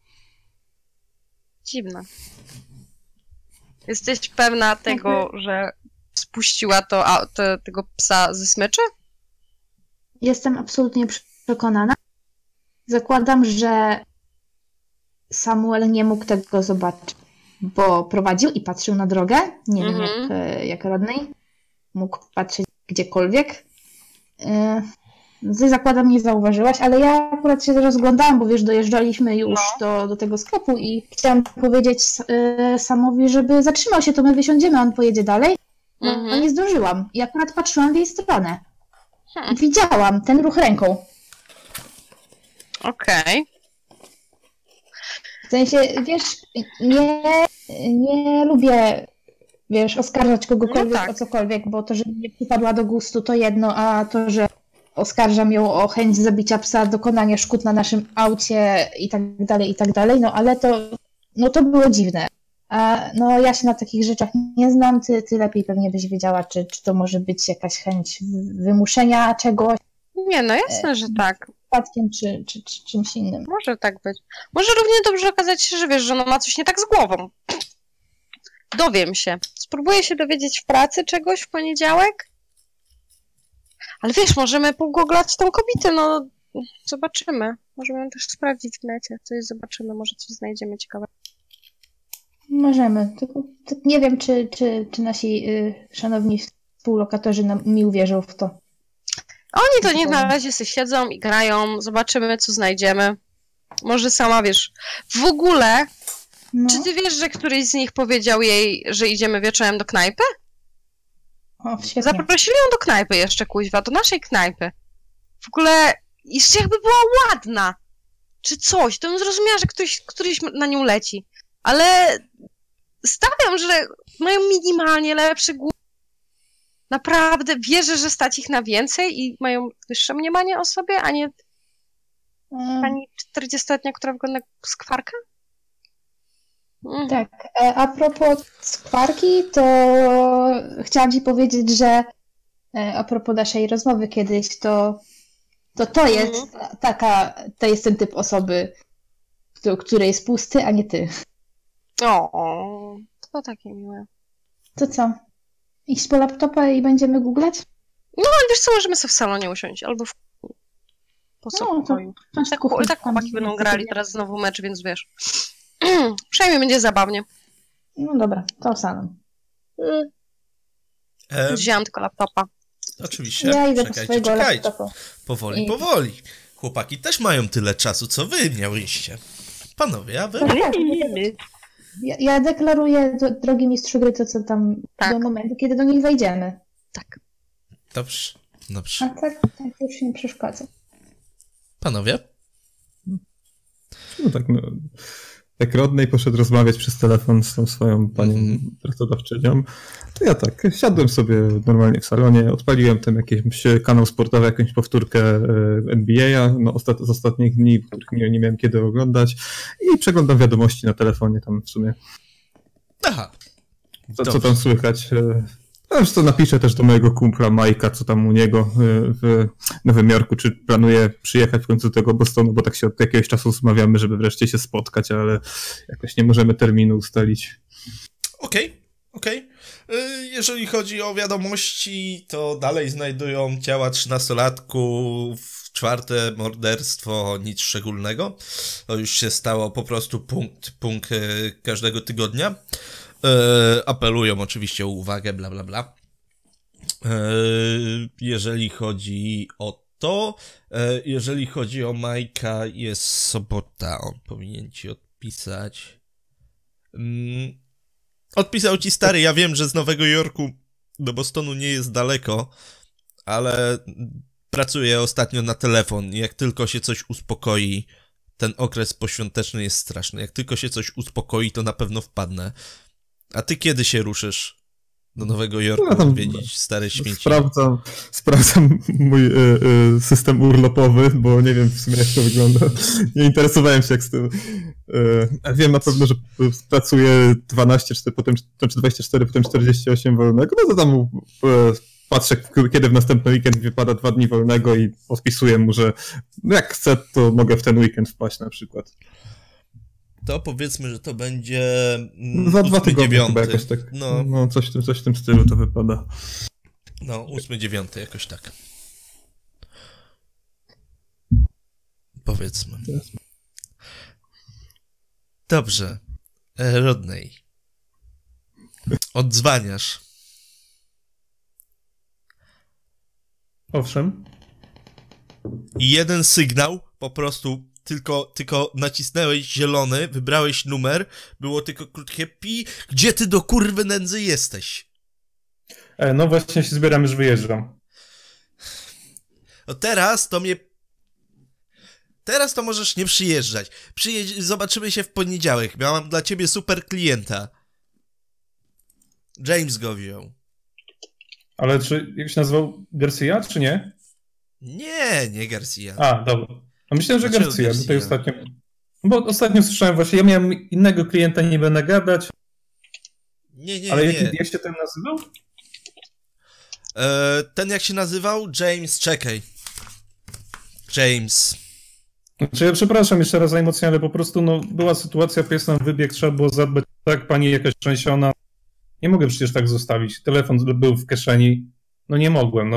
Dziwne. Jesteś pewna tego, że spuściła tego psa ze smyczy? Jestem absolutnie przekonana. Zakładam, że Samuel nie mógł tego zobaczyć, bo prowadził i patrzył na drogę. Nie wiem, jak Rodney. Mógł patrzeć gdziekolwiek. Ty zakładam, nie zauważyłaś, ale ja akurat się rozglądałam, bo wiesz, dojeżdżaliśmy już do tego sklepu i chciałam powiedzieć Samowi, żeby zatrzymał się, to my wysiądziemy, a on pojedzie dalej. No nie zdążyłam i akurat patrzyłam w jej stronę. Widziałam ten ruch ręką. Okej. W sensie, wiesz, nie lubię, wiesz, oskarżać kogokolwiek o cokolwiek, bo to, że mnie przypadła do gustu, to jedno, a to, że oskarżam ją o chęć zabicia psa, dokonania szkód na naszym aucie i tak dalej, no ale to było dziwne. A no ja się na takich rzeczach nie znam, ty lepiej pewnie byś wiedziała, czy to może być jakaś chęć wymuszenia czegoś. Nie, no jasne, że tak. Przypadkiem czy czymś innym. Może tak być. Może równie dobrze okazać się, że wiesz, że ona ma coś nie tak z głową. Dowiem się. Spróbuję się dowiedzieć w pracy czegoś w poniedziałek. Ale wiesz, możemy pogooglać tą kobietę, no zobaczymy. Możemy ją też sprawdzić w necie, coś zobaczymy, może coś znajdziemy ciekawego. Możemy, tylko nie wiem, czy nasi szanowni współlokatorzy mi uwierzą w to. Oni to niech na razie sobie siedzą i grają, zobaczymy, co znajdziemy. Może sama wiesz. W ogóle, czy ty wiesz, że któryś z nich powiedział jej, że idziemy wieczorem do knajpy? O, świetnie. Zaprosili ją do knajpy jeszcze, kuźwa, do naszej knajpy. W ogóle, jeszcze jakby była ładna, czy coś, to bym zrozumiała, że któryś na nią leci. Ale stawiam, że mają minimalnie lepszy głos. Naprawdę wierzę, że stać ich na więcej i mają wyższe mniemanie o sobie, a nie pani 40-letnia, która wygląda jak skwarka? Tak, a propos skwarki, to chciałam ci powiedzieć, że a propos naszej rozmowy kiedyś, to jest to jest ten typ osoby, który jest pusty, a nie ty. O, to takie miłe. To co? Iść po laptopa i będziemy googlać? No, ale wiesz co, możemy sobie w salonie usiąść, albo po pokoju. Tak chłopaki będą grali teraz znowu mecz, więc wiesz. Przynajmniej będzie zabawnie. No dobra, to salon. Wziąłem tylko laptopa. Oczywiście. Ja idę po swojego laptopa. Powoli. Chłopaki też mają tyle czasu, co wy miałyście. Panowie, a wy? Ja deklaruję, drogi mistrzu gry, to co tam do momentu, kiedy do nich wejdziemy. Tak. Dobrze. A tak już nie przeszkadza. Panowie? No tak, no. Jak Rodney poszedł rozmawiać przez telefon z tą swoją panią pracodawczynią, to ja tak, siadłem sobie normalnie w salonie, odpaliłem tam jakiś kanał sportowy, jakąś powtórkę NBA z ostatnich dni, których nie miałem kiedy oglądać i przeglądam wiadomości na telefonie tam w sumie. Aha. Co tam słychać? Zresztą napiszę też do mojego kumpla Majka, co tam u niego w Nowym Jorku, czy planuje przyjechać w końcu do tego Bostonu, bo tak się od jakiegoś czasu zmawiamy, żeby wreszcie się spotkać, ale jakoś nie możemy terminu ustalić. Okej. Jeżeli chodzi o wiadomości, to dalej znajdują ciała 13-latków, 4. morderstwo, nic szczególnego. To już się stało po prostu punkt każdego tygodnia. Apelują oczywiście o uwagę, bla bla bla. Jeżeli chodzi o to, jeżeli chodzi o Majka, jest sobota, on powinien ci odpisać. Odpisał ci stary, ja wiem, że z Nowego Jorku do Bostonu nie jest daleko, ale pracuję ostatnio na telefon i jak tylko się coś uspokoi, ten okres poświąteczny jest straszny. Jak tylko się coś uspokoi, to na pewno wpadnę. A ty kiedy się ruszysz do Nowego Jorku odwiedzić stare śmieci? Sprawdzam mój system urlopowy, bo nie wiem w sumie jak to wygląda. Nie interesowałem się jak z tym. Wiem na pewno, że pracuję 12, potem, czy 24, potem 48 wolnego. No to tam patrzę, kiedy w następny weekend wypada 2 dni wolnego i odpisuję mu, że jak chcę, to mogę w ten weekend wpaść na przykład. To powiedzmy, że to będzie za 2 tygodnie chyba jakoś tak. No coś w tym stylu to wypada. No, 8-9 jakoś tak. Powiedzmy. Dobrze. Rodney. Odzwaniasz. Owszem. I jeden sygnał, po prostu tylko nacisnąłeś zielony, wybrałeś numer, było tylko krótkie pi. Gdzie ty do kurwy nędzy jesteś? No właśnie się zbieram, już wyjeżdżam. No teraz to możesz nie przyjeżdżać. Zobaczymy się w poniedziałek. Miałam dla ciebie super klienta. James go wziął. Ale czy jak się nazywał Garcia, czy nie? Nie Garcia. A, dobra. A myślałem, że Garcia. Tutaj ostatnio... Bo ostatnio słyszałem właśnie, ja miałem innego klienta, nie będę gadać. Nie. Ale jak się ten nazywał? Ten jak się nazywał? James, czekaj. James. Znaczy ja przepraszam jeszcze raz za emocje, ale po prostu była sytuacja, pies nam wybiegł, trzeba było zadbać, tak, pani jakaś trzęsiona. Nie mogę przecież tak zostawić. Telefon był w kieszeni. No nie mogłem,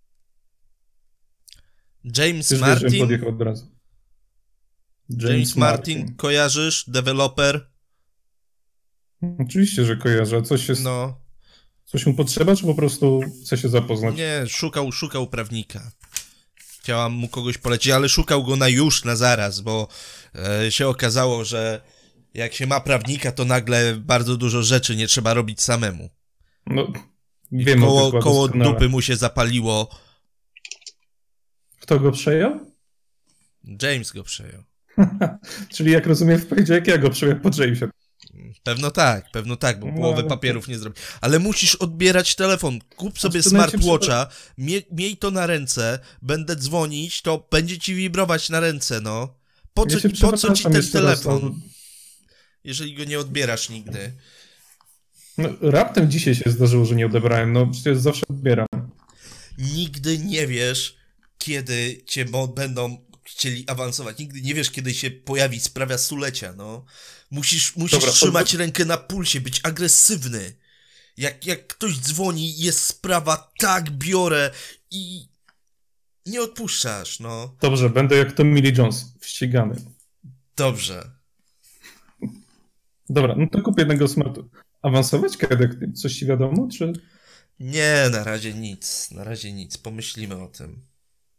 James już Martin? Wiesz, podjechał od razu. James Martin, kojarzysz? Deweloper? Oczywiście, że kojarzę. Coś mu potrzeba, czy po prostu chce się zapoznać? Nie, szukał prawnika. Chciałam mu kogoś polecić, ale szukał go na zaraz, bo się okazało, że jak się ma prawnika, to nagle bardzo dużo rzeczy nie trzeba robić samemu. No, wiem, koło dupy mu się zapaliło. Kto go przejął? James go przejął. Czyli jak rozumiem, w poniedziałek ja go przejąłem po Jamesie. Pewno tak, bo połowę papierów nie zrobi. Ale musisz odbierać telefon. Kup sobie smartwatcha, miej to na ręce, będę dzwonić, to będzie ci wibrować na ręce, no. Po co ci ten telefon? Jeżeli go nie odbierasz nigdy. No, raptem dzisiaj się zdarzyło, że nie odebrałem, przecież zawsze odbieram. Nigdy nie wiesz, kiedy cię będą chcieli awansować. Nigdy nie wiesz, kiedy się pojawi sprawa stulecia, no. Musisz trzymać rękę na pulsie, być agresywny. Jak ktoś dzwoni, jest sprawa, tak, biorę i nie odpuszczasz, no. Dobrze, będę jak Tommy Lee Jones, ścigany. Dobrze. Dobra, to kup jednego smartu. Awansować, kiedy coś ci wiadomo, czy... Nie, na razie nic. Pomyślimy o tym.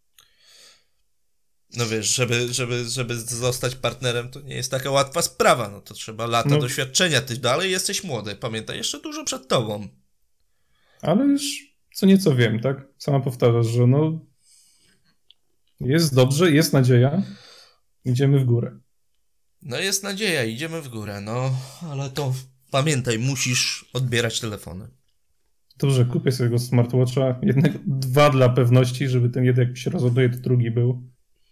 No wiesz, żeby zostać partnerem, to nie jest taka łatwa sprawa, no to trzeba lata doświadczenia, ty dalej jesteś młody, pamiętaj, jeszcze dużo przed tobą. Ale już co nieco wiem, tak? Sama powtarzasz, że jest dobrze, jest nadzieja, idziemy w górę. No jest nadzieja, idziemy w górę, ale to pamiętaj, musisz odbierać telefony. Dobrze, kupię sobie tego smartwatcha, 2 dla pewności, żeby ten jeden jak się rozładuje, to drugi był.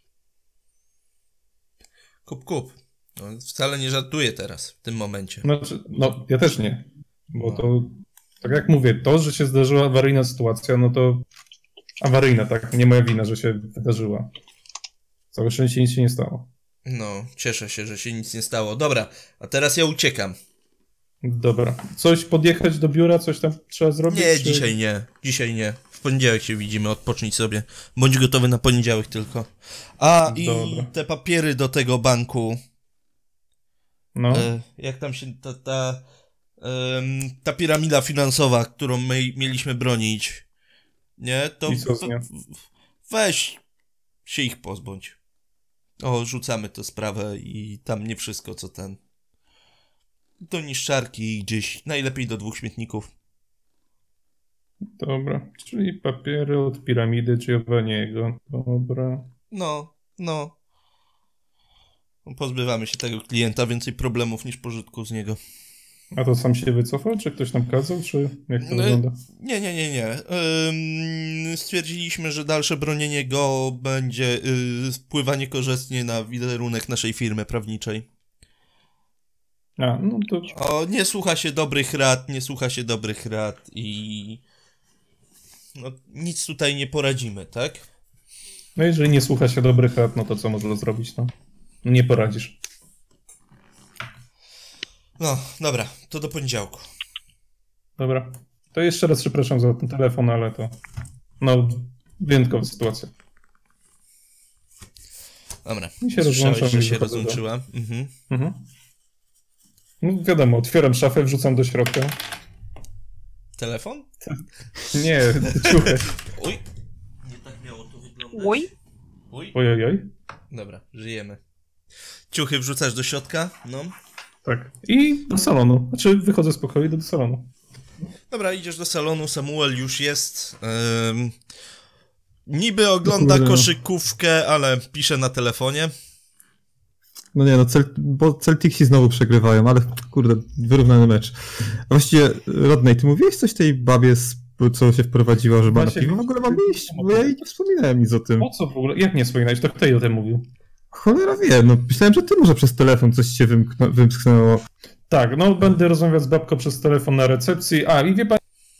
Kup. Wcale nie żartuję teraz, w tym momencie. Ja też nie. Bo to, tak jak mówię, to, że się zdarzyła awaryjna sytuacja, to awaryjna, tak? Nie moja wina, że się wydarzyła. Całe szczęście nic się nie stało. No, cieszę się, że się nic nie stało. Dobra, a teraz ja uciekam. Dobra. Coś podjechać do biura, coś tam trzeba zrobić? Nie, dzisiaj nie. W poniedziałek się widzimy, odpocznij sobie. Bądź gotowy na poniedziałek tylko. I te papiery do tego banku. Jak tam się ta piramida finansowa, którą my mieliśmy bronić. Nie? To weź się ich pozbądź. Rzucamy tę sprawę i tam nie wszystko, co ten. Do niszczarki gdzieś, najlepiej do 2 śmietników. Dobra, czyli papiery od piramidy Giovanniego. Dobra. No. Pozbywamy się tego klienta, więcej problemów niż pożytku z niego. A to sam się wycofał, czy ktoś nam kazał, czy jak to wygląda? Nie. Stwierdziliśmy, że dalsze bronienie go będzie wpływa niekorzystnie na wizerunek naszej firmy prawniczej. No to... Nie słucha się dobrych rad i no, nic tutaj nie poradzimy, tak? No jeżeli nie słucha się dobrych rad, no to co można zrobić, no? Nie poradzisz. No, dobra, to do poniedziałku. Dobra. To jeszcze raz przepraszam za ten telefon, ale to... No, wyjątkowa sytuacja. Dobra, Słyszałeś, że się rozłączyła. Mhm. No wiadomo, otwieram szafę, wrzucam do środka. Telefon? Nie, ciuchy. Oj, nie tak miało to wyglądać. Ojojoj. Dobra, żyjemy. Ciuchy wrzucasz do środka, no. Tak. I do salonu. Znaczy wychodzę z pokoju i do salonu. Dobra, idziesz do salonu, Samuel już jest. Niby ogląda koszykówkę, ale pisze na telefonie. No nie, bo Celticsi znowu przegrywają, ale kurde, wyrównany mecz. A właściwie, Rodney, ty mówiłeś coś tej babie, co się wprowadziła, że ma na piwo? W ogóle mam iść, bo ja jej nie wspominałem nic o tym. O co w ogóle? Jak nie wspominałeś? To kto jej o tym mówił? Cholera wie, no myślałem, że ty może przez telefon coś się wymknęło. Tak, no będę rozmawiać z babką przez telefon na recepcji. I wie pan...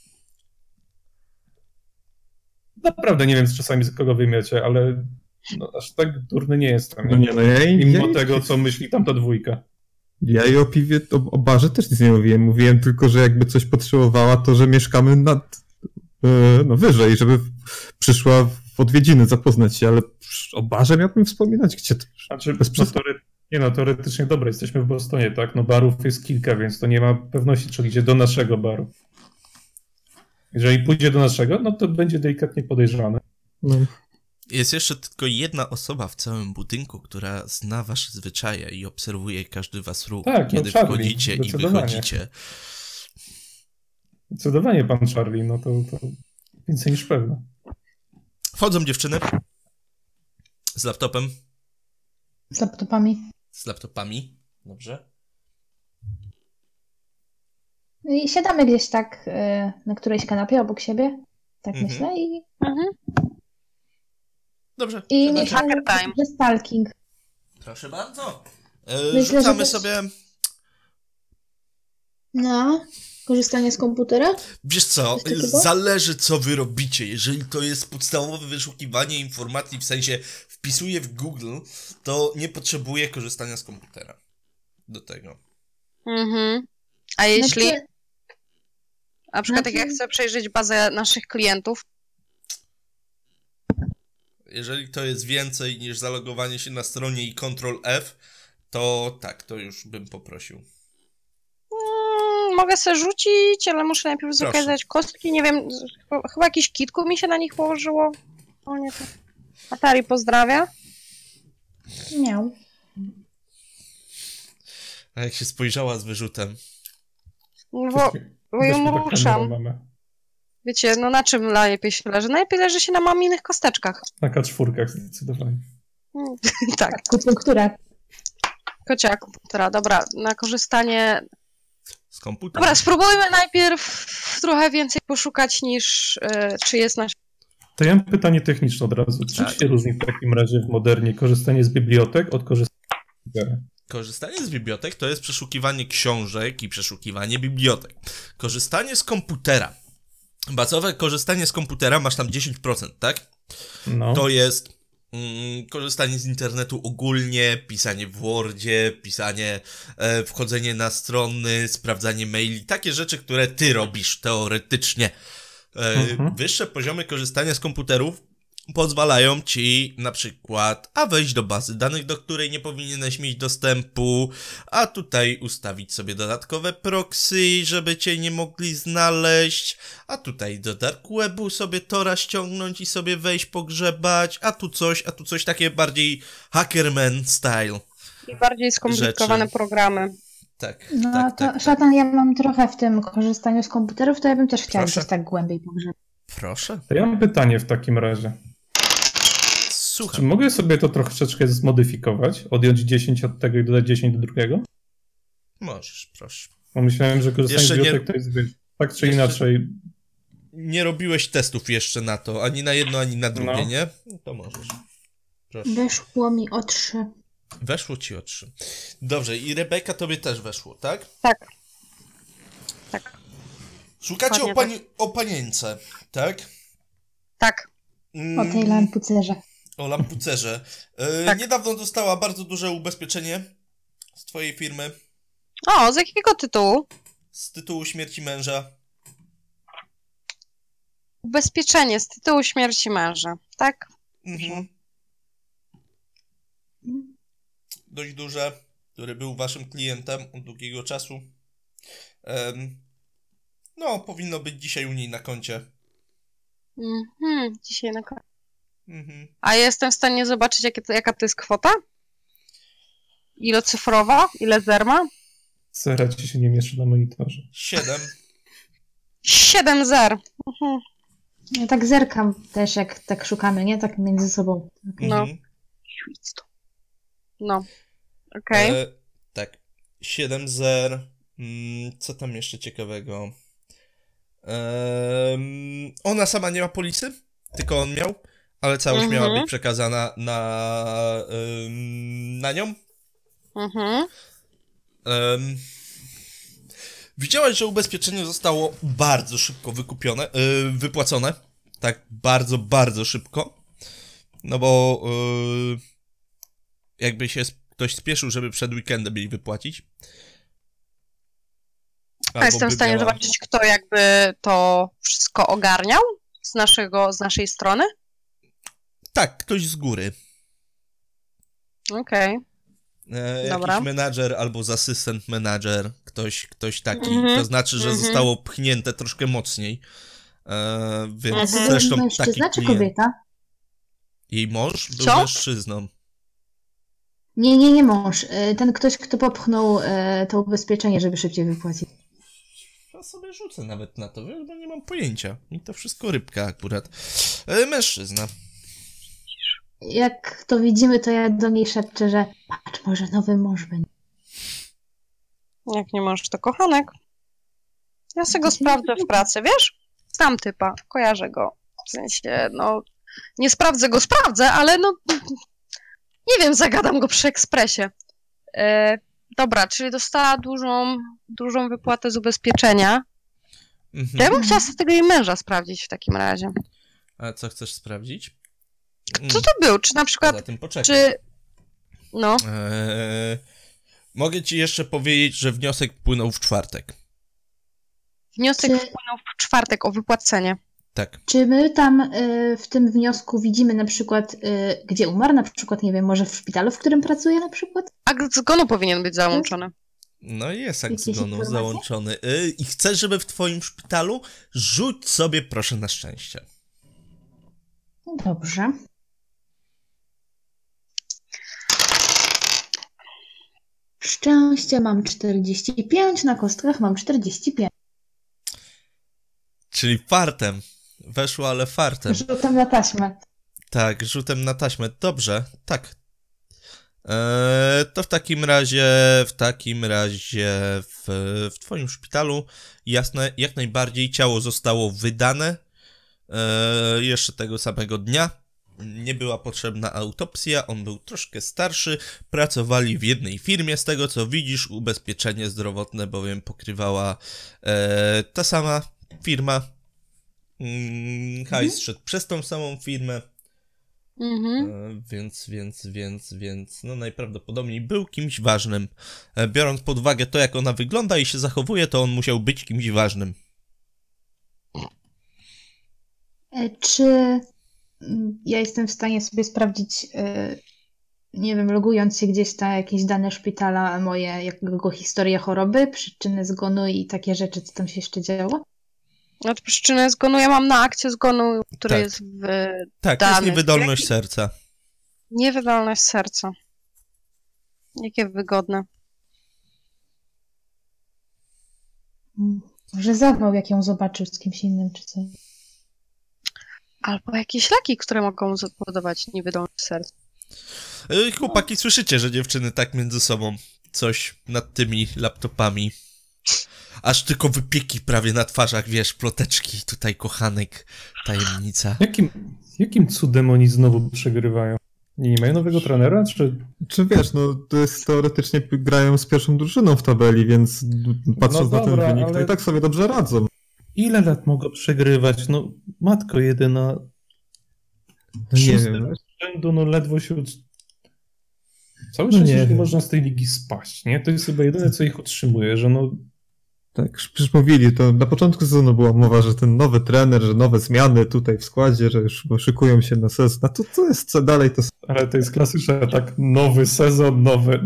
Naprawdę nie wiem czasami z kogo wymiecie, ale no, aż tak durny nie jestem. No nie, no mimo tego, co myśli tamta dwójka. Ja jej o piwie, o barze też nic nie mówiłem. Mówiłem tylko, że jakby coś potrzebowała, to że mieszkamy wyżej, żeby przyszła w odwiedziny zapoznać się, ale o barze miałbym wspominać, gdzie to... Znaczy, teoretycznie dobra, jesteśmy w Bostonie, tak? No barów jest kilka, więc to nie ma pewności, czy idzie do naszego baru. Jeżeli pójdzie do naszego, no to będzie delikatnie podejrzane. No. Jest jeszcze tylko jedna osoba w całym budynku, która zna wasze zwyczaje i obserwuje każdy was ruch, kiedy wchodzicie i wychodzicie. Zdecydowanie pan Charlie, no to więcej niż pewne. Wchodzą dziewczyny z laptopem. Z laptopami, dobrze. I siadamy gdzieś tak na którejś kanapie obok siebie, tak myślę i... Dobrze. I hacker time. Stalking. Proszę bardzo. Myślę, rzucamy też... sobie... No, korzystanie z komputera? Wiesz co, zależy co wy robicie. Jeżeli to jest podstawowe wyszukiwanie informacji, w sensie wpisuję w Google, to nie potrzebuję korzystania z komputera do tego. A jeśli... Na przykład jak ja chcę przejrzeć bazę naszych klientów. Jeżeli to jest więcej niż zalogowanie się na stronie i Ctrl F, to tak, to już bym poprosił. Mogę sobie rzucić, ale muszę najpierw zakazać kostki. Nie wiem, chyba jakiś kitku mi się na nich położyło. O nie, to... Atari pozdrawia. Miał. A jak się spojrzała z wyrzutem? Bo ją ruszam. Wiecie, no na czym najlepiej się leży? Najlepiej leży się na maminych kosteczkach. Na K4 zdecydowanie. Tak. Akupunktura. Kocia akupunktura, dobra. Na korzystanie... Z komputera. Dobra, spróbujmy najpierw trochę więcej poszukać niż czy jest nasz... To ja mam pytanie techniczne od razu. Czy się różni w takim razie w modernie korzystanie z bibliotek od korzystania z komputera? Korzystanie z bibliotek to jest przeszukiwanie książek i przeszukiwanie bibliotek. Korzystanie z komputera. Bazowe korzystanie z komputera masz tam 10%, tak? No. To jest korzystanie z internetu ogólnie, pisanie w Wordzie, wchodzenie na strony, sprawdzanie maili, takie rzeczy, które ty robisz teoretycznie. Wyższe poziomy korzystania z komputerów pozwalają ci na przykład wejść do bazy danych, do której nie powinieneś mieć dostępu, a tutaj ustawić sobie dodatkowe proxy, żeby cię nie mogli znaleźć, a tutaj do dark webu sobie Tora ściągnąć i sobie wejść pogrzebać, a tu coś takie bardziej hackerman style. I bardziej skomplikowane programy. Tak. No tak, to tak, Szatan, ja mam trochę w tym korzystaniu z komputerów, to ja bym też chciała Proszę. coś tak głębiej pogrzebać. Proszę. To ja mam pytanie w takim razie. Czy Słucham. mogę sobie to troszeczkę zmodyfikować? Odjąć 10 od tego i dodać 10 do drugiego? Możesz, proszę. Bo myślałem, że korzystanie Jeszcze z nie- bibliotek to jest, wiesz, tak czy jeszcze- inaczej. Nie robiłeś testów jeszcze na to, ani na jedno, ani na drugie, No. nie? No to możesz. Proszę. Weszło mi o 3. Weszło ci o 3. Dobrze, i Rebeka tobie też weszło, tak? Tak. Tak. Szukacie Dokładnie o panieńce, tak? Tak. O tej lampucerze. O lampucerze. Tak. Niedawno dostała bardzo duże ubezpieczenie z twojej firmy O, z jakiego tytułu? z tytułu śmierci męża. Ubezpieczenie z tytułu śmierci męża, tak? Mhm. Dość duże, który był waszym klientem od długiego czasu. No, powinno być dzisiaj u niej na koncie. Dzisiaj na koniec. Mhm. A jestem w stanie zobaczyć, jaka to jest kwota? Ilocyfrowa? Ile zer ma? Zera ci się nie mieszczy na monitorze. 7. 7 zer. Ja tak zerkam też, jak tak szukamy, nie? Tak między sobą. No. Mhm. No. Okej. Tak. 7 zer. Co tam jeszcze ciekawego? Ona sama nie ma polisy, tylko on miał, ale całość miała być przekazana na nią. Widziałaś, że ubezpieczenie zostało bardzo szybko wypłacone. Tak, bardzo, bardzo szybko. No bo jakby się ktoś spieszył, żeby przed weekendem jej wypłacić. A jestem w stanie zobaczyć, kto jakby to wszystko ogarniał z naszej strony? Tak, ktoś z góry. Okej. Dobra. Jakiś menadżer albo z asystent menadżer, ktoś taki. To znaczy, że zostało pchnięte troszkę mocniej. Więc A to zresztą był taki mężczyzna czy klient. kobieta? Jej mąż był Co? mężczyzną. Nie mąż. Ten ktoś, kto popchnął to ubezpieczenie, żeby szybciej wypłacić. Ja sobie rzucę nawet na to, wiesz, bo nie mam pojęcia. I to wszystko rybka akurat. Mężczyzna. Jak to widzimy, to ja do niej szepczę, że patrz, może nowy mąż będzie. Jak nie możesz, to kochanek. Ja sobie go sprawdzę w pracy, wiesz? Znam typa, kojarzę go. W sensie, no... Nie sprawdzę, ale no... Nie wiem, zagadam go przy ekspresie. Dobra, czyli dostała dużą wypłatę z ubezpieczenia. Ja bym chciała sobie tego jej męża sprawdzić w takim razie. A co chcesz sprawdzić? Co to był? Czy na przykład... Poza tym poczekaj. Czy... No. Mogę ci jeszcze powiedzieć, że wniosek wpłynął w czwartek. Wniosek wpłynął w czwartek o wypłacenie. Tak. Czy my tam w tym wniosku widzimy na przykład, gdzie umarł? Na przykład, nie wiem, może w szpitalu, w którym pracuje na przykład? Akt zgonu powinien być załączony. No jest akt Jakieś zgonu informacje? załączony. I chcesz, żeby w twoim szpitalu? Rzuć sobie proszę na szczęście. No dobrze. Szczęście mam 45, na kostkach mam 45. Czyli fartem. Weszło, ale fartem. Rzutem na taśmę. Tak, rzutem na taśmę. Dobrze, tak. To w takim razie w twoim szpitalu jasne, jak najbardziej ciało zostało wydane jeszcze tego samego dnia. Nie była potrzebna autopsja, on był troszkę starszy, pracowali w jednej firmie, z tego co widzisz, ubezpieczenie zdrowotne bowiem pokrywała ta sama firma. Hajs szedł przez tą samą firmę. Więc no najprawdopodobniej był kimś ważnym. Biorąc pod uwagę to, jak ona wygląda i się zachowuje, to on musiał być kimś ważnym. Czy ja jestem w stanie sobie sprawdzić, nie wiem, logując się gdzieś na jakieś dane szpitala moje, jego historię choroby, przyczyny zgonu i takie rzeczy, co tam się jeszcze działo? No to przyczynę zgonu ja mam na akcie zgonu, który Tak. jest w Tak, dany. jest niewydolność serca. Niewydolność serca. Jakie wygodne. Może zawał, jak ją zobaczył z kimś innym, czy coś. Albo jakieś leki, które mogą spowodować niewydolność serca. Chłopaki, słyszycie, że dziewczyny tak między sobą coś nad tymi laptopami. Aż tylko wypieki prawie na twarzach, wiesz, ploteczki, tutaj kochanek, tajemnica. Jakim cudem oni znowu przegrywają? Nie mają nowego trenera, Czy wiesz, no to jest teoretycznie grają z pierwszą drużyną w tabeli, więc patrząc na ten wynik, to i tak sobie dobrze radzą. Ile lat mogą przegrywać? No, matko jedyna. Nie wiem. Rzędu, no ledwo się... Cały czas nie można z tej ligi spaść, nie? To jest chyba jedyne, co ich utrzymuje, że no... Tak, przecież mówili, to na początku sezonu była mowa, że ten nowy trener, że nowe zmiany tutaj w składzie, że już szykują się na sezon. A to jest co dalej, to... Ale to jest klasyczne, tak, nowy sezon,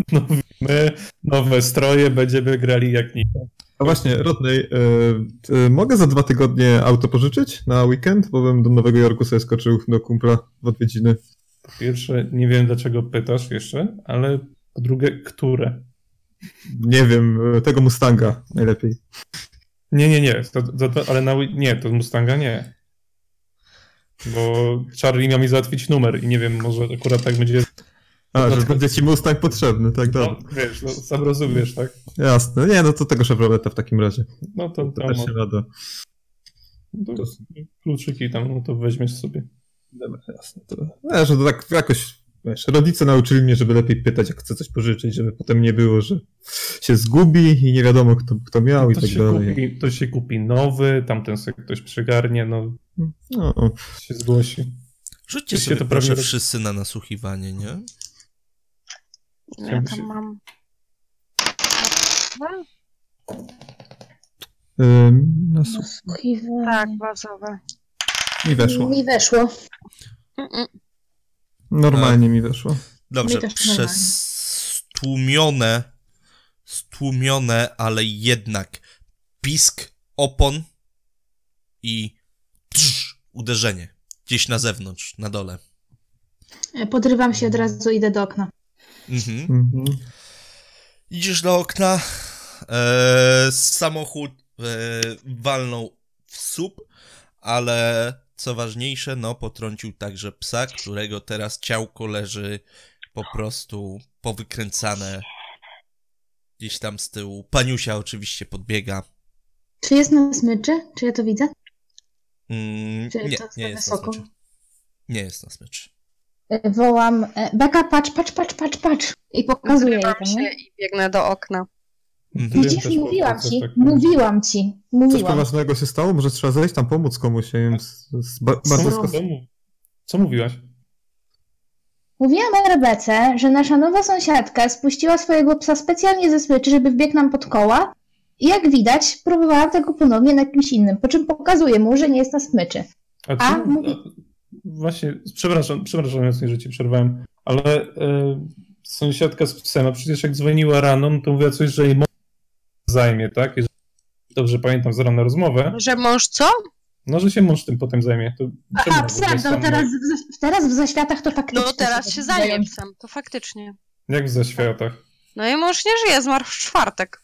nowe stroje, będziemy grali jak nikt. A właśnie, Rodney, mogę za 2 tygodnie auto pożyczyć na weekend? Bo bym do Nowego Jorku sobie skoczył do kumpla w odwiedziny. Po pierwsze, nie wiem dlaczego pytasz jeszcze, ale po drugie, które? Nie wiem, tego Mustanga najlepiej. Nie, ale nie, to Mustanga nie. Bo Charlie miał mi załatwić numer i nie wiem, może akurat tak będzie... Że będzie ci Mustang potrzebny, tak dobrze. No, wiesz, no, sam rozumiesz, tak? Jasne, nie, no to tego Chevroleta w takim razie. No to też się rada. To kluczyki tam, no to weźmiesz sobie. Dobra, jasne. Że to tak jakoś, wiesz, rodzice nauczyli mnie, żeby lepiej pytać, jak chcę coś pożyczyć, żeby potem nie było, że się zgubi i nie wiadomo, kto miał i tak dalej. To się kupi nowy, tamten sobie ktoś przygarnie, no. Się zgłosi. Rzućcie sobie to proszę wszyscy na nasłuchiwanie, nie? Ja tam mam... Nasłuchiwanie. Tak, bazowe. Mi weszło. Normalnie mi weszło. Dobrze, przez stłumione, ale jednak pisk opon i uderzenie. Gdzieś na zewnątrz, na dole. Podrywam się od razu, idę do okna. Idziesz do okna, samochód walnął w słup, ale co ważniejsze, no potrącił także psa, którego teraz ciałko leży po prostu powykręcane gdzieś tam z tyłu. Paniusia oczywiście podbiega. Czy jest na smyczy? Czy ja to widzę? Nie jest na smyczy. Nie jest na smyczy. Wołam, Beka, patrz. I pokazuję jej tam, się i biegnę do okna. Widzisz, mówiłam ci. Coś poważnego się stało? Może trzeba zejść tam pomóc komuś? Co mówiłaś? Mówiłam Rebece, że nasza nowa sąsiadka spuściła swojego psa specjalnie ze smyczy, żeby wbiegł nam pod koła i jak widać, próbowałam tego ponownie na kimś innym, po czym pokazuję mu, że nie jest na smyczy. Właśnie, przepraszam, że ci przerwałem, ale sąsiadka z psem, a przecież jak dzwoniła rano, no to mówiła coś, że jej mąż zajmie, tak? Jeżeli dobrze pamiętam z rana rozmowę. Że mąż co? No, że się mąż tym potem zajmie. Psem, no teraz w zaświatach to faktycznie... No teraz się zajmie psem, to faktycznie. Jak w zaświatach? No i mąż nie żyje, zmarł w czwartek.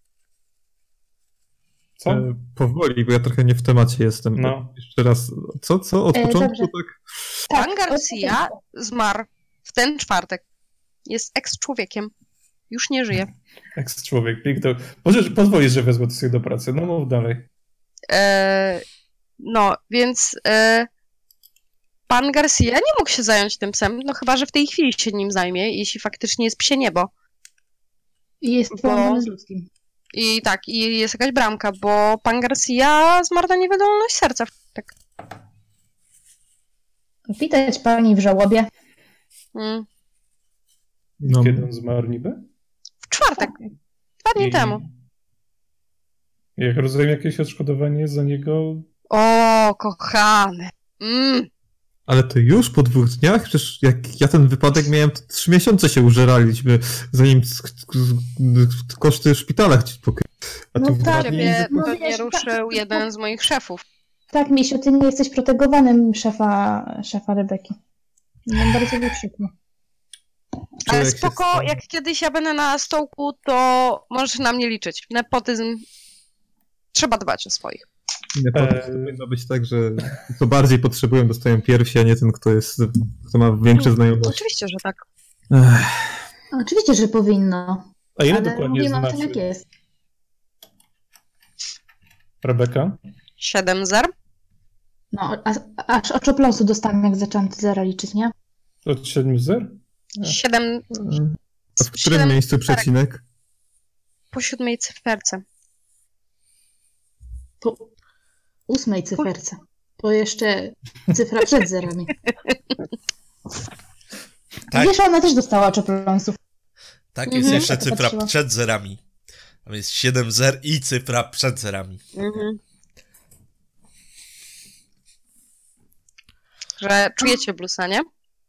Co? Powoli, bo ja trochę nie w temacie jestem. No. Jeszcze raz, co? Od początku? Dobrze. Tak? Pan Garcia zmarł w ten czwartek. Jest ex-człowiekiem. Już nie żyje. Ex-człowiek, piękno. Pozwolisz, że wezmę to sobie do pracy. No mów dalej. No, więc pan Garcia nie mógł się zająć tym psem, no chyba, że w tej chwili się nim zajmie, jeśli faktycznie jest psie niebo. I jest połączony z ludzkim. I tak, i jest jakaś bramka, bo pan Garcia zmarł na niewydolność serca. Tak. Widać pani w żałobie. No. Kiedy on zmarł niby? W czwartek. 2 dni temu. Jak rozumiem, jakieś odszkodowanie za niego? O, kochany. Ale to już po 2 dniach? Przecież jak ja ten wypadek miałem, to 3 miesiące się użeraliśmy, zanim koszty szpitala pokryły. No tak, ciebie pewnie ruszył jeden z moich szefów. Tak, Misiu, ty nie jesteś protegowanym szefa Rebeki. Mam bardzo mi przykro. Ale spoko, jak kiedyś ja będę na stołku, to możesz na mnie liczyć. Nepotyzm trzeba dbać o swoich. Nie, to powinno być tak, że kto bardziej potrzebują, dostają piersi, a nie ten, kto ma większe znajomości. Oczywiście, że tak. Oczywiście, że powinno. A ile Ale dokładnie mówimy o znaczy? tym, jak jest. Rebeka? 7 zer. No, aż oczopląsu dostałem, jak zaczęłam te zera liczyć, nie? Od 7 zer? 7... A w którym miejscu przecinek? Po 7 cyferce. Po 8 cyferce. To jeszcze cyfra przed zerami. Tak. Wiesz, ona też dostała oczopląsów. Tak, jest jeszcze To cyfra patrzyła. przed zerami. Tam jest 7 zer i cyfra przed zerami. Że czujecie blusa, nie?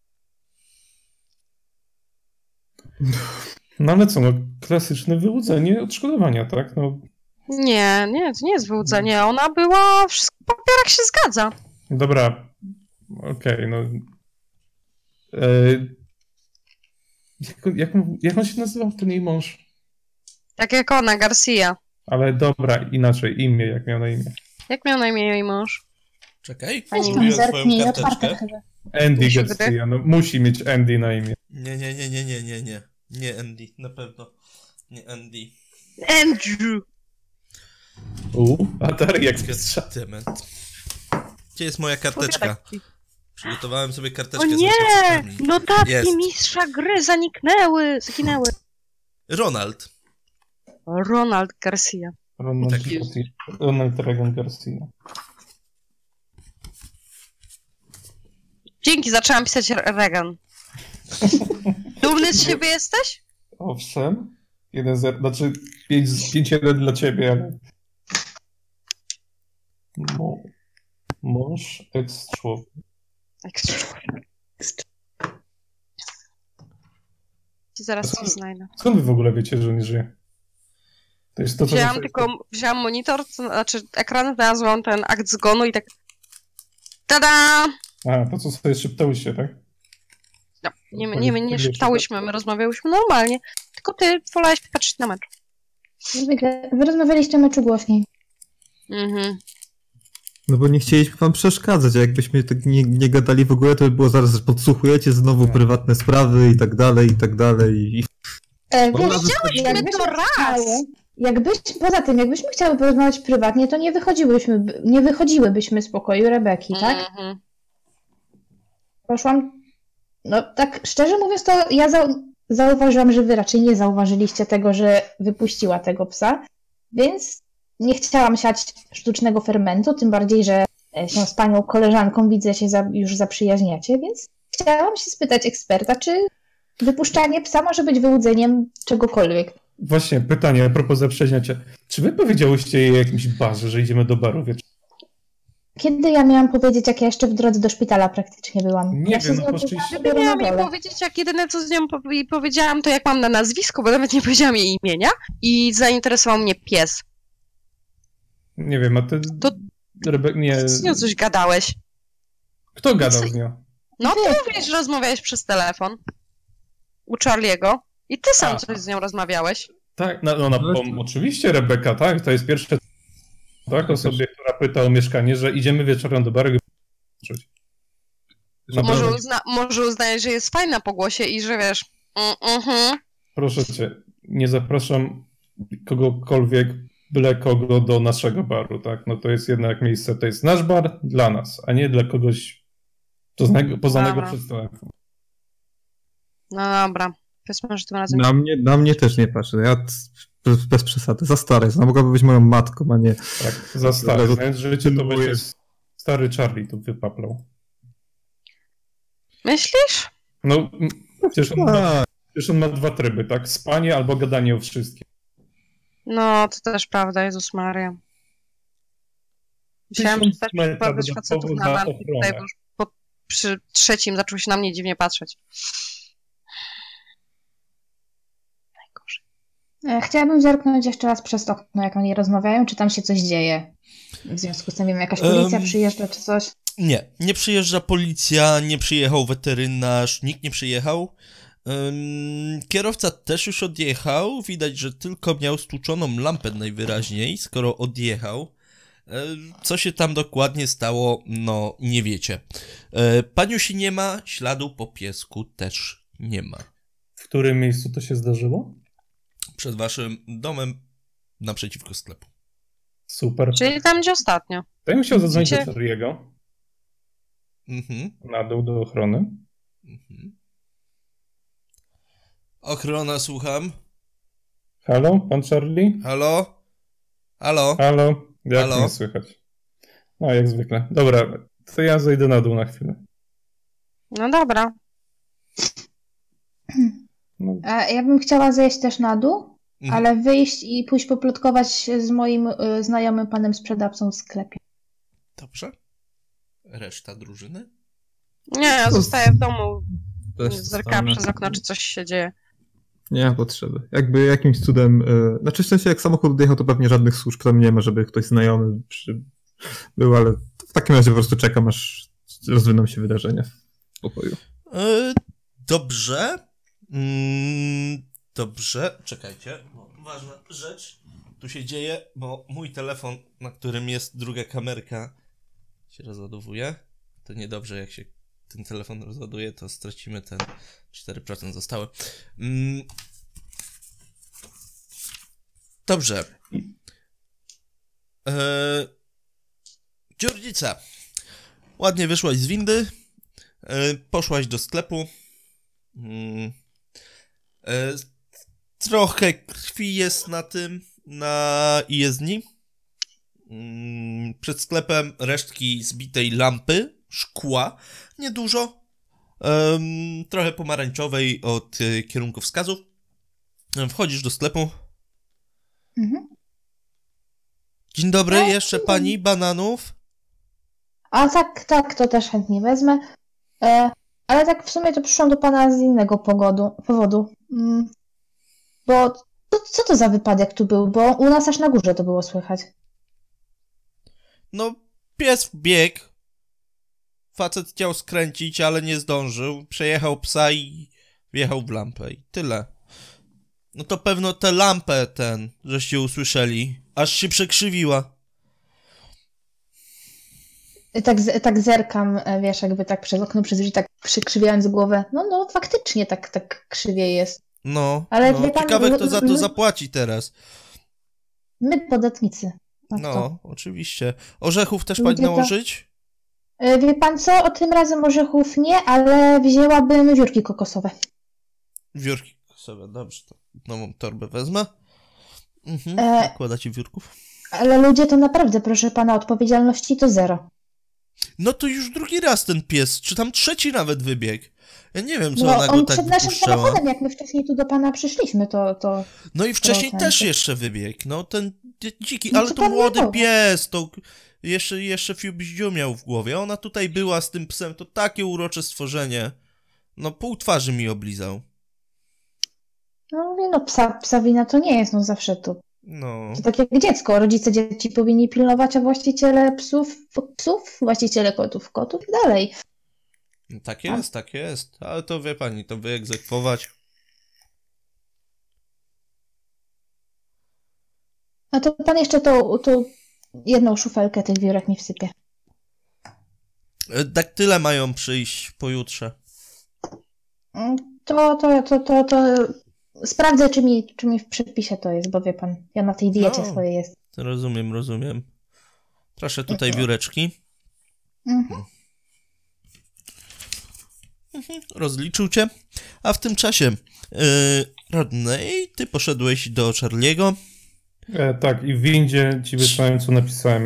No ale co, no klasyczne wyłudzenie odszkodowania, tak? No Nie, to nie jest wyłudzenie. Ona była... Wszystko w papierach się zgadza. dobra, okej, no. Jak on się nazywał, ten jej mąż? Tak jak ona, Garcia. Ale dobra, inaczej, imię, jak miał na imię. Jak miał na imię jej mąż? Czekaj, Weź tam kupiłem swoją zerknij, otwarte karteczkę. chyba. Andy Musi Garcia, no musi mieć Andy na imię. Nie. Nie Andy, na pewno. Nie Andy. Andrew! A Tarek jak strzał. Dement. Gdzie jest moja karteczka? Powiadaj ci. Przygotowałem sobie O karteczkę z nie! notatkami. Notatki Jest. mistrza gry zaginęły. Ronald. Ronald Garcia. Ronald Reagan Garcia. Dzięki, zaczęłam pisać Reagan. Dumny z siebie jesteś? Owszem. 1-0, znaczy 5-1 dla ciebie, ale... Mąż ex-człowiek. Zaraz coś znajdę. Skąd wy w ogóle wiecie, że nie żyje? To jest to, co... Wzięłam monitor, to znaczy ekran, znalazłam ten akt zgonu i tak... Tada! A, to co sobie szeptałyście, tak? No, nie szeptałyśmy, my rozmawiałyśmy normalnie, tylko ty wolałeś patrzeć na mecz. Wy rozmawialiście o meczu głośniej. No bo nie chcieliśmy wam przeszkadzać, a jakbyśmy tak nie gadali w ogóle, to by było zaraz, że podsłuchujecie znowu prywatne sprawy i tak dalej, i tak dalej. Widziałyśmy to raz! Jakbyśmy chciały porozmawiać prywatnie, to nie wychodziłybyśmy z pokoju Rebeki, tak? Poszłam... No tak szczerze mówiąc, to ja zauważyłam, że wy raczej nie zauważyliście tego, że wypuściła tego psa, więc nie chciałam siać sztucznego fermentu, tym bardziej, że się z panią koleżanką widzę, się już zaprzyjaźniacie, więc chciałam się spytać eksperta, czy wypuszczanie psa może być wyłudzeniem czegokolwiek. Właśnie, pytanie a propos zaprzyjaźniacia. Czy wy powiedziałyście jej jakimś barze, że idziemy do baru wieczorem? Kiedy ja miałam powiedzieć, jak ja jeszcze w drodze do szpitala praktycznie byłam? Nie ja wiem, się no poszliście... Ja miałam jej powiedzieć, jak jedyne co z nią powiedziałam, to jak mam na nazwisko, bo nawet nie powiedziałam jej imienia i zainteresował mnie pies. Nie wiem, a ty... To... Nie... Z nią coś gadałeś. Kto gadał z nią? No ty mówisz, że rozmawiałeś przez telefon. U Charlie'ego. I ty sam coś z nią rozmawiałeś. Tak, oczywiście Rebeka, tak, to jest pierwsze tak, osobie, która pyta o mieszkanie, że idziemy wieczorem do baru. Może uznajesz, że jest fajna po głosie i że wiesz... Proszę cię, nie zapraszam kogokolwiek, byle kogo do naszego baru, tak? No to jest jednak miejsce, to jest nasz bar dla nas, a nie dla kogoś poznanego przez telefon. No dobra. Powiedzmy, że tym razem... Na mnie też nie patrzę. Ja bez przesady. Za stary. Ona mogłaby być moją matką, a nie... Tak, za stary. Znając życie, to będzie stary Charlie tu wypaplał. Myślisz? No, przecież on ma 2 tryby, tak? Spanie albo gadanie o wszystkim. No, to też prawda, Jezus Maria. Musiałam przestać przypadać facetów na walki tutaj, bo już przy 3 zaczął się na mnie dziwnie patrzeć. Chciałabym zerknąć jeszcze raz przez okno, jak oni rozmawiają, czy tam się coś dzieje. W związku z tym, wiem, jakaś policja przyjeżdża, czy coś? Nie przyjeżdża policja, nie przyjechał weterynarz, nikt nie przyjechał. Kierowca też już odjechał. Widać, że tylko miał stłuczoną lampę najwyraźniej, skoro odjechał. Co się tam dokładnie stało, no nie wiecie. Paniusi nie ma, śladu po piesku też nie ma. W którym miejscu to się zdarzyło? Przed waszym domem naprzeciwko sklepu. Super. Czyli tam, gdzie ostatnio. To ja bym chciał zadzwonić do Charlie'ego. Mhm. Na dół do ochrony. Mhm. Ochrona, słucham. Halo, pan Charlie? Halo? Halo? Halo? Jak Halo? mnie słychać? No, jak zwykle. Dobra, to ja zejdę na dół na chwilę. No dobra. No, Ja bym chciała zejść też na dół, Mhm. ale wyjść i pójść poplotkować z moim znajomym panem sprzedawcą w sklepie. Dobrze. Reszta drużyny? Nie, ja zostaję w domu. Też Zerkam zostanę. przez okno, czy coś się dzieje. Nie ma potrzeby. Jakby jakimś cudem... Znaczy w sensie jak samochód odjechał, to pewnie żadnych służb tam nie ma, żeby ktoś znajomy był, ale w takim razie po prostu czekam, aż rozwiną się wydarzenia w pokoju. Dobrze. Dobrze. Czekajcie, bo ważna rzecz tu się dzieje, bo mój telefon, na którym jest druga kamerka, się rozładowuje. To niedobrze, jak się ten telefon rozładuje, to stracimy ten 4% zostały. Dobrze. Dziurdzica. Ładnie wyszłaś z windy. Poszłaś do sklepu. Trochę krwi jest na jezdni. Przed sklepem resztki zbitej lampy, szkła, niedużo. Trochę pomarańczowej od kierunkowskazów. Wchodzisz do sklepu. Mhm. Dzień dobry, jeszcze pani bananów? A tak, to też chętnie wezmę. Ale tak w sumie to przyszłam do pana z innego powodu. Bo co to za wypadek tu był? Bo u nas aż na górze to było słychać. No, pies biegł. Facet chciał skręcić, ale nie zdążył. Przejechał psa i wjechał w lampę i tyle. No to pewno tę lampę żeście usłyszeli. Aż się przekrzywiła. Tak zerkam, wiesz, jakby tak przez okno, przez drzwi, tak przykrzywiając głowę. No, faktycznie tak krzywie jest. No, Ale no wie pan, ciekawe kto za to zapłaci teraz. My, podatnicy. No, oczywiście. Orzechów też pani Ludzie to- nałożyć? Wie pan co? O tym razem orzechów nie, ale wzięłabym wiórki kokosowe. Wiórki sobie, dobrze, to nową torbę wezmę. Nakładacie wiórków? Ale ludzie to naprawdę, proszę pana, odpowiedzialności to zero. No to już drugi raz ten pies, czy tam trzeci nawet wybiegł. Ja nie wiem, co No, ona go on tak przed naszym wypuszczała. samochodem, jak my wcześniej tu do pana przyszliśmy, to... No i wcześniej Trochę, też tak. jeszcze wybiegł. No ten dziki, No ale co to pan młody wiadomo? pies, to jeszcze fiubździu miał w głowie. Ona tutaj była z tym psem, to takie urocze stworzenie. No pół twarzy mi oblizał. No mówię, no psa wina to nie jest, no zawsze tu. No. To tak jak dziecko, rodzice dzieci powinni pilnować, a właściciele psów, właściciele kotów i tak dalej. Tak jest. Ale to wie pani, to wyegzekwować. A to pan jeszcze tą jedną szufelkę tych wiórek mi wsypie. Daktyle mają przyjść pojutrze. To sprawdzę, czy mi w przepisie to jest, bo wie pan, ja na tej diecie No. swojej jest. Rozumiem. Proszę tutaj wióreczki. Mhm. Rozliczył cię. A w tym czasie, Rodney, ty poszedłeś do Charlie'ego. Tak, i w windzie ci wysłałem, co napisałem.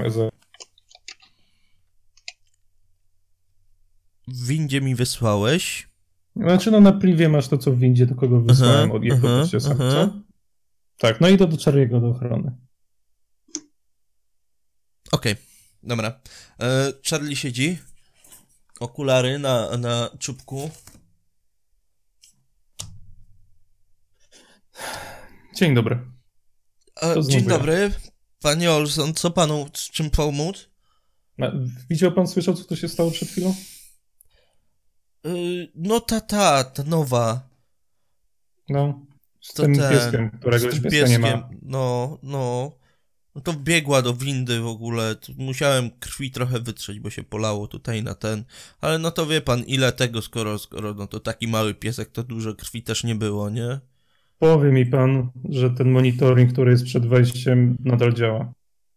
W windzie mi wysłałeś. Znaczy, no na pliwie masz to, co w windzie, do kogo wysłałem od jego samca. Tak, no i to do Charlie'ego do ochrony. Okej, dobra. Charlie siedzi. Okulary na czubku. Dzień dobry. To Dzień znowu ja. dobry. Panie Olson, co panu, z czym pomóc? Widział pan, słyszał, co to się stało przed chwilą? No ta nowa. No, z tym pieskiem, którego już pieska nie ma. No to wbiegła do windy w ogóle, musiałem krwi trochę wytrzeć, bo się polało tutaj na ten, ale no to wie pan, ile tego, skoro no to taki mały piesek, to dużo krwi też nie było, nie? Powie mi pan, że ten monitoring, który jest przed wejściem, nadal działa.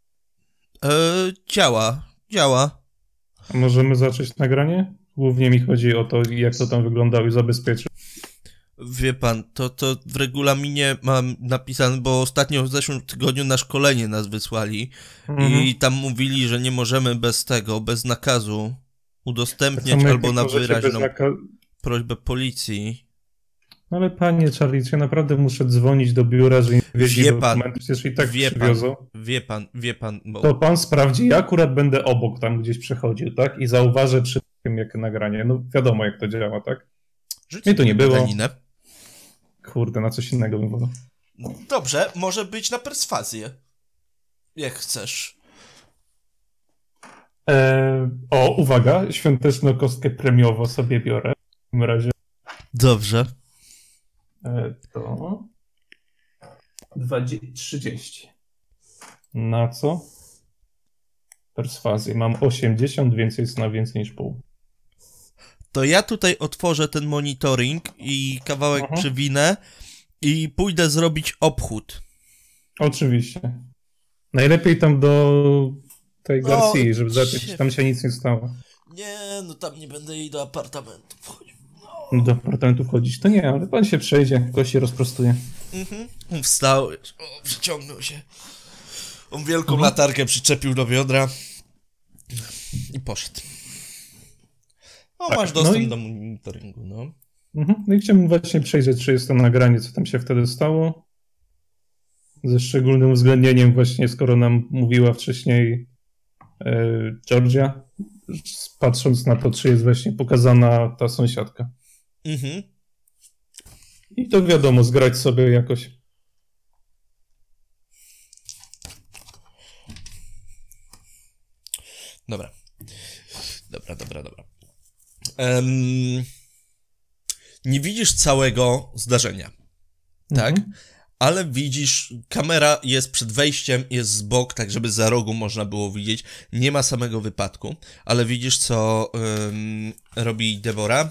Działa. A możemy zacząć nagranie? Głównie mi chodzi o to, jak to tam wyglądało i zabezpieczyć. Wie pan, to w regulaminie mam napisane, bo ostatnio w zeszłym tygodniu na szkolenie nas wysłali i tam mówili, że nie możemy bez nakazu udostępniać albo na wyraźną prośbę policji. No ale panie Charlie, ja naprawdę muszę dzwonić do biura, że nie wieźli dokumentów, przecież i tak przywiozą. Wie pan. Bo... To pan sprawdzi, ja akurat będę obok tam gdzieś przechodził, tak? I zauważę przy tym, jak nagranie. No wiadomo, jak to działa, tak? Mnie to nie było. Kurde, na coś innego bym wolał. Dobrze, może być na perswazję. Jak chcesz. Uwaga, świąteczną kostkę premiową sobie biorę. W takim razie. Dobrze. To 30. Na co? Perswazję. Mam 80, więc jest na więcej niż pół. To ja tutaj otworzę ten monitoring i kawałek przywinę i pójdę zrobić obchód. Oczywiście. Najlepiej tam do tej Garcji, żeby zobaczyć, czy tam się nic nie stało. Nie, no tam nie będę jej do apartamentu wchodził. Do apartamentu wchodzić to nie, ale pan się przejdzie, kość się rozprostuje. On wstał, przyciągnął się. On wielką latarkę przyczepił do biodra i poszedł. Masz dostęp do monitoringu, no. No i chciałbym właśnie przejrzeć, czy jest to nagranie, co tam się wtedy stało. Ze szczególnym uwzględnieniem właśnie, skoro nam mówiła wcześniej Georgia, patrząc na to, czy jest właśnie pokazana ta sąsiadka. I to wiadomo, zgrać sobie jakoś. Dobra. Nie widzisz całego zdarzenia, tak? Ale widzisz, kamera jest przed wejściem, jest z boku, tak żeby za rogu można było widzieć. Nie ma samego wypadku, ale widzisz, co robi Deborah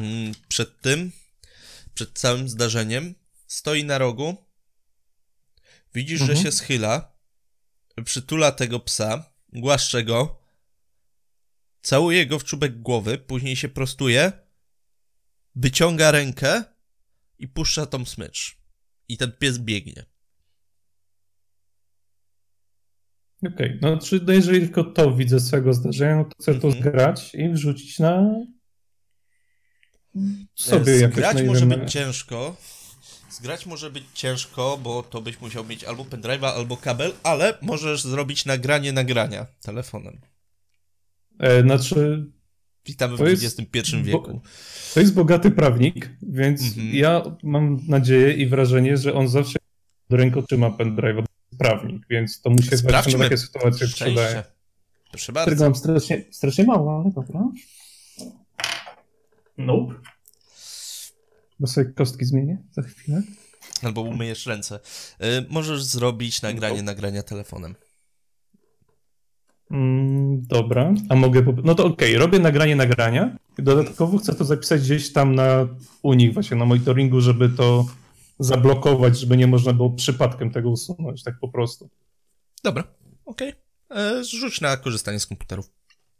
przed całym zdarzeniem. Stoi na rogu, widzisz, że się schyla, przytula tego psa, głaszcze go, całuje go w czubek głowy, później się prostuje, wyciąga rękę i puszcza tą smycz. I ten pies biegnie. Okej, no jeżeli tylko to widzę z tego zdarzenia, no to chcę to zgrać i wrzucić na sobie jakoś. Zgrać może być ciężko. Zgrać może być ciężko, bo to byś musiał mieć albo pendrive'a, albo kabel, ale możesz zrobić nagrania telefonem. Witamy w XXI wieku. To jest bogaty prawnik, więc ja mam nadzieję i wrażenie, że on zawsze do ręką trzyma pendrive'a. Prawnik, więc to mu się właśnie na takie sytuacje przydaje. Proszę bardzo. Mam strasznie mało, ale dobra. Nope. Bo sobie kostki zmienię za chwilę. Albo umyjesz ręce. Możesz zrobić nagrania telefonem. Dobra, a mogę... No to okej, robię nagrania. Dodatkowo chcę to zapisać gdzieś tam u nich właśnie na monitoringu, żeby to zablokować, żeby nie można było przypadkiem tego usunąć, tak po prostu. Dobra, okej. Rzuć na korzystanie z komputerów.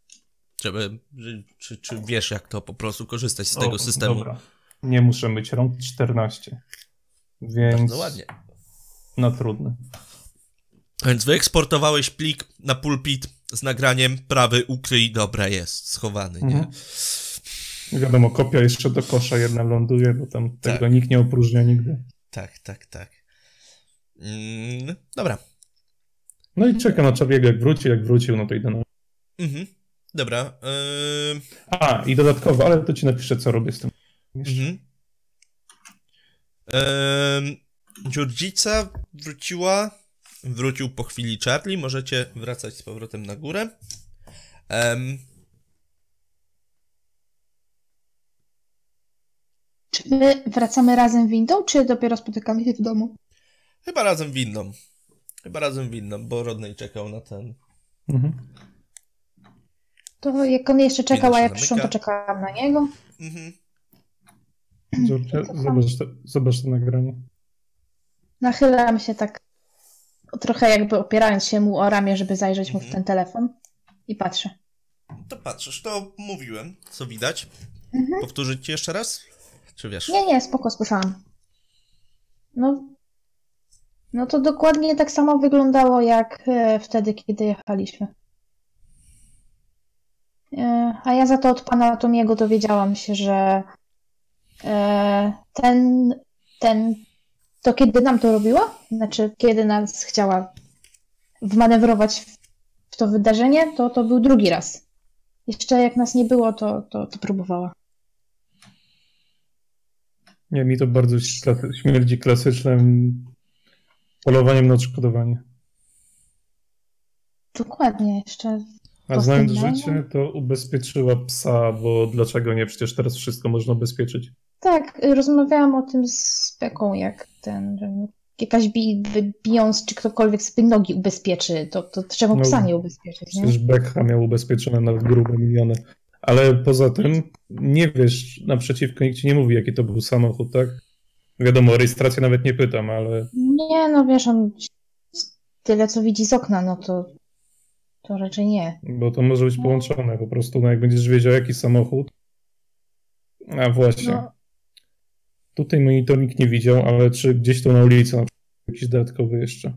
Czy wiesz, jak to po prostu korzystać z tego systemu? Dobra. Nie muszę myć rąk, 14. Więc... Bardzo ładnie. No trudne. Więc wyeksportowałeś plik na pulpit z nagraniem, prawy ukryj, dobra, jest, schowany, nie? Wiadomo, kopia jeszcze do kosza jedna ląduje, bo tam tego nikt nie opróżnia nigdy. Tak. Dobra. No i czekam na Charlie'ego, jak wrócił, no to idę na... Dobra. I dodatkowo, ale to ci napiszę, co robię z tym. Dziurdzica wrócił po chwili Charlie, możecie wracać z powrotem na górę. My wracamy razem windą, czy dopiero spotykamy się w domu? Chyba razem winną, bo Rodney czekał na ten. To jak on jeszcze czekał, a ja przyszłam, to czekałam na niego. Zobacz to nagranie. Nachylam się tak trochę jakby opierając się mu o ramię, żeby zajrzeć mu w ten telefon i patrzę. To patrzysz, to mówiłem, co widać. Powtórzyć ci jeszcze raz? Czy wiesz? Nie, spoko, słyszałam. No to dokładnie tak samo wyglądało jak wtedy, kiedy jechaliśmy. A ja za to od pana Tomiego dowiedziałam się, że to kiedy nam to robiła, znaczy kiedy nas chciała wmanewrować w to wydarzenie, to był drugi raz. Jeszcze jak nas nie było, to próbowała. Nie, mi to bardzo śmierdzi klasycznym polowaniem na odszkodowanie. Dokładnie, jeszcze. A znając życie, to ubezpieczyła psa, bo dlaczego nie? Przecież teraz wszystko można ubezpieczyć. Tak, rozmawiałam o tym z Beką, jak jakaś Beyoncé czy ktokolwiek sobie nogi ubezpieczy, to czemu psa nie ubezpieczyć? Przecież Beckham miał ubezpieczone na grube miliony. Ale poza tym nie wiesz, naprzeciwko nikt ci nie mówi, jaki to był samochód, tak? Wiadomo, o rejestrację nawet nie pytam, ale... Nie, no wiesz, on tyle co widzi z okna, no to raczej nie. Bo to może być połączone po prostu, no jak będziesz wiedział, jaki samochód. A właśnie. No. Tutaj monitoring nie widział, ale czy gdzieś tu na ulicy na przykład jakiś dodatkowy jeszcze?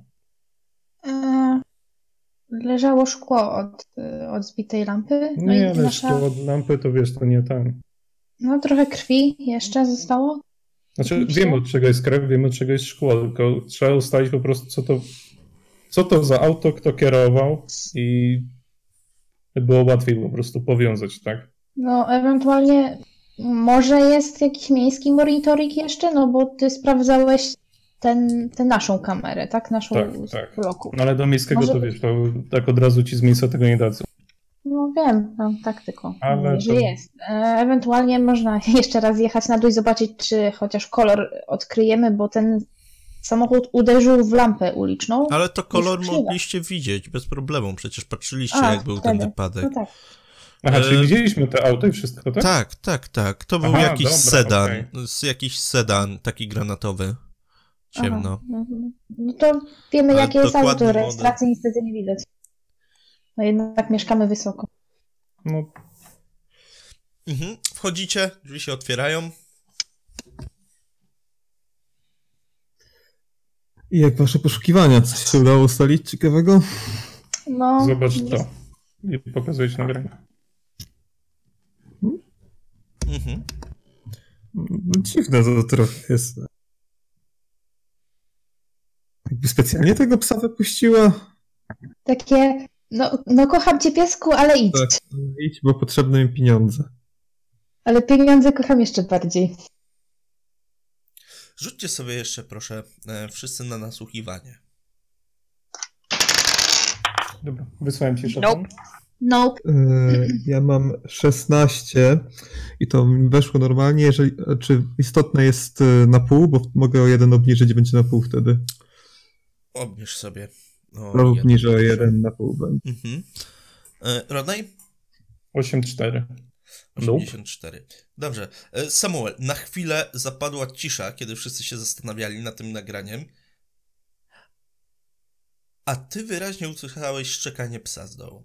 Leżało szkło od zbitej lampy. No nie, ale szkło od lampy to wiesz, to nie ten. No trochę krwi jeszcze zostało. Znaczy wiemy, od czego jest krew, wiemy, od czego jest szkło, tylko trzeba ustalić po prostu, co to za auto, kto kierował i było łatwiej po prostu powiązać, tak? No ewentualnie może jest jakiś miejski monitoring jeszcze, no bo ty sprawdzałeś tę naszą kamerę, tak? Naszą tak. bloku. No ale do miejskiego może... to wiesz, to tak od razu ci z miejsca tego nie dadzą. No wiem, tak tylko, że jest. Ewentualnie można jeszcze raz jechać na dół i zobaczyć, czy chociaż kolor odkryjemy, bo ten samochód uderzył w lampę uliczną. Ale to kolor mogliście widzieć bez problemu, przecież patrzyliście, jak był ten wypadek. No tak. Aha, czyli widzieliśmy te auto i wszystko, tak? Tak. To był jakiś sedan, jakiś sedan taki granatowy. Ciemno. No to wiemy, jakie jest auto, rejestracji niestety nie widać. No jednak mieszkamy wysoko. No. Wchodzicie, drzwi się otwierają. I jak wasze poszukiwania? Coś się udało ustalić ciekawego? No. Zobacz to. I pokazuję ci nagranie. No, dziwne to trochę jest. Jakby specjalnie tego psa wypuściła? Takie, no kocham cię piesku, ale idź. Tak, idź, bo potrzebne mi pieniądze. Ale pieniądze kocham jeszcze bardziej. Rzućcie sobie jeszcze, proszę, wszyscy na nasłuchiwanie. Dobra, wysłałem ci szatan. Nope. Ja mam 16 i to mi weszło normalnie, czy istotne jest na pół, bo mogę o 1 obniżyć i będzie na pół wtedy. Obniż sobie. Obniżę o 1 na pół. Rodney? 84. 84. Dobrze. Samuel, na chwilę zapadła cisza, kiedy wszyscy się zastanawiali nad tym nagraniem. A ty wyraźnie usłyszałeś szczekanie psa z dołu.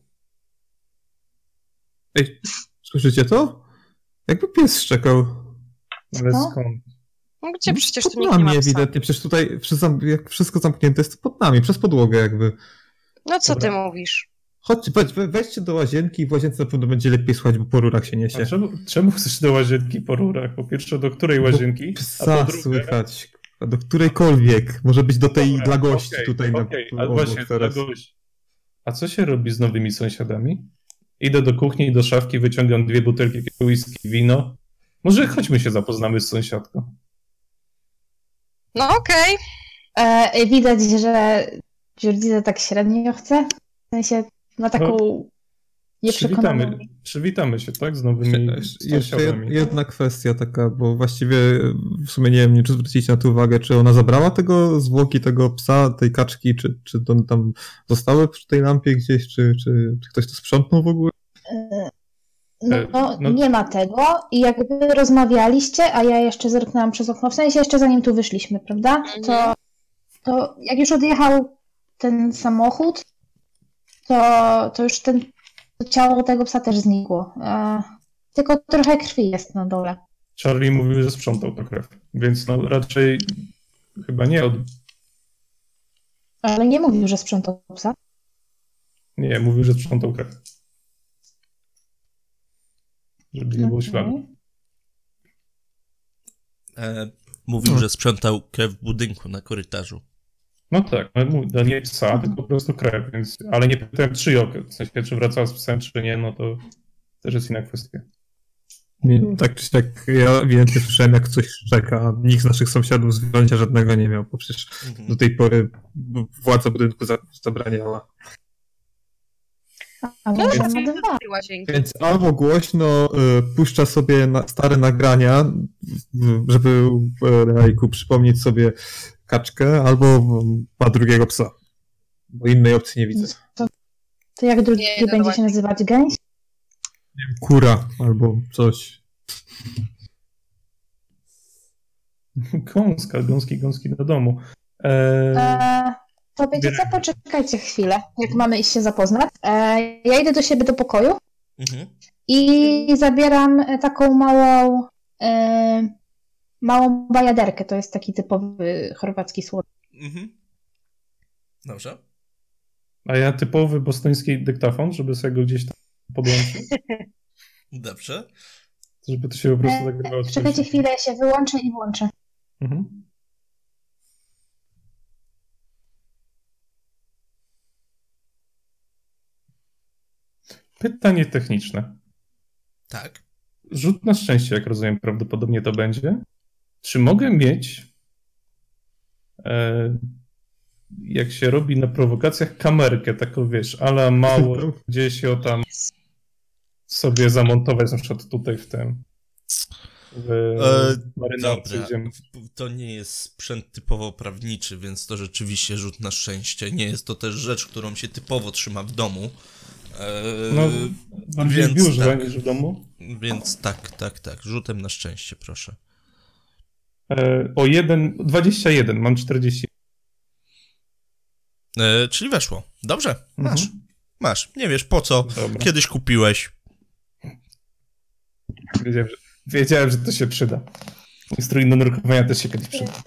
Ej, słyszycie to? Jakby pies szczekał. Ale skąd? No gdzie przecież pod tu nikt nie ma psa. Ewidentnie, przecież tutaj jak wszystko zamknięte jest pod nami, przez podłogę jakby. No co ty mówisz? Chodźcie, wejdźcie do łazienki i w łazience na pewno będzie lepiej słuchać, bo po rurach się niesie. A czemu chcesz do łazienki po rurach? Po pierwsze, do której łazienki? Psa słychać. Do którejkolwiek. Może być do tej dla gości tutaj na ale właśnie, dla gości. A co się robi z nowymi sąsiadami? Idę do kuchni i do szafki, wyciągam 2 butelki whisky, wino. Może chodźmy się zapoznamy z sąsiadką. No okej. Widać, że Giorgina tak średnio chce. W sensie ma taką Nie przekonano. Przywitamy się, tak? Z nowymi Jeszcze jedna kwestia taka, bo właściwie w sumie nie wiem, czy zwrócić na to uwagę, czy ona zabrała zwłoki tego psa, tej kaczki, czy to tam zostały przy tej lampie gdzieś, czy ktoś to sprzątnął w ogóle? No, nie ma tego i jakby rozmawialiście, a ja jeszcze zerknęłam przez okno, w sensie jeszcze zanim tu wyszliśmy, prawda? To jak już odjechał ten samochód, to już to ciało tego psa też znikło. Tylko trochę krwi jest na dole. Charlie mówił, że sprzątał tę krew, więc no raczej chyba nie Ale nie mówił, że sprzątał psa. Nie, mówił, że sprzątał krew. Żeby nie było śladu. Mówił, że sprzątał krew w budynku na korytarzu. No tak, no nie psa, tylko po prostu krew, więc... Ale nie pytałem Trzyjokę, w sensie czy wracał z psem, czy nie, no to też jest inna kwestia. Tak czy tak, ja ewidentnie słyszałem, jak coś szczeka, a nikt z naszych sąsiadów zwierzęcia żadnego nie miał, bo przecież do tej pory władza budynku zabraniała. Więc albo głośno puszcza sobie stare nagrania, żeby Rajku przypomnieć sobie kaczkę, albo ma drugiego psa. Bo innej opcji nie widzę. To jak drugi będzie się nazywać? Gęś? Kura albo coś. Gąski do domu. To wiecie co? Poczekajcie chwilę, jak mamy iść się zapoznać. Ja idę do siebie do pokoju i zabieram taką małą bajaderkę. To jest taki typowy chorwacki słodek. Dobrze. A ja typowy bostoński dyktafon, żeby sobie go gdzieś tam podłączyć. Dobrze. Żeby to się po prostu nagrywało. Czekajcie chwilę, ja się wyłączę i włączę. Pytanie techniczne. Tak. Rzut na szczęście, jak rozumiem, prawdopodobnie to będzie. Czy mogę mieć, jak się robi na prowokacjach, kamerkę taką, wiesz, ala mało, gdzieś ją tam sobie zamontować, na przykład tutaj w tym marynarce. Dobra, to nie jest sprzęt typowo prawniczy, więc to rzeczywiście rzut na szczęście. Nie jest to też rzecz, którą się typowo trzyma w domu. Bardziej w biurze niż w domu. Więc tak. Rzutem na szczęście, proszę. 21, mam 40. Czyli weszło. Dobrze, masz. Nie wiesz po co. Dobra. Kiedyś kupiłeś. Wiedziałem, że to się przyda. Strój do nurkowania też się kiedyś przyda.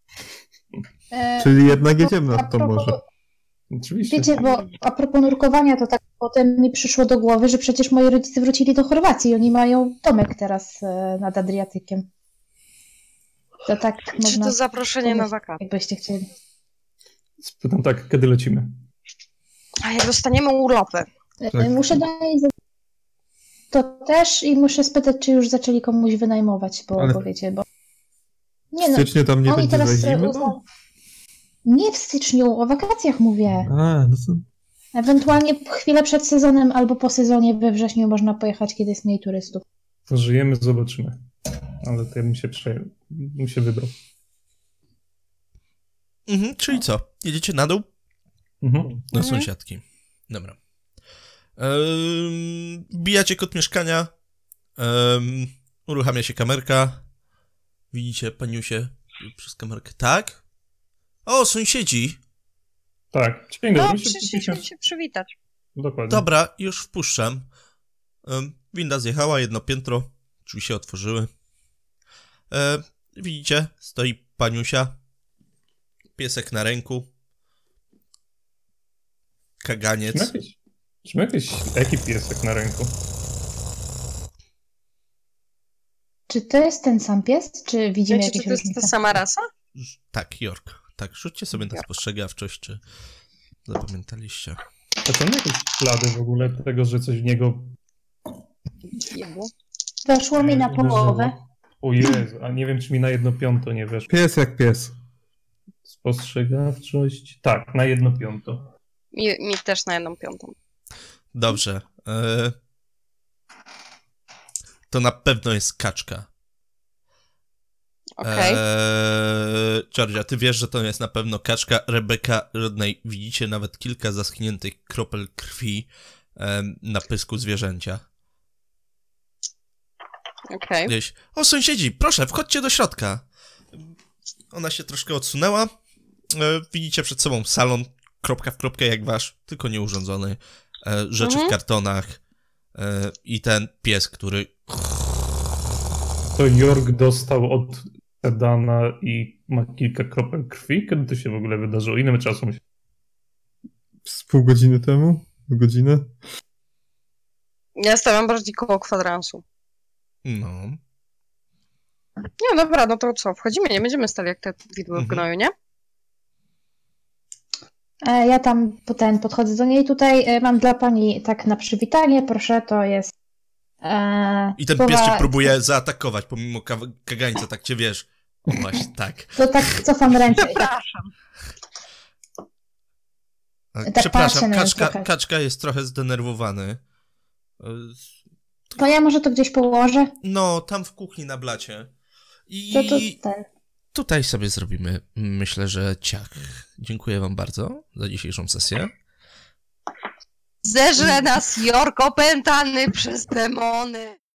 Czyli jednak jedziemy na to może. Oczywiście. Wiecie, bo a propos nurkowania, to tak potem mi przyszło do głowy, że przecież moi rodzice wrócili do Chorwacji i oni mają domek teraz nad Adriatykiem. To tak Czy można... to zaproszenie na wakacje? Jakbyście chcieli. Spytam tak, kiedy lecimy? A jak dostaniemy urlopy? Tak. Muszę do niej to też i muszę spytać, czy już zaczęli komuś wynajmować, bo wiecie, bo... Nie, w styczniu tam nie będzie zimy? Nie w styczniu, o wakacjach mówię. No to... Ewentualnie chwilę przed sezonem albo po sezonie we wrześniu można pojechać, kiedy jest mniej turystów. Żyjemy, zobaczymy. Ale to ja bym się wybrał. Czyli co? Jedziecie na dół? Do sąsiadki. Dobra. Bijacie kod mieszkania. Uruchamia się kamerka. Widzicie paniusię przez kamerkę. Tak? O, sąsiedzi. Tak. Dzień dobry. Przyszliśmy się przywitać. Dokładnie. Dobra, już wpuszczam. Winda zjechała, jedno piętro. Drzwi się otworzyły. Widzicie, stoi paniusia. Piesek na ręku. Kaganiec. Czy ma jaki piesek na ręku? Czy to jest ten sam pies? Czy widzimy jakieś różnice? Czy to jest ta sama rasa? Tak, York. Tak, rzućcie sobie na spostrzegawczość, czy zapamiętaliście. A są jakieś ślady w ogóle tego, że coś w niego... Weszło mi na połowę. O Jezu, a nie wiem, czy mi na 1/5 nie weszło. Pies jak pies. Spostrzegawczość? Tak, na 1/5. Mi też na 1/5. Dobrze. To na pewno jest kaczka. Okej. Georgia, ty wiesz, że to jest na pewno kaczka. Rebeka, Rodney, widzicie nawet kilka zaschniętych kropel krwi na pysku zwierzęcia. Okej. Gdzieś. O, sąsiedzi, proszę, wchodźcie do środka. Ona się troszkę odsunęła. Widzicie przed sobą salon, kropka w kropkę jak wasz, tylko nieurządzony. Rzeczy w kartonach. I ten pies, który... To Jork dostał od Sedana i ma kilka kropel krwi? Kiedy to się w ogóle wydarzyło? Ile czasu musi... Z pół godziny temu? Godzinę? Ja stawiam bardziej koło kwadransu. No. Nie, dobra, no to co, wchodzimy, nie będziemy stali jak te widły w gnoju, nie? Ja tam podchodzę do niej. Tutaj mam dla pani tak na przywitanie, proszę, to jest... I ten pies cię próbuje zaatakować, pomimo kagańca, tak cię wiesz. O, właśnie, tak. To tak cofam ręce. Przepraszam. Przepraszam, kaczka jest trochę zdenerwowany. To ja może to gdzieś położę? No, tam w kuchni na blacie. I ten. tutaj sobie zrobimy, myślę, że ciach. Dziękuję wam bardzo za dzisiejszą sesję. Zerze nas Jork opętany przez demony.